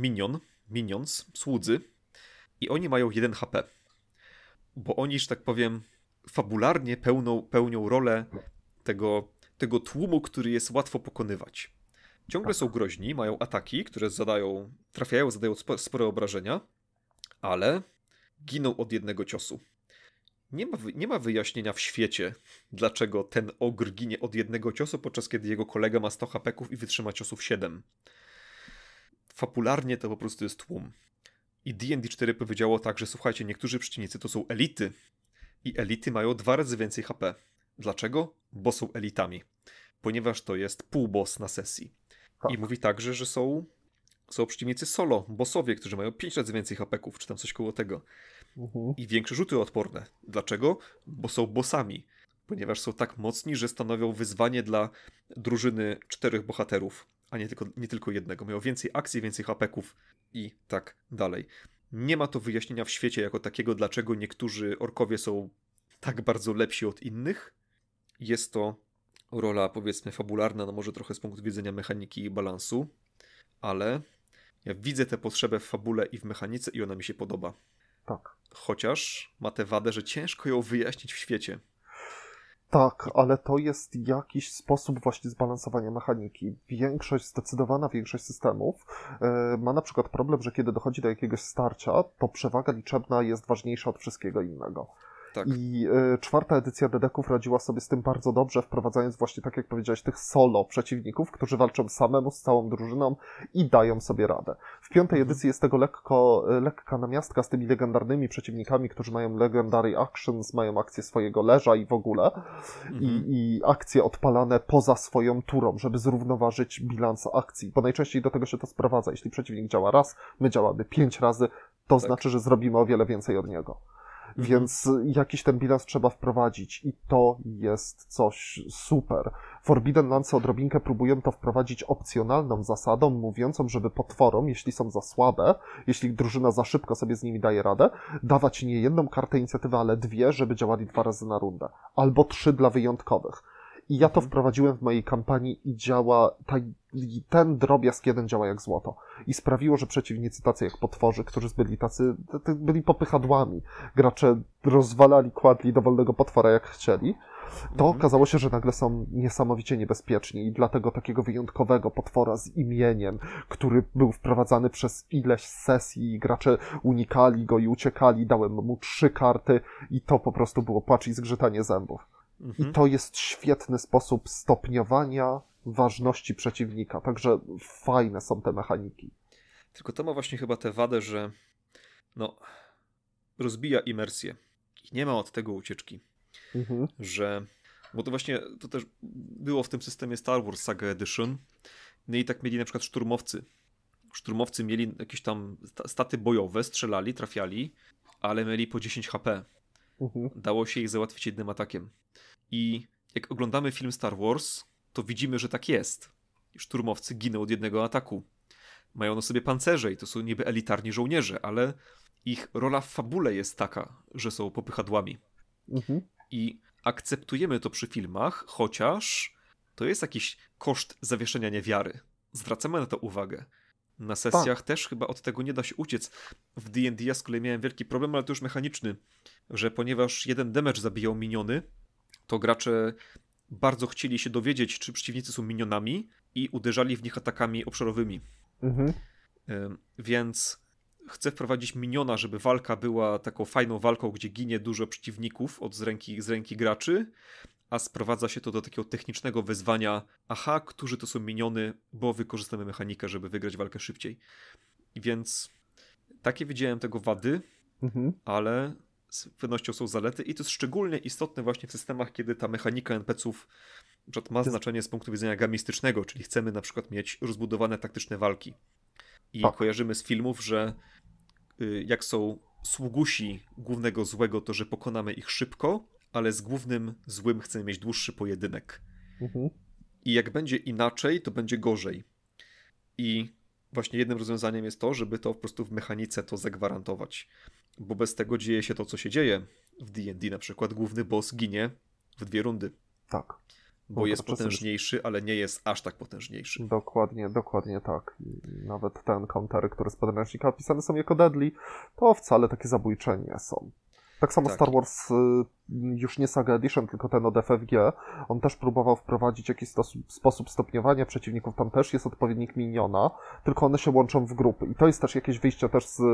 [SPEAKER 1] minions, słudzy, i oni mają 1 HP. Bo oni, że tak powiem, fabularnie pełnią rolę tego tłumu, który jest łatwo pokonywać. Ciągle są groźni, mają ataki, które trafiają, zadają spore obrażenia, ale giną od jednego ciosu. Nie ma wyjaśnienia w świecie, dlaczego ten ogr ginie od jednego ciosu, podczas kiedy jego kolega ma 100 hapeków i wytrzyma ciosów 7. Fabularnie to po prostu jest tłum. I D&D 4 powiedziało tak, że słuchajcie, niektórzy przeciwnicy to są elity. I elity mają 2 razy więcej HP. Dlaczego? Bo są elitami. Ponieważ to jest półboss na sesji.
[SPEAKER 2] Tak.
[SPEAKER 1] I mówi także, że są przeciwnicy solo, bossowie, którzy mają 5 razy więcej hapeków, czy tam coś koło tego. I większe rzuty odporne. Dlaczego? Bo są bossami. Ponieważ są tak mocni, że stanowią wyzwanie dla drużyny 4 bohaterów, a nie tylko jednego. Mają więcej akcji, więcej hapeków i tak dalej. Nie ma to wyjaśnienia w świecie jako takiego, dlaczego niektórzy orkowie są tak bardzo lepsi od innych. Jest to rola, powiedzmy, fabularna, no może trochę z punktu widzenia mechaniki i balansu, ale ja widzę tę potrzebę w fabule i w mechanice i ona mi się podoba.
[SPEAKER 2] Tak.
[SPEAKER 1] Chociaż ma tę wadę, że ciężko ją wyjaśnić w świecie.
[SPEAKER 2] Tak, ale to jest jakiś sposób właśnie zbalansowania mechaniki. Zdecydowana większość systemów ma na przykład problem, że kiedy dochodzi do jakiegoś starcia, to przewaga liczebna jest ważniejsza od wszystkiego innego.
[SPEAKER 1] Tak.
[SPEAKER 2] I 4. edycja Dedeków radziła sobie z tym bardzo dobrze, wprowadzając właśnie, tak jak powiedziałeś, tych solo przeciwników, którzy walczą samemu, z całą drużyną i dają sobie radę. W 5. edycji jest tego lekka namiastka z tymi legendarnymi przeciwnikami, którzy mają legendary actions, mają akcję swojego leża i w ogóle. I akcje odpalane poza swoją turą, żeby zrównoważyć bilans akcji. Bo najczęściej do tego się to sprowadza. Jeśli przeciwnik działa raz, my działamy 5 razy, to znaczy, że zrobimy o wiele więcej od niego. Więc jakiś ten bilans trzeba wprowadzić i to jest coś super. Forbidden Lance odrobinkę próbują to wprowadzić opcjonalną zasadą, mówiącą, żeby potworom, jeśli są za słabe, jeśli drużyna za szybko sobie z nimi daje radę, dawać nie jedną kartę inicjatywy, ale 2, żeby działali 2 razy na rundę. Albo 3 dla wyjątkowych. I ja to wprowadziłem w mojej kampanii i ten drobiazg jeden działa jak złoto. I sprawiło, że przeciwnicy tacy jak potworzy, którzy byli popychadłami, gracze rozwalali, kładli dowolnego potwora jak chcieli, to okazało się, że nagle są niesamowicie niebezpieczni i dlatego takiego wyjątkowego potwora z imieniem, który był wprowadzany przez ileś sesji, gracze unikali go i uciekali, dałem mu 3 karty i to po prostu było płacz i zgrzytanie zębów. I to jest świetny sposób stopniowania ważności przeciwnika, także fajne są te mechaniki.
[SPEAKER 1] Tylko to ma właśnie chyba tę wadę, że rozbija imersję. I nie ma od tego ucieczki. Bo to właśnie, to też było w tym systemie Star Wars Saga Edition. No i tak mieli na przykład szturmowcy. Szturmowcy mieli jakieś tam staty bojowe, strzelali, trafiali, ale mieli po 10 HP. Dało się ich załatwić jednym atakiem. I jak oglądamy film Star Wars, to widzimy, że tak jest. Szturmowcy giną od jednego ataku. Mają na sobie pancerze i to są niby elitarni żołnierze, ale ich rola w fabule jest taka, że są popychadłami. I akceptujemy to przy filmach, chociaż to jest jakiś koszt zawieszenia niewiary. Zwracamy na to uwagę. Na sesjach też chyba od tego nie da się uciec. W D&D ja z kolei miałem wielki problem, ale to już mechaniczny, że ponieważ jeden damage zabijał miniony, to gracze bardzo chcieli się dowiedzieć, czy przeciwnicy są minionami i uderzali w nich atakami obszarowymi. Więc chcę wprowadzić miniona, żeby walka była taką fajną walką, gdzie ginie dużo przeciwników z ręki graczy, a sprowadza się to do takiego technicznego wyzwania, którzy to są miniony, bo wykorzystamy mechanikę, żeby wygrać walkę szybciej. Więc takie widziałem tego wady, ale z pewnością są zalety i to jest szczególnie istotne właśnie w systemach, kiedy ta mechanika NPC-ów ma znaczenie z punktu widzenia gamistycznego, czyli chcemy na przykład mieć rozbudowane taktyczne walki. I kojarzymy z filmów, że jak są sługusi głównego złego, to że pokonamy ich szybko, ale z głównym złym chcemy mieć dłuższy pojedynek. I jak będzie inaczej, to będzie gorzej. I właśnie jednym rozwiązaniem jest to, żeby to po prostu w mechanice to zagwarantować. Bo bez tego dzieje się to, co się dzieje. W D&D na przykład główny boss ginie w 2 rundy.
[SPEAKER 2] Tak.
[SPEAKER 1] Bo jest potężniejszy, ale nie jest aż tak potężniejszy.
[SPEAKER 2] Dokładnie tak. I nawet ten countery, które z podręcznika opisane są jako deadly, to wcale takie zabójcze nie są. Tak samo Star Wars, już nie Saga Edition, tylko ten od FFG, on też próbował wprowadzić jakiś sposób stopniowania przeciwników. Tam też jest odpowiednik miniona, tylko one się łączą w grupy. I to jest też jakieś wyjście też z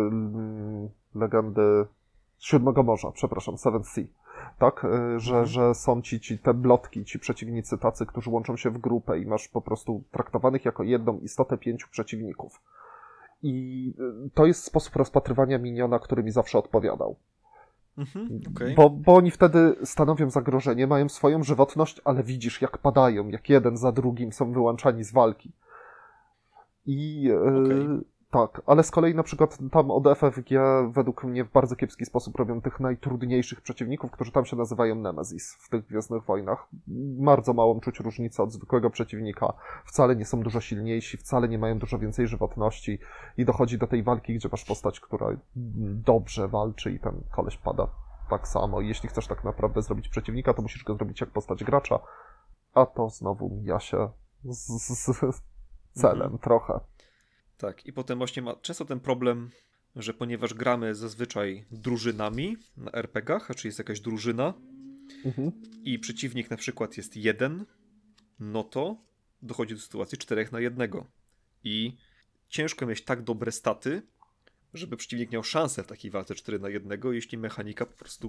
[SPEAKER 2] legendy Siódmego Morza, przepraszam, Seventh Sea. Tak, że są ci te blotki, ci przeciwnicy tacy, którzy łączą się w grupę i masz po prostu traktowanych jako jedną istotę 5 przeciwników. I to jest sposób rozpatrywania miniona, który mi zawsze odpowiadał.
[SPEAKER 1] Okay.
[SPEAKER 2] Bo oni wtedy stanowią zagrożenie, mają swoją żywotność, ale widzisz, jak padają, jak jeden za drugim są wyłączani z walki. I tak, ale z kolei na przykład tam od FFG według mnie w bardzo kiepski sposób robią tych najtrudniejszych przeciwników, którzy tam się nazywają Nemesis w tych Gwiezdnych Wojnach. Bardzo małą czuć różnicę od zwykłego przeciwnika. Wcale nie są dużo silniejsi, wcale nie mają dużo więcej żywotności i dochodzi do tej walki, gdzie masz postać, która dobrze walczy i ten koleś pada tak samo. I jeśli chcesz tak naprawdę zrobić przeciwnika, to musisz go zrobić jak postać gracza, a to znowu mija się z celem trochę.
[SPEAKER 1] Tak, i potem właśnie ma często ten problem, że ponieważ gramy zazwyczaj drużynami na RPG-ach, czyli jest jakaś drużyna i przeciwnik na przykład jest jeden, no to dochodzi do sytuacji 4 na 1. I ciężko mieć tak dobre staty, żeby przeciwnik miał szansę w takiej walce 4 na 1, jeśli mechanika po prostu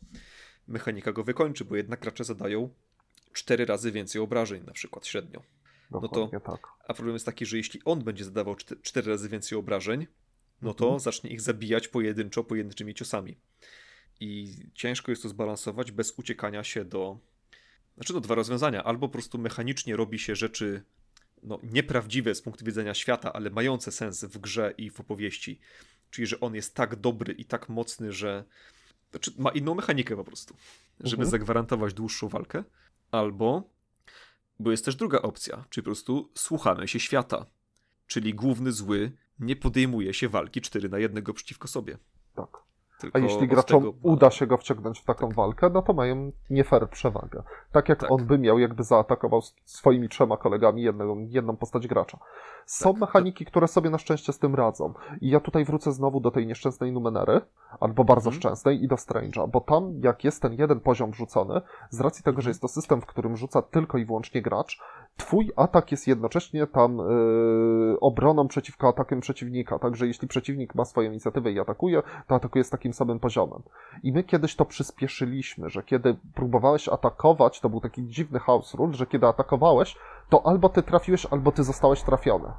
[SPEAKER 1] go wykończy, bo jednak gracze zadają 4 razy więcej obrażeń na przykład średnio. No to,
[SPEAKER 2] tak.
[SPEAKER 1] A problem jest taki, że jeśli on będzie zadawał 4 razy więcej obrażeń, no to zacznie ich zabijać pojedynczymi ciosami. I ciężko jest to zbalansować bez uciekania się do... Znaczy to 2 rozwiązania. Albo po prostu mechanicznie robi się rzeczy nieprawdziwe z punktu widzenia świata, ale mające sens w grze i w opowieści. Czyli, że on jest tak dobry i tak mocny, że... Znaczy ma inną mechanikę po prostu, żeby zagwarantować dłuższą walkę. Albo... Bo jest też druga opcja, czyli po prostu słuchamy się świata. Czyli główny zły nie podejmuje się walki 4 na 1 przeciwko sobie.
[SPEAKER 2] Tak.
[SPEAKER 1] Tylko
[SPEAKER 2] a jeśli graczom uda się go wciągnąć w taką walkę, no to mają nie fair przewagę. Tak jak on by miał, jakby zaatakował swoimi 3 kolegami jedną postać gracza. Są mechaniki, które sobie na szczęście z tym radzą. I ja tutaj wrócę znowu do tej nieszczęsnej Numenery, albo bardzo szczęsnej i do Strange'a, bo tam jak jest ten jeden poziom wrzucony, z racji tego, że jest to system, w którym rzuca tylko i wyłącznie gracz, twój atak jest jednocześnie tam obroną przeciwko atakiem przeciwnika. Także jeśli przeciwnik ma swoją inicjatywę i atakuje, to atakuje z takim samym poziomem. I my kiedyś to przyspieszyliśmy, że kiedy próbowałeś atakować, to był taki dziwny house rule, że kiedy atakowałeś, to albo ty trafiłeś, albo ty zostałeś trafiony.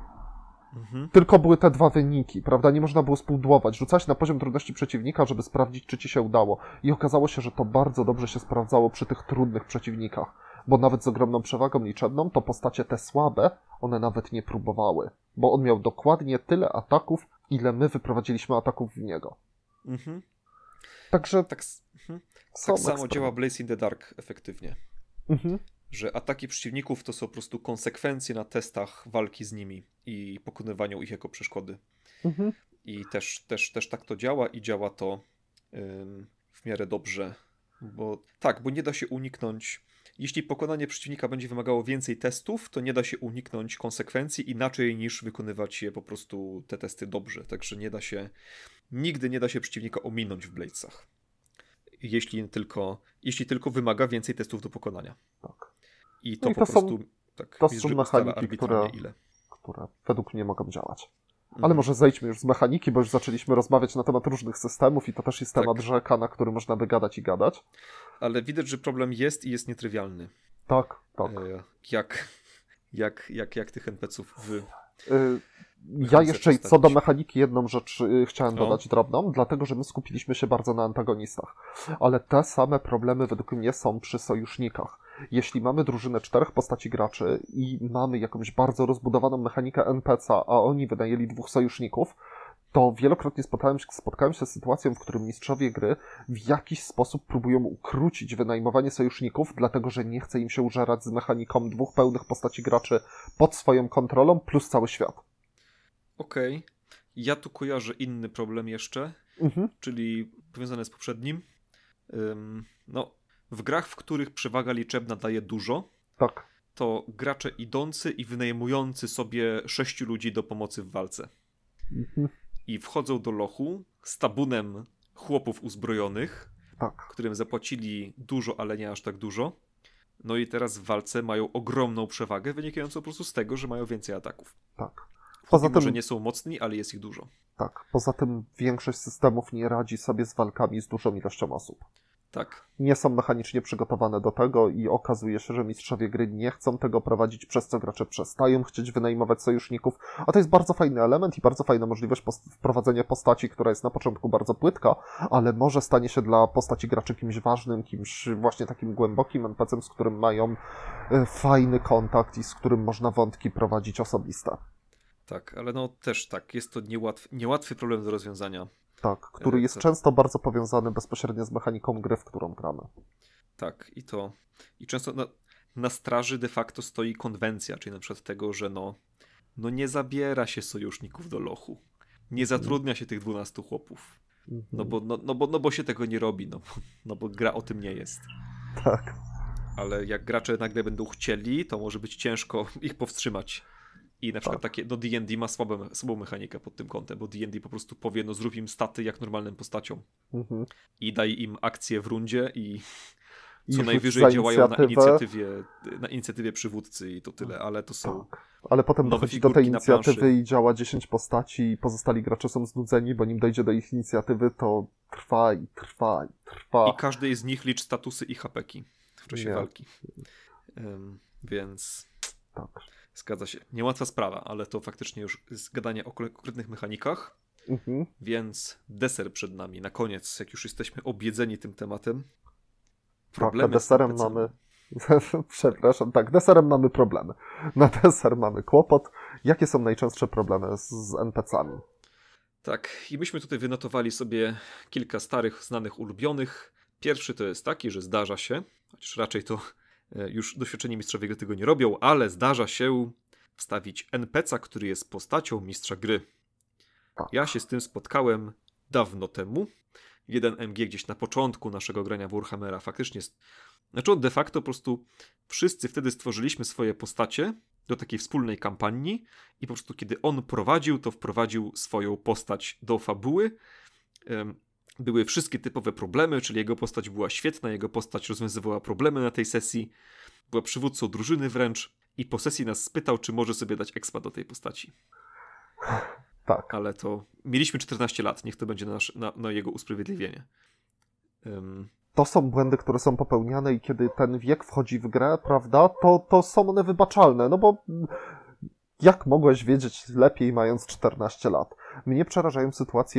[SPEAKER 2] Tylko były te 2 wyniki, prawda? Nie można było spudłować. Rzucać na poziom trudności przeciwnika, żeby sprawdzić, czy ci się udało. I okazało się, że to bardzo dobrze się sprawdzało przy tych trudnych przeciwnikach. Bo nawet z ogromną przewagą liczebną, to postacie te słabe, one nawet nie próbowały. Bo on miał dokładnie tyle ataków, ile my wyprowadziliśmy ataków w niego. Także
[SPEAKER 1] tak samo działa Blaze in the Dark efektywnie. Że ataki przeciwników to są po prostu konsekwencje na testach walki z nimi i pokonywaniu ich jako przeszkody. I też tak to działa i działa to w miarę dobrze. Bo nie da się uniknąć. Jeśli pokonanie przeciwnika będzie wymagało więcej testów, to nie da się uniknąć konsekwencji inaczej niż wykonywać je po prostu te testy dobrze. Także nigdy nie da się przeciwnika ominąć w Bladesach. Jeśli tylko wymaga więcej testów do pokonania.
[SPEAKER 2] Tak.
[SPEAKER 1] I to po prostu
[SPEAKER 2] to są mechaniki, które według mnie mogą działać. Ale może zejdźmy już z mechaniki, bo już zaczęliśmy rozmawiać na temat różnych systemów i to też jest temat rzeka, na który można by gadać i gadać.
[SPEAKER 1] Ale widać, że problem jest i jest nietrywialny.
[SPEAKER 2] Tak.
[SPEAKER 1] Jak tych NPC-ów
[SPEAKER 2] Ja jeszcze co do mechaniki jedną rzecz chciałem dodać drobną, dlatego że my skupiliśmy się bardzo na antagonistach. Ale te same problemy według mnie są przy sojusznikach. Jeśli mamy drużynę 4 postaci graczy i mamy jakąś bardzo rozbudowaną mechanikę NPC-a, a oni wynajęli 2 sojuszników, to wielokrotnie spotkałem się z sytuacją, w którym mistrzowie gry w jakiś sposób próbują ukrócić wynajmowanie sojuszników, dlatego że nie chce im się użerać z mechaniką 2 pełnych postaci graczy pod swoją kontrolą plus cały świat.
[SPEAKER 1] Okej. Ja tu kojarzę inny problem jeszcze, czyli powiązany z poprzednim. W grach, w których przewaga liczebna daje dużo, to gracze idący i wynajmujący sobie 6 ludzi do pomocy w walce. I wchodzą do lochu z tabunem chłopów uzbrojonych,
[SPEAKER 2] Tak.
[SPEAKER 1] którym zapłacili dużo, ale nie aż tak dużo. No i teraz w walce mają ogromną przewagę, wynikającą po prostu z tego, że mają więcej ataków.
[SPEAKER 2] Tak.
[SPEAKER 1] Poza tym, że nie są mocni, ale jest ich dużo.
[SPEAKER 2] Tak. Poza tym większość systemów nie radzi sobie z walkami z dużą ilością osób.
[SPEAKER 1] Tak.
[SPEAKER 2] Nie są mechanicznie przygotowane do tego i okazuje się, że mistrzowie gry nie chcą tego prowadzić, przez co gracze przestają chcieć wynajmować sojuszników. A to jest bardzo fajny element i bardzo fajna możliwość wprowadzenia postaci, która jest na początku bardzo płytka, ale może stanie się dla postaci graczy kimś ważnym, kimś właśnie takim głębokim NPC-em, z którym mają fajny kontakt i z którym można wątki prowadzić osobiste.
[SPEAKER 1] Tak, ale no też tak, jest to niełatwy problem do rozwiązania.
[SPEAKER 2] Tak, który jest często bardzo powiązany bezpośrednio z mechaniką gry, w którą gramy.
[SPEAKER 1] Tak, i często na straży de facto stoi konwencja, czyli na przykład tego, że no nie zabiera się sojuszników do lochu. Nie zatrudnia się tych 12 chłopów. Bo się tego nie robi, bo gra o tym nie jest.
[SPEAKER 2] Tak.
[SPEAKER 1] Ale jak gracze nagle będą chcieli, to może być ciężko ich powstrzymać. I na przykład takie, D&D ma słabą mechanikę pod tym kątem, bo D&D po prostu powie, zrób im staty jak normalnym postaciom. I daj im akcje w rundzie i co najwyżej działają na inicjatywie przywódcy i to tyle, ale to są
[SPEAKER 2] ale potem dochodzi do tej inicjatywy i działa 10 postaci i pozostali gracze są znudzeni, bo nim dojdzie do ich inicjatywy, to trwa.
[SPEAKER 1] I każdy z nich liczy statusy i HP-ki w czasie walki. Więc...
[SPEAKER 2] Tak.
[SPEAKER 1] Zgadza się. Niełatwa sprawa, ale to faktycznie już jest gadanie o konkretnych mechanikach. Więc deser przed nami. Na koniec, jak już jesteśmy objedzeni tym tematem. Problemy
[SPEAKER 2] deserem mamy... Przepraszam, deserem mamy problemy. Na deser mamy kłopot. Jakie są najczęstsze problemy z NPC-ami?
[SPEAKER 1] Tak, i myśmy tutaj wynotowali sobie kilka starych, znanych, ulubionych. Pierwszy to jest taki, że zdarza się, chociaż raczej to już doświadczeni mistrzowie gry tego nie robią, ale zdarza się wstawić NPC-a, który jest postacią mistrza gry. Ja się z tym spotkałem dawno temu. Jeden MG gdzieś na początku naszego grania w Warhammera faktycznie... Znaczy on de facto po prostu wszyscy wtedy stworzyliśmy swoje postacie do takiej wspólnej kampanii i po prostu kiedy on prowadził, to wprowadził swoją postać do fabuły. Były wszystkie typowe problemy, czyli jego postać była świetna, jego postać rozwiązywała problemy na tej sesji, była przywódcą drużyny wręcz i po sesji nas spytał, czy może sobie dać expa do tej postaci.
[SPEAKER 2] Tak.
[SPEAKER 1] Ale to mieliśmy 14 lat, niech to będzie na jego usprawiedliwienie.
[SPEAKER 2] To są błędy, które są popełniane i kiedy ten wiek wchodzi w grę, prawda, to są one wybaczalne, no bo jak mogłeś wiedzieć lepiej mając 14 lat? Mnie przerażają sytuacje,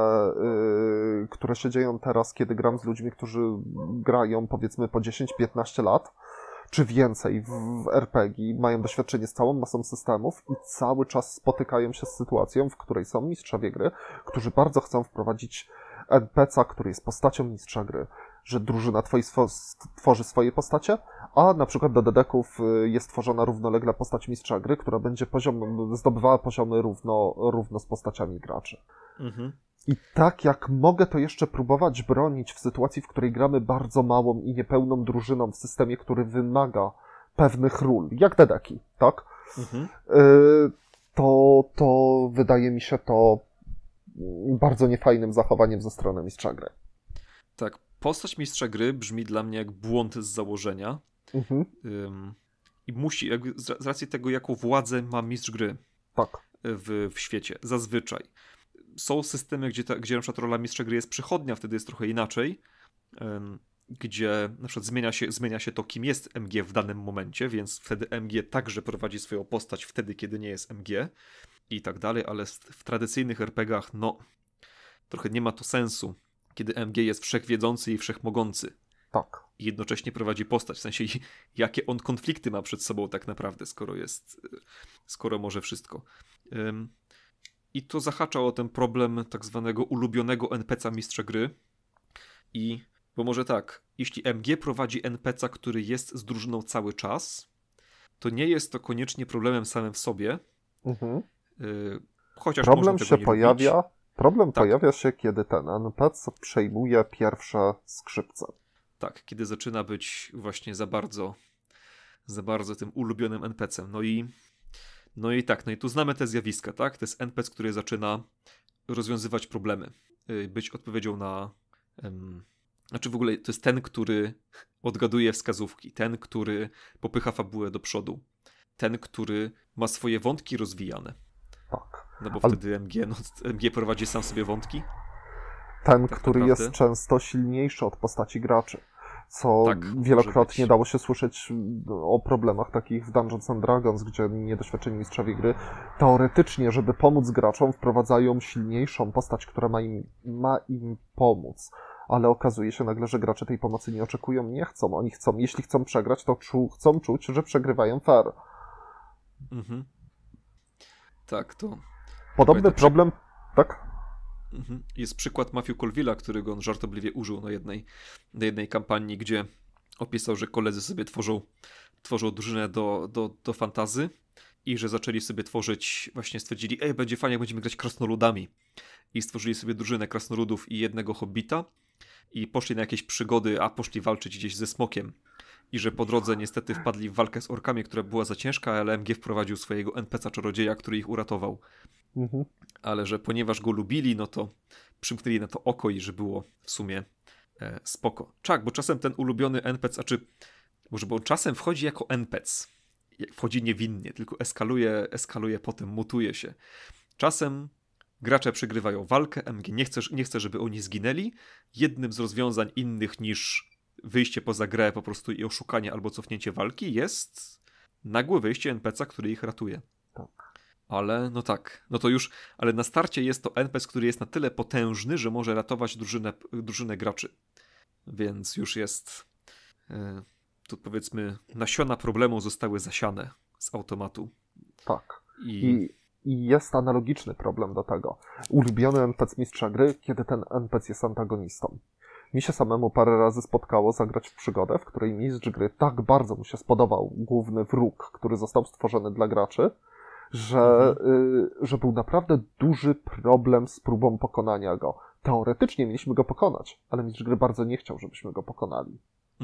[SPEAKER 2] które się dzieją teraz, kiedy gram z ludźmi, którzy grają powiedzmy po 10-15 lat, czy więcej w RPG, mają doświadczenie z całą masą systemów i cały czas spotykają się z sytuacją, w której są mistrzowie gry, którzy bardzo chcą wprowadzić NPC-a, który jest postacią mistrza gry, że drużyna tworzy swoje postacie, a na przykład do dedeków jest tworzona równolegle postać mistrza gry, która będzie zdobywała poziomy równo z postaciami graczy. I tak jak mogę to jeszcze próbować bronić w sytuacji, w której gramy bardzo małą i niepełną drużyną w systemie, który wymaga pewnych ról, jak dedeki, tak? To wydaje mi się to bardzo niefajnym zachowaniem ze strony mistrza gry.
[SPEAKER 1] Tak, postać mistrza gry brzmi dla mnie jak błąd z założenia. I musi, z racji tego, jaką władzę ma mistrz gry w świecie, zazwyczaj. Są systemy, gdzie na przykład rola mistrza gry jest przychodnia, wtedy jest trochę inaczej, gdzie na przykład zmienia się to, kim jest MG w danym momencie, więc wtedy MG także prowadzi swoją postać wtedy, kiedy nie jest MG i tak dalej, ale w tradycyjnych RPGach trochę nie ma to sensu, kiedy MG jest wszechwiedzący i wszechmogący.
[SPEAKER 2] Tak.
[SPEAKER 1] I jednocześnie prowadzi postać, w sensie jakie on konflikty ma przed sobą tak naprawdę, skoro może wszystko. I to zahacza o ten problem tak zwanego ulubionego NPC-a mistrza gry. Bo może tak, jeśli MG prowadzi NPC-a, który jest z drużyną cały czas, to nie jest to koniecznie problemem samym w sobie. Chociaż
[SPEAKER 2] problem
[SPEAKER 1] można tego nie
[SPEAKER 2] pojawia.
[SPEAKER 1] lubić.
[SPEAKER 2] Problem pojawia się, kiedy ten NPC przejmuje pierwsze skrzypce.
[SPEAKER 1] Tak, kiedy zaczyna być właśnie za bardzo tym ulubionym NPC-em. No i tu znamy te zjawiska, tak? To jest NPC, który zaczyna rozwiązywać problemy. być odpowiedzią na... Znaczy w ogóle to jest ten, który odgaduje wskazówki, ten, który popycha fabułę do przodu, ten, który ma swoje wątki rozwijane.
[SPEAKER 2] Tak.
[SPEAKER 1] No bo wtedy MG prowadzi sam sobie wątki.
[SPEAKER 2] Ten,
[SPEAKER 1] tak
[SPEAKER 2] który
[SPEAKER 1] naprawdę.
[SPEAKER 2] jest często silniejszy od postaci graczy. Co
[SPEAKER 1] Tak,
[SPEAKER 2] wielokrotnie dało się słyszeć o problemach takich w Dungeons and Dragons, gdzie niedoświadczeni mistrzowie gry teoretycznie, żeby pomóc graczom, wprowadzają silniejszą postać, która ma im pomóc. Ale okazuje się nagle, że gracze tej pomocy nie oczekują, nie chcą. Oni chcą, jeśli chcą przegrać, to chcą czuć, że przegrywają fair.
[SPEAKER 1] Mhm. Tak, to...
[SPEAKER 2] Podobny problem, tak?
[SPEAKER 1] Jest przykład Matthew Colville'a, którego on żartobliwie użył na jednej kampanii, gdzie opisał, że koledzy sobie tworzą drużynę do fantazy i że zaczęli sobie tworzyć, właśnie stwierdzili, będzie fajnie, jak będziemy grać krasnoludami. I stworzyli sobie drużynę krasnoludów i jednego hobbita i poszli na jakieś przygody, a poszli walczyć gdzieś ze smokiem. I że po drodze niestety wpadli w walkę z orkami, która była za ciężka, ale MG wprowadził swojego NPC-a czarodzieja, który ich uratował. Ale że ponieważ go lubili, no to przymknęli na to oko i że było w sumie spoko. Czak, bo czasem ten ulubiony NPC, może bo on czasem wchodzi jako NPC. Wchodzi niewinnie, tylko eskaluje potem, mutuje się. Czasem gracze przegrywają walkę, MG nie chce, żeby oni zginęli. Jednym z rozwiązań innych niż wyjście poza grę po prostu i oszukanie albo cofnięcie walki jest nagłe wyjście NPC-a, który ich ratuje.
[SPEAKER 2] Tak.
[SPEAKER 1] Ale no tak, no to już, ale na starcie jest to NPC, który jest na tyle potężny, że może ratować drużynę graczy. Więc już jest, tu powiedzmy, nasiona problemu zostały zasiane z automatu.
[SPEAKER 2] Tak. I jest analogiczny problem do tego. Ulubiony NPC mistrza gry, kiedy ten NPC jest antagonistą. Mi się samemu parę razy spotkało zagrać w przygodę, w której mistrz gry tak bardzo mu się spodobał główny wróg, który został stworzony dla graczy, że był naprawdę duży problem z próbą pokonania go. Teoretycznie mieliśmy go pokonać, ale mistrz gry bardzo nie chciał, żebyśmy go pokonali.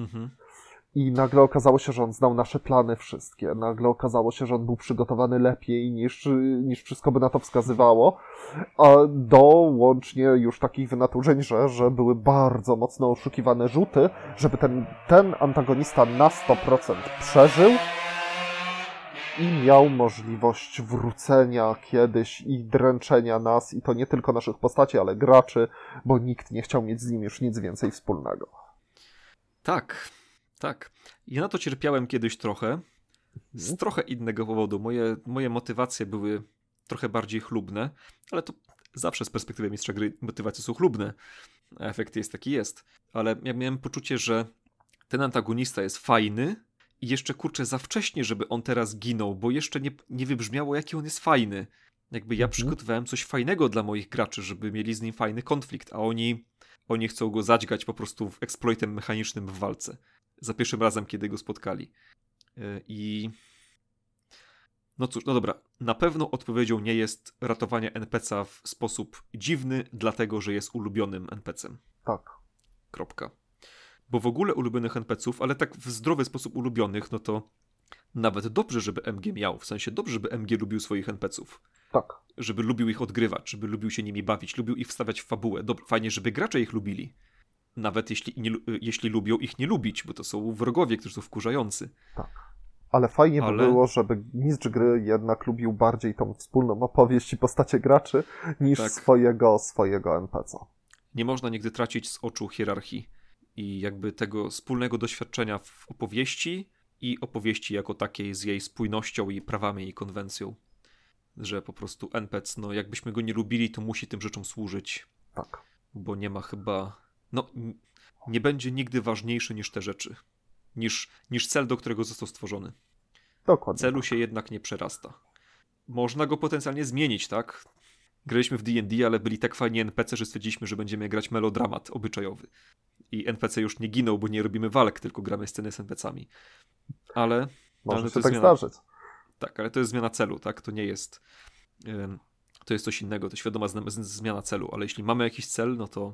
[SPEAKER 2] I nagle okazało się, że on znał nasze plany wszystkie. Nagle okazało się, że on był przygotowany lepiej niż wszystko by na to wskazywało. A do łącznie już takich wynaturzeń, że były bardzo mocno oszukiwane rzuty, żeby ten antagonista na 100% przeżył i miał możliwość wrócenia kiedyś i dręczenia nas, i to nie tylko naszych postaci, ale graczy, bo nikt nie chciał mieć z nim już nic więcej wspólnego.
[SPEAKER 1] Tak. Ja na to cierpiałem kiedyś trochę, z trochę innego powodu. Moje motywacje były trochę bardziej chlubne, ale to zawsze z perspektywy mistrza gry motywacje są chlubne, a efekt jest taki jest. Ale ja miałem poczucie, że ten antagonista jest fajny i jeszcze kurczę za wcześnie, żeby on teraz ginął, bo jeszcze nie wybrzmiało, jaki on jest fajny. Jakby ja przygotowałem coś fajnego dla moich graczy, żeby mieli z nim fajny konflikt, a oni chcą go zadźgać po prostu eksploitem mechanicznym w walce. Za pierwszym razem, kiedy go spotkali. I no cóż, no dobra, na pewno odpowiedzią nie jest ratowanie NPC-a w sposób dziwny, dlatego, że jest ulubionym NPC-em.
[SPEAKER 2] Tak.
[SPEAKER 1] Kropka. Bo w ogóle ulubionych NPC-ów, ale tak w zdrowy sposób ulubionych, no to nawet dobrze, żeby MG miał. W sensie dobrze, żeby MG lubił swoich NPC-ów.
[SPEAKER 2] Tak.
[SPEAKER 1] Żeby lubił ich odgrywać, żeby lubił się nimi bawić, lubił ich wstawiać w fabułę. Fajnie, żeby gracze ich lubili. Nawet jeśli lubią ich nie lubić, bo to są wrogowie, którzy są wkurzający.
[SPEAKER 2] Tak. Ale fajnie by było, żeby mistrz gry jednak lubił bardziej tą wspólną opowieść i postacie graczy niż swojego NPC-a.
[SPEAKER 1] Nie można nigdy tracić z oczu hierarchii i jakby tego wspólnego doświadczenia w opowieści i opowieści jako takiej z jej spójnością i prawami i konwencją. Że po prostu NPC, no jakbyśmy go nie lubili, to musi tym rzeczom służyć.
[SPEAKER 2] Tak.
[SPEAKER 1] Bo nie ma chyba... No, nie będzie nigdy ważniejszy niż te rzeczy. Niż cel, do którego został stworzony.
[SPEAKER 2] Dokładnie.
[SPEAKER 1] Celu się jednak nie przerasta. Można go potencjalnie zmienić, tak? Graliśmy w D&D, ale byli tak fajni NPC, że stwierdziliśmy, że będziemy grać melodramat obyczajowy. I NPC już nie giną, bo nie robimy walk, tylko gramy sceny z NPC-ami. Ale...
[SPEAKER 2] Może się tak zdarzyć.
[SPEAKER 1] Tak, ale to jest zmiana celu, tak? To nie jest... To jest coś innego, to świadoma zmiana celu, ale jeśli mamy jakiś cel, no to...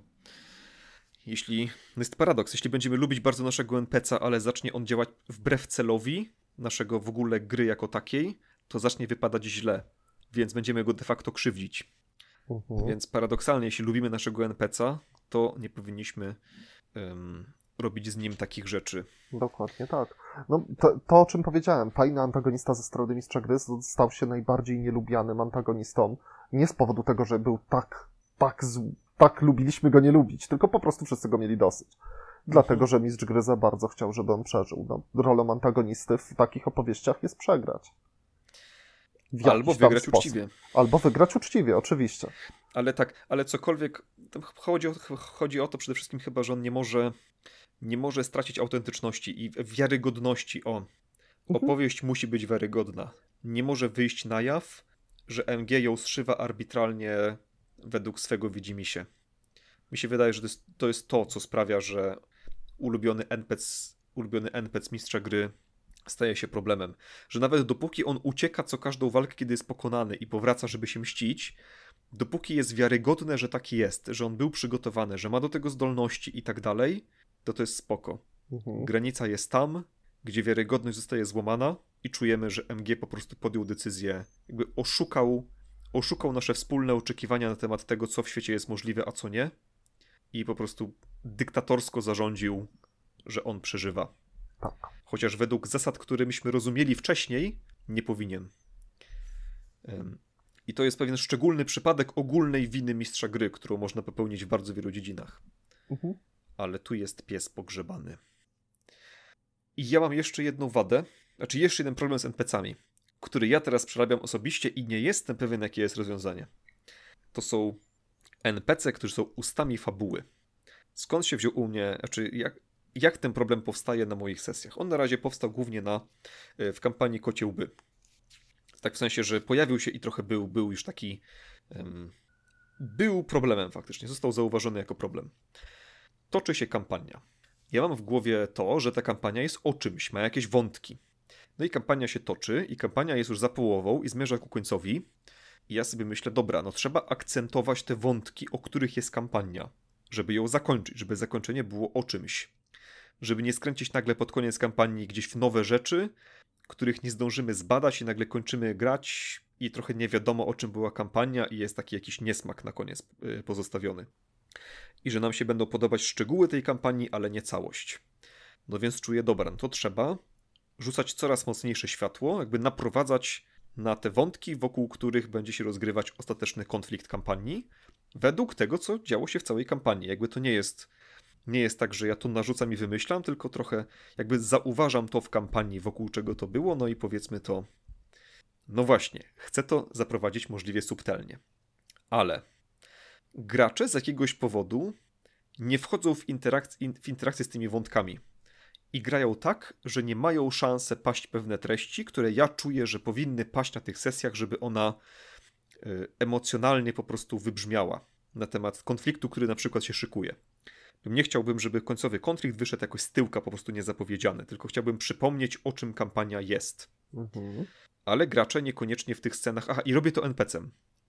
[SPEAKER 1] No jest paradoks, jeśli będziemy lubić bardzo naszego NPC-a, ale zacznie on działać wbrew celowi naszego w ogóle gry jako takiej, to zacznie wypadać źle, więc będziemy go de facto krzywdzić. Więc paradoksalnie, jeśli lubimy naszego NPC-a, to nie powinniśmy robić z nim takich rzeczy.
[SPEAKER 2] Dokładnie tak. No, to o czym powiedziałem, fajny antagonista ze strony Mistrza Gry stał się najbardziej nielubianym antagonistą. Nie z powodu tego, że był tak lubiliśmy go nie lubić, tylko po prostu wszyscy go mieli dosyć. Dlatego, że Mistrz Gry za bardzo chciał, żeby on przeżył. No, rolą antagonisty w takich opowieściach jest przegrać.
[SPEAKER 1] Albo wygrać uczciwie.
[SPEAKER 2] Albo wygrać uczciwie, oczywiście.
[SPEAKER 1] Ale cokolwiek, chodzi o to przede wszystkim chyba, że on nie może stracić autentyczności i wiarygodności. Opowieść musi być wiarygodna. Nie może wyjść na jaw, że MG ją zszywa arbitralnie według swego widzimisię. Mi się wydaje, że to jest to, co sprawia, że ulubiony NPC Mistrza Gry staje się problemem. Że nawet dopóki on ucieka co każdą walkę, kiedy jest pokonany i powraca, żeby się mścić, dopóki jest wiarygodne, że tak jest, że on był przygotowany, że ma do tego zdolności i tak dalej, to jest spoko. Granica jest tam, gdzie wiarygodność zostaje złamana i czujemy, że MG po prostu podjął decyzję, jakby oszukał nasze wspólne oczekiwania na temat tego, co w świecie jest możliwe, a co nie, i po prostu dyktatorsko zarządził, że on przeżywa.
[SPEAKER 2] Tak.
[SPEAKER 1] Chociaż według zasad, które myśmy rozumieli wcześniej, nie powinien. I to jest pewien szczególny przypadek ogólnej winy Mistrza Gry, którą można popełnić w bardzo wielu dziedzinach. Ale tu jest pies pogrzebany. I ja mam jeszcze jedną wadę, znaczy jeszcze jeden problem z NPC-ami, który ja teraz przerabiam osobiście i nie jestem pewien, jakie jest rozwiązanie. To są NPC, którzy są ustami fabuły. Skąd się wziął u mnie, znaczy jak ten problem powstaje na moich sesjach? On na razie powstał głównie w kampanii Kocie Łby. Tak w sensie, że pojawił się i trochę był już taki... był problemem faktycznie, został zauważony jako problem. Toczy się kampania. Ja mam w głowie to, że ta kampania jest o czymś, ma jakieś wątki. No i kampania się toczy i kampania jest już za połową i zmierza ku końcowi. I ja sobie myślę, dobra, no trzeba akcentować te wątki, o których jest kampania, żeby ją zakończyć, żeby zakończenie było o czymś. Żeby nie skręcić nagle pod koniec kampanii gdzieś w nowe rzeczy, których nie zdążymy zbadać i nagle kończymy grać i trochę nie wiadomo, o czym była kampania i jest taki jakiś niesmak na koniec pozostawiony. I że nam się będą podobać szczegóły tej kampanii, ale nie całość. No więc czuję, dobra, no to trzeba rzucać coraz mocniejsze światło, jakby naprowadzać na te wątki, wokół których będzie się rozgrywać ostateczny konflikt kampanii, według tego, co działo się w całej kampanii. Jakby to nie jest tak, że ja to narzucam i wymyślam, tylko trochę jakby zauważam to w kampanii, wokół czego to było, no i powiedzmy to... No właśnie, chcę to zaprowadzić możliwie subtelnie. Ale gracze z jakiegoś powodu nie wchodzą w interakcję z tymi wątkami. I grają tak, że nie mają szansy paść pewne treści, które ja czuję, że powinny paść na tych sesjach, żeby ona emocjonalnie po prostu wybrzmiała na temat konfliktu, który na przykład się szykuje. Nie chciałbym, żeby końcowy konflikt wyszedł jakoś z tyłka, po prostu niezapowiedziany, tylko chciałbym przypomnieć, o czym kampania jest. Ale gracze niekoniecznie w tych scenach... Aha, i robię to NPC-em.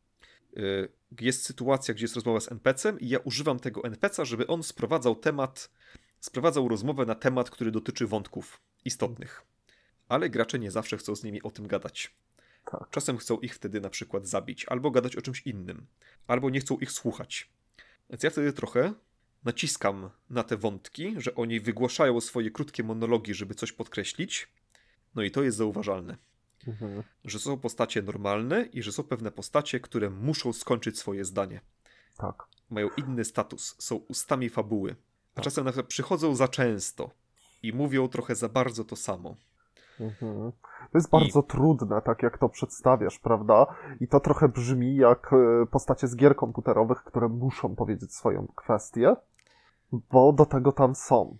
[SPEAKER 1] Jest sytuacja, gdzie jest rozmowa z NPC-em i ja używam tego NPC-a, żeby on sprowadzał rozmowę na temat, który dotyczy wątków istotnych. Ale gracze nie zawsze chcą z nimi o tym gadać.
[SPEAKER 2] Tak.
[SPEAKER 1] Czasem chcą ich wtedy na przykład zabić, albo gadać o czymś innym, albo nie chcą ich słuchać. Więc ja wtedy trochę naciskam na te wątki, że oni wygłaszają swoje krótkie monologi, żeby coś podkreślić. No i to jest zauważalne. Że są postacie normalne i że są pewne postacie, które muszą skończyć swoje zdanie.
[SPEAKER 2] Tak.
[SPEAKER 1] Mają inny status, są ustami fabuły. A czasem na przykład przychodzą za często i mówią trochę za bardzo to samo.
[SPEAKER 2] To jest bardzo trudne, tak jak to przedstawiasz, prawda? I to trochę brzmi jak postacie z gier komputerowych, które muszą powiedzieć swoją kwestię, bo do tego tam są.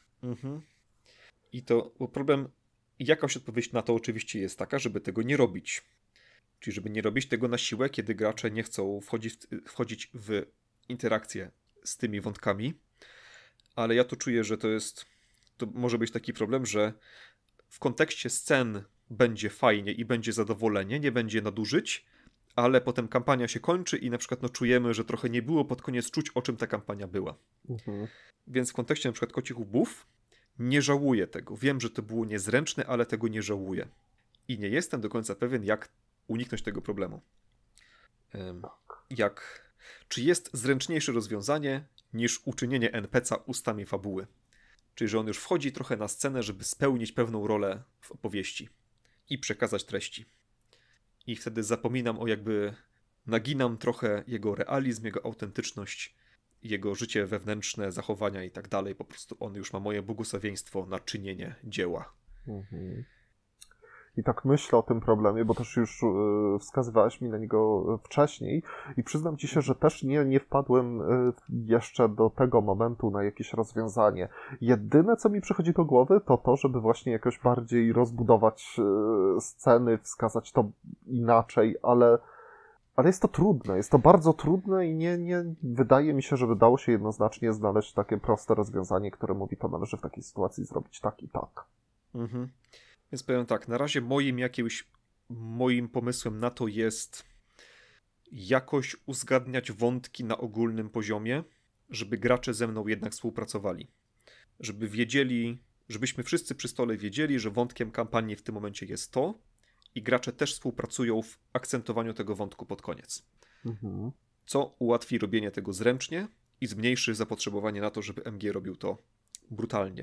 [SPEAKER 1] I to problem, jakaś odpowiedź na to oczywiście jest taka, żeby tego nie robić. Czyli żeby nie robić tego na siłę, kiedy gracze nie chcą wchodzić w interakcję z tymi wątkami. Ale ja tu czuję, że to może być taki problem, że w kontekście scen będzie fajnie i będzie zadowolenie, nie będzie nadużyć, ale potem kampania się kończy i na przykład czujemy, że trochę nie było pod koniec czuć, o czym ta kampania była. Więc w kontekście na przykład Kocich Łbów nie żałuję tego. Wiem, że to było niezręczne, ale tego nie żałuję. I nie jestem do końca pewien, jak uniknąć tego problemu. Czy jest zręczniejsze rozwiązanie niż uczynienie NPC-a ustami fabuły? Czyli, że on już wchodzi trochę na scenę, żeby spełnić pewną rolę w opowieści i przekazać treści. I wtedy zapominam naginam trochę jego realizm, jego autentyczność, jego życie wewnętrzne, zachowania i tak dalej. Po prostu on już ma moje błogosławieństwo na czynienie dzieła.
[SPEAKER 2] Mhm. I tak myślę o tym problemie, bo też już wskazywałeś mi na niego wcześniej i przyznam ci się, że też nie wpadłem jeszcze do tego momentu na jakieś rozwiązanie. Jedyne, co mi przychodzi do głowy, to to, żeby właśnie jakoś bardziej rozbudować sceny, wskazać to inaczej, ale jest to trudne, jest to bardzo trudne i nie wydaje mi się, żeby dało się jednoznacznie znaleźć takie proste rozwiązanie, które mówi, to należy w takiej sytuacji zrobić tak i tak.
[SPEAKER 1] Mhm. Więc powiem tak, na razie moim pomysłem na to jest jakoś uzgadniać wątki na ogólnym poziomie, żeby gracze ze mną jednak współpracowali. Żebyśmy wszyscy przy stole wiedzieli, że wątkiem kampanii w tym momencie jest to i gracze też współpracują w akcentowaniu tego wątku pod koniec.
[SPEAKER 2] Mhm.
[SPEAKER 1] Co ułatwi robienie tego zręcznie i zmniejszy zapotrzebowanie na to, żeby MG robił to brutalnie.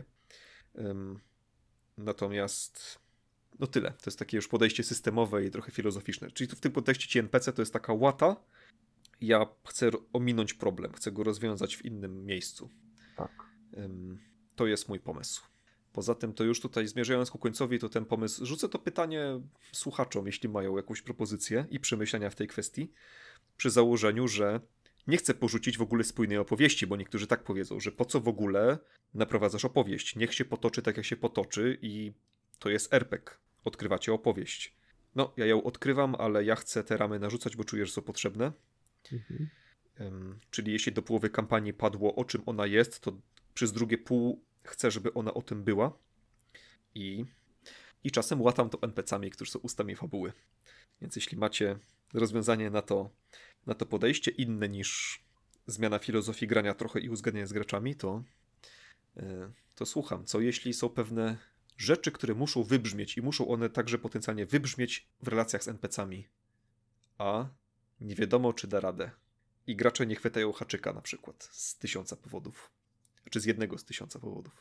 [SPEAKER 1] Natomiast no tyle. To jest takie już podejście systemowe i trochę filozoficzne. Czyli tu w tym kontekście ci NPC to jest taka łata. Ja chcę ominąć problem. Chcę go rozwiązać w innym miejscu.
[SPEAKER 2] Tak.
[SPEAKER 1] To jest mój pomysł. Poza tym to już tutaj zmierzając ku końcowi, to ten pomysł, rzucę to pytanie słuchaczom, jeśli mają jakąś propozycję i przemyślenia w tej kwestii, przy założeniu, że nie chcę porzucić w ogóle spójnej opowieści, bo niektórzy tak powiedzą, że po co w ogóle naprowadzasz opowieść? Niech się potoczy tak, jak się potoczy i to jest RPG. Odkrywacie opowieść. No, ja ją odkrywam, ale ja chcę te ramy narzucać, bo czuję, że są potrzebne.
[SPEAKER 2] Mhm.
[SPEAKER 1] Czyli jeśli do połowy kampanii padło, o czym ona jest, to przez drugie pół chcę, żeby ona o tym była. I czasem łatam to NPC-ami, którzy są ustami fabuły. Więc jeśli macie rozwiązanie na to podejście inne niż zmiana filozofii grania trochę i uzgadnianie z graczami, to słucham. Co jeśli są pewne rzeczy, które muszą wybrzmieć i muszą one także potencjalnie wybrzmieć w relacjach z NPC-ami, a nie wiadomo, czy da radę. I gracze nie chwytają haczyka na przykład z 1000 powodów. Czy z jednego z 1000 powodów.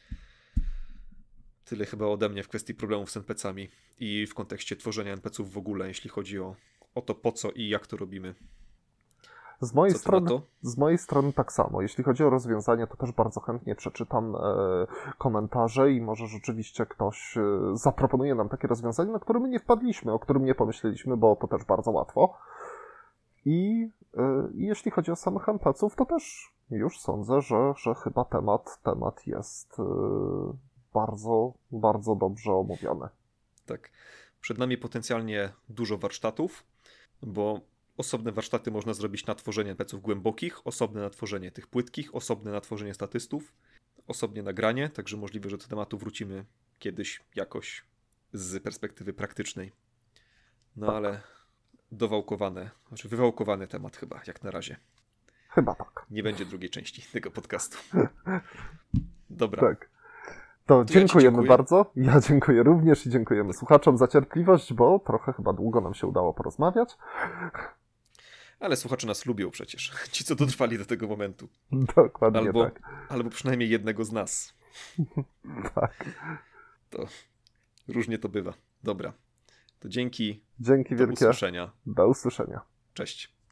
[SPEAKER 1] Tyle chyba ode mnie w kwestii problemów z NPC-ami i w kontekście tworzenia NPC-ów w ogóle, jeśli chodzi o to, po co i jak to robimy.
[SPEAKER 2] Z mojej strony tak samo. Jeśli chodzi o rozwiązania, to też bardzo chętnie przeczytam komentarze i może rzeczywiście ktoś zaproponuje nam takie rozwiązanie, na które my nie wpadliśmy, o którym nie pomyśleliśmy, bo to też bardzo łatwo. I jeśli chodzi o samych NPC-ów, to też już sądzę, że chyba temat jest bardzo, bardzo dobrze omówiony.
[SPEAKER 1] Tak. Przed nami potencjalnie dużo warsztatów, bo osobne warsztaty można zrobić na tworzenie NPC-ów głębokich, osobne na tworzenie tych płytkich, osobne na tworzenie statystów, osobnie nagranie, także możliwe, że do tematu wrócimy kiedyś jakoś z perspektywy praktycznej. No tak. Ale wywałkowany temat chyba, jak na razie.
[SPEAKER 2] Chyba tak.
[SPEAKER 1] Nie będzie drugiej części tego podcastu. Dobra.
[SPEAKER 2] Tak. To dziękujemy bardzo. Ja dziękuję również i dziękujemy słuchaczom za cierpliwość, bo trochę chyba długo nam się udało porozmawiać.
[SPEAKER 1] Ale słuchacze nas lubią przecież. Ci, co dotrwali do tego momentu.
[SPEAKER 2] Dokładnie tak.
[SPEAKER 1] Albo przynajmniej jednego z nas.
[SPEAKER 2] Tak.
[SPEAKER 1] To różnie to bywa. Dobra. To dzięki.
[SPEAKER 2] Dzięki wielkie.
[SPEAKER 1] Do usłyszenia.
[SPEAKER 2] Do usłyszenia.
[SPEAKER 1] Cześć.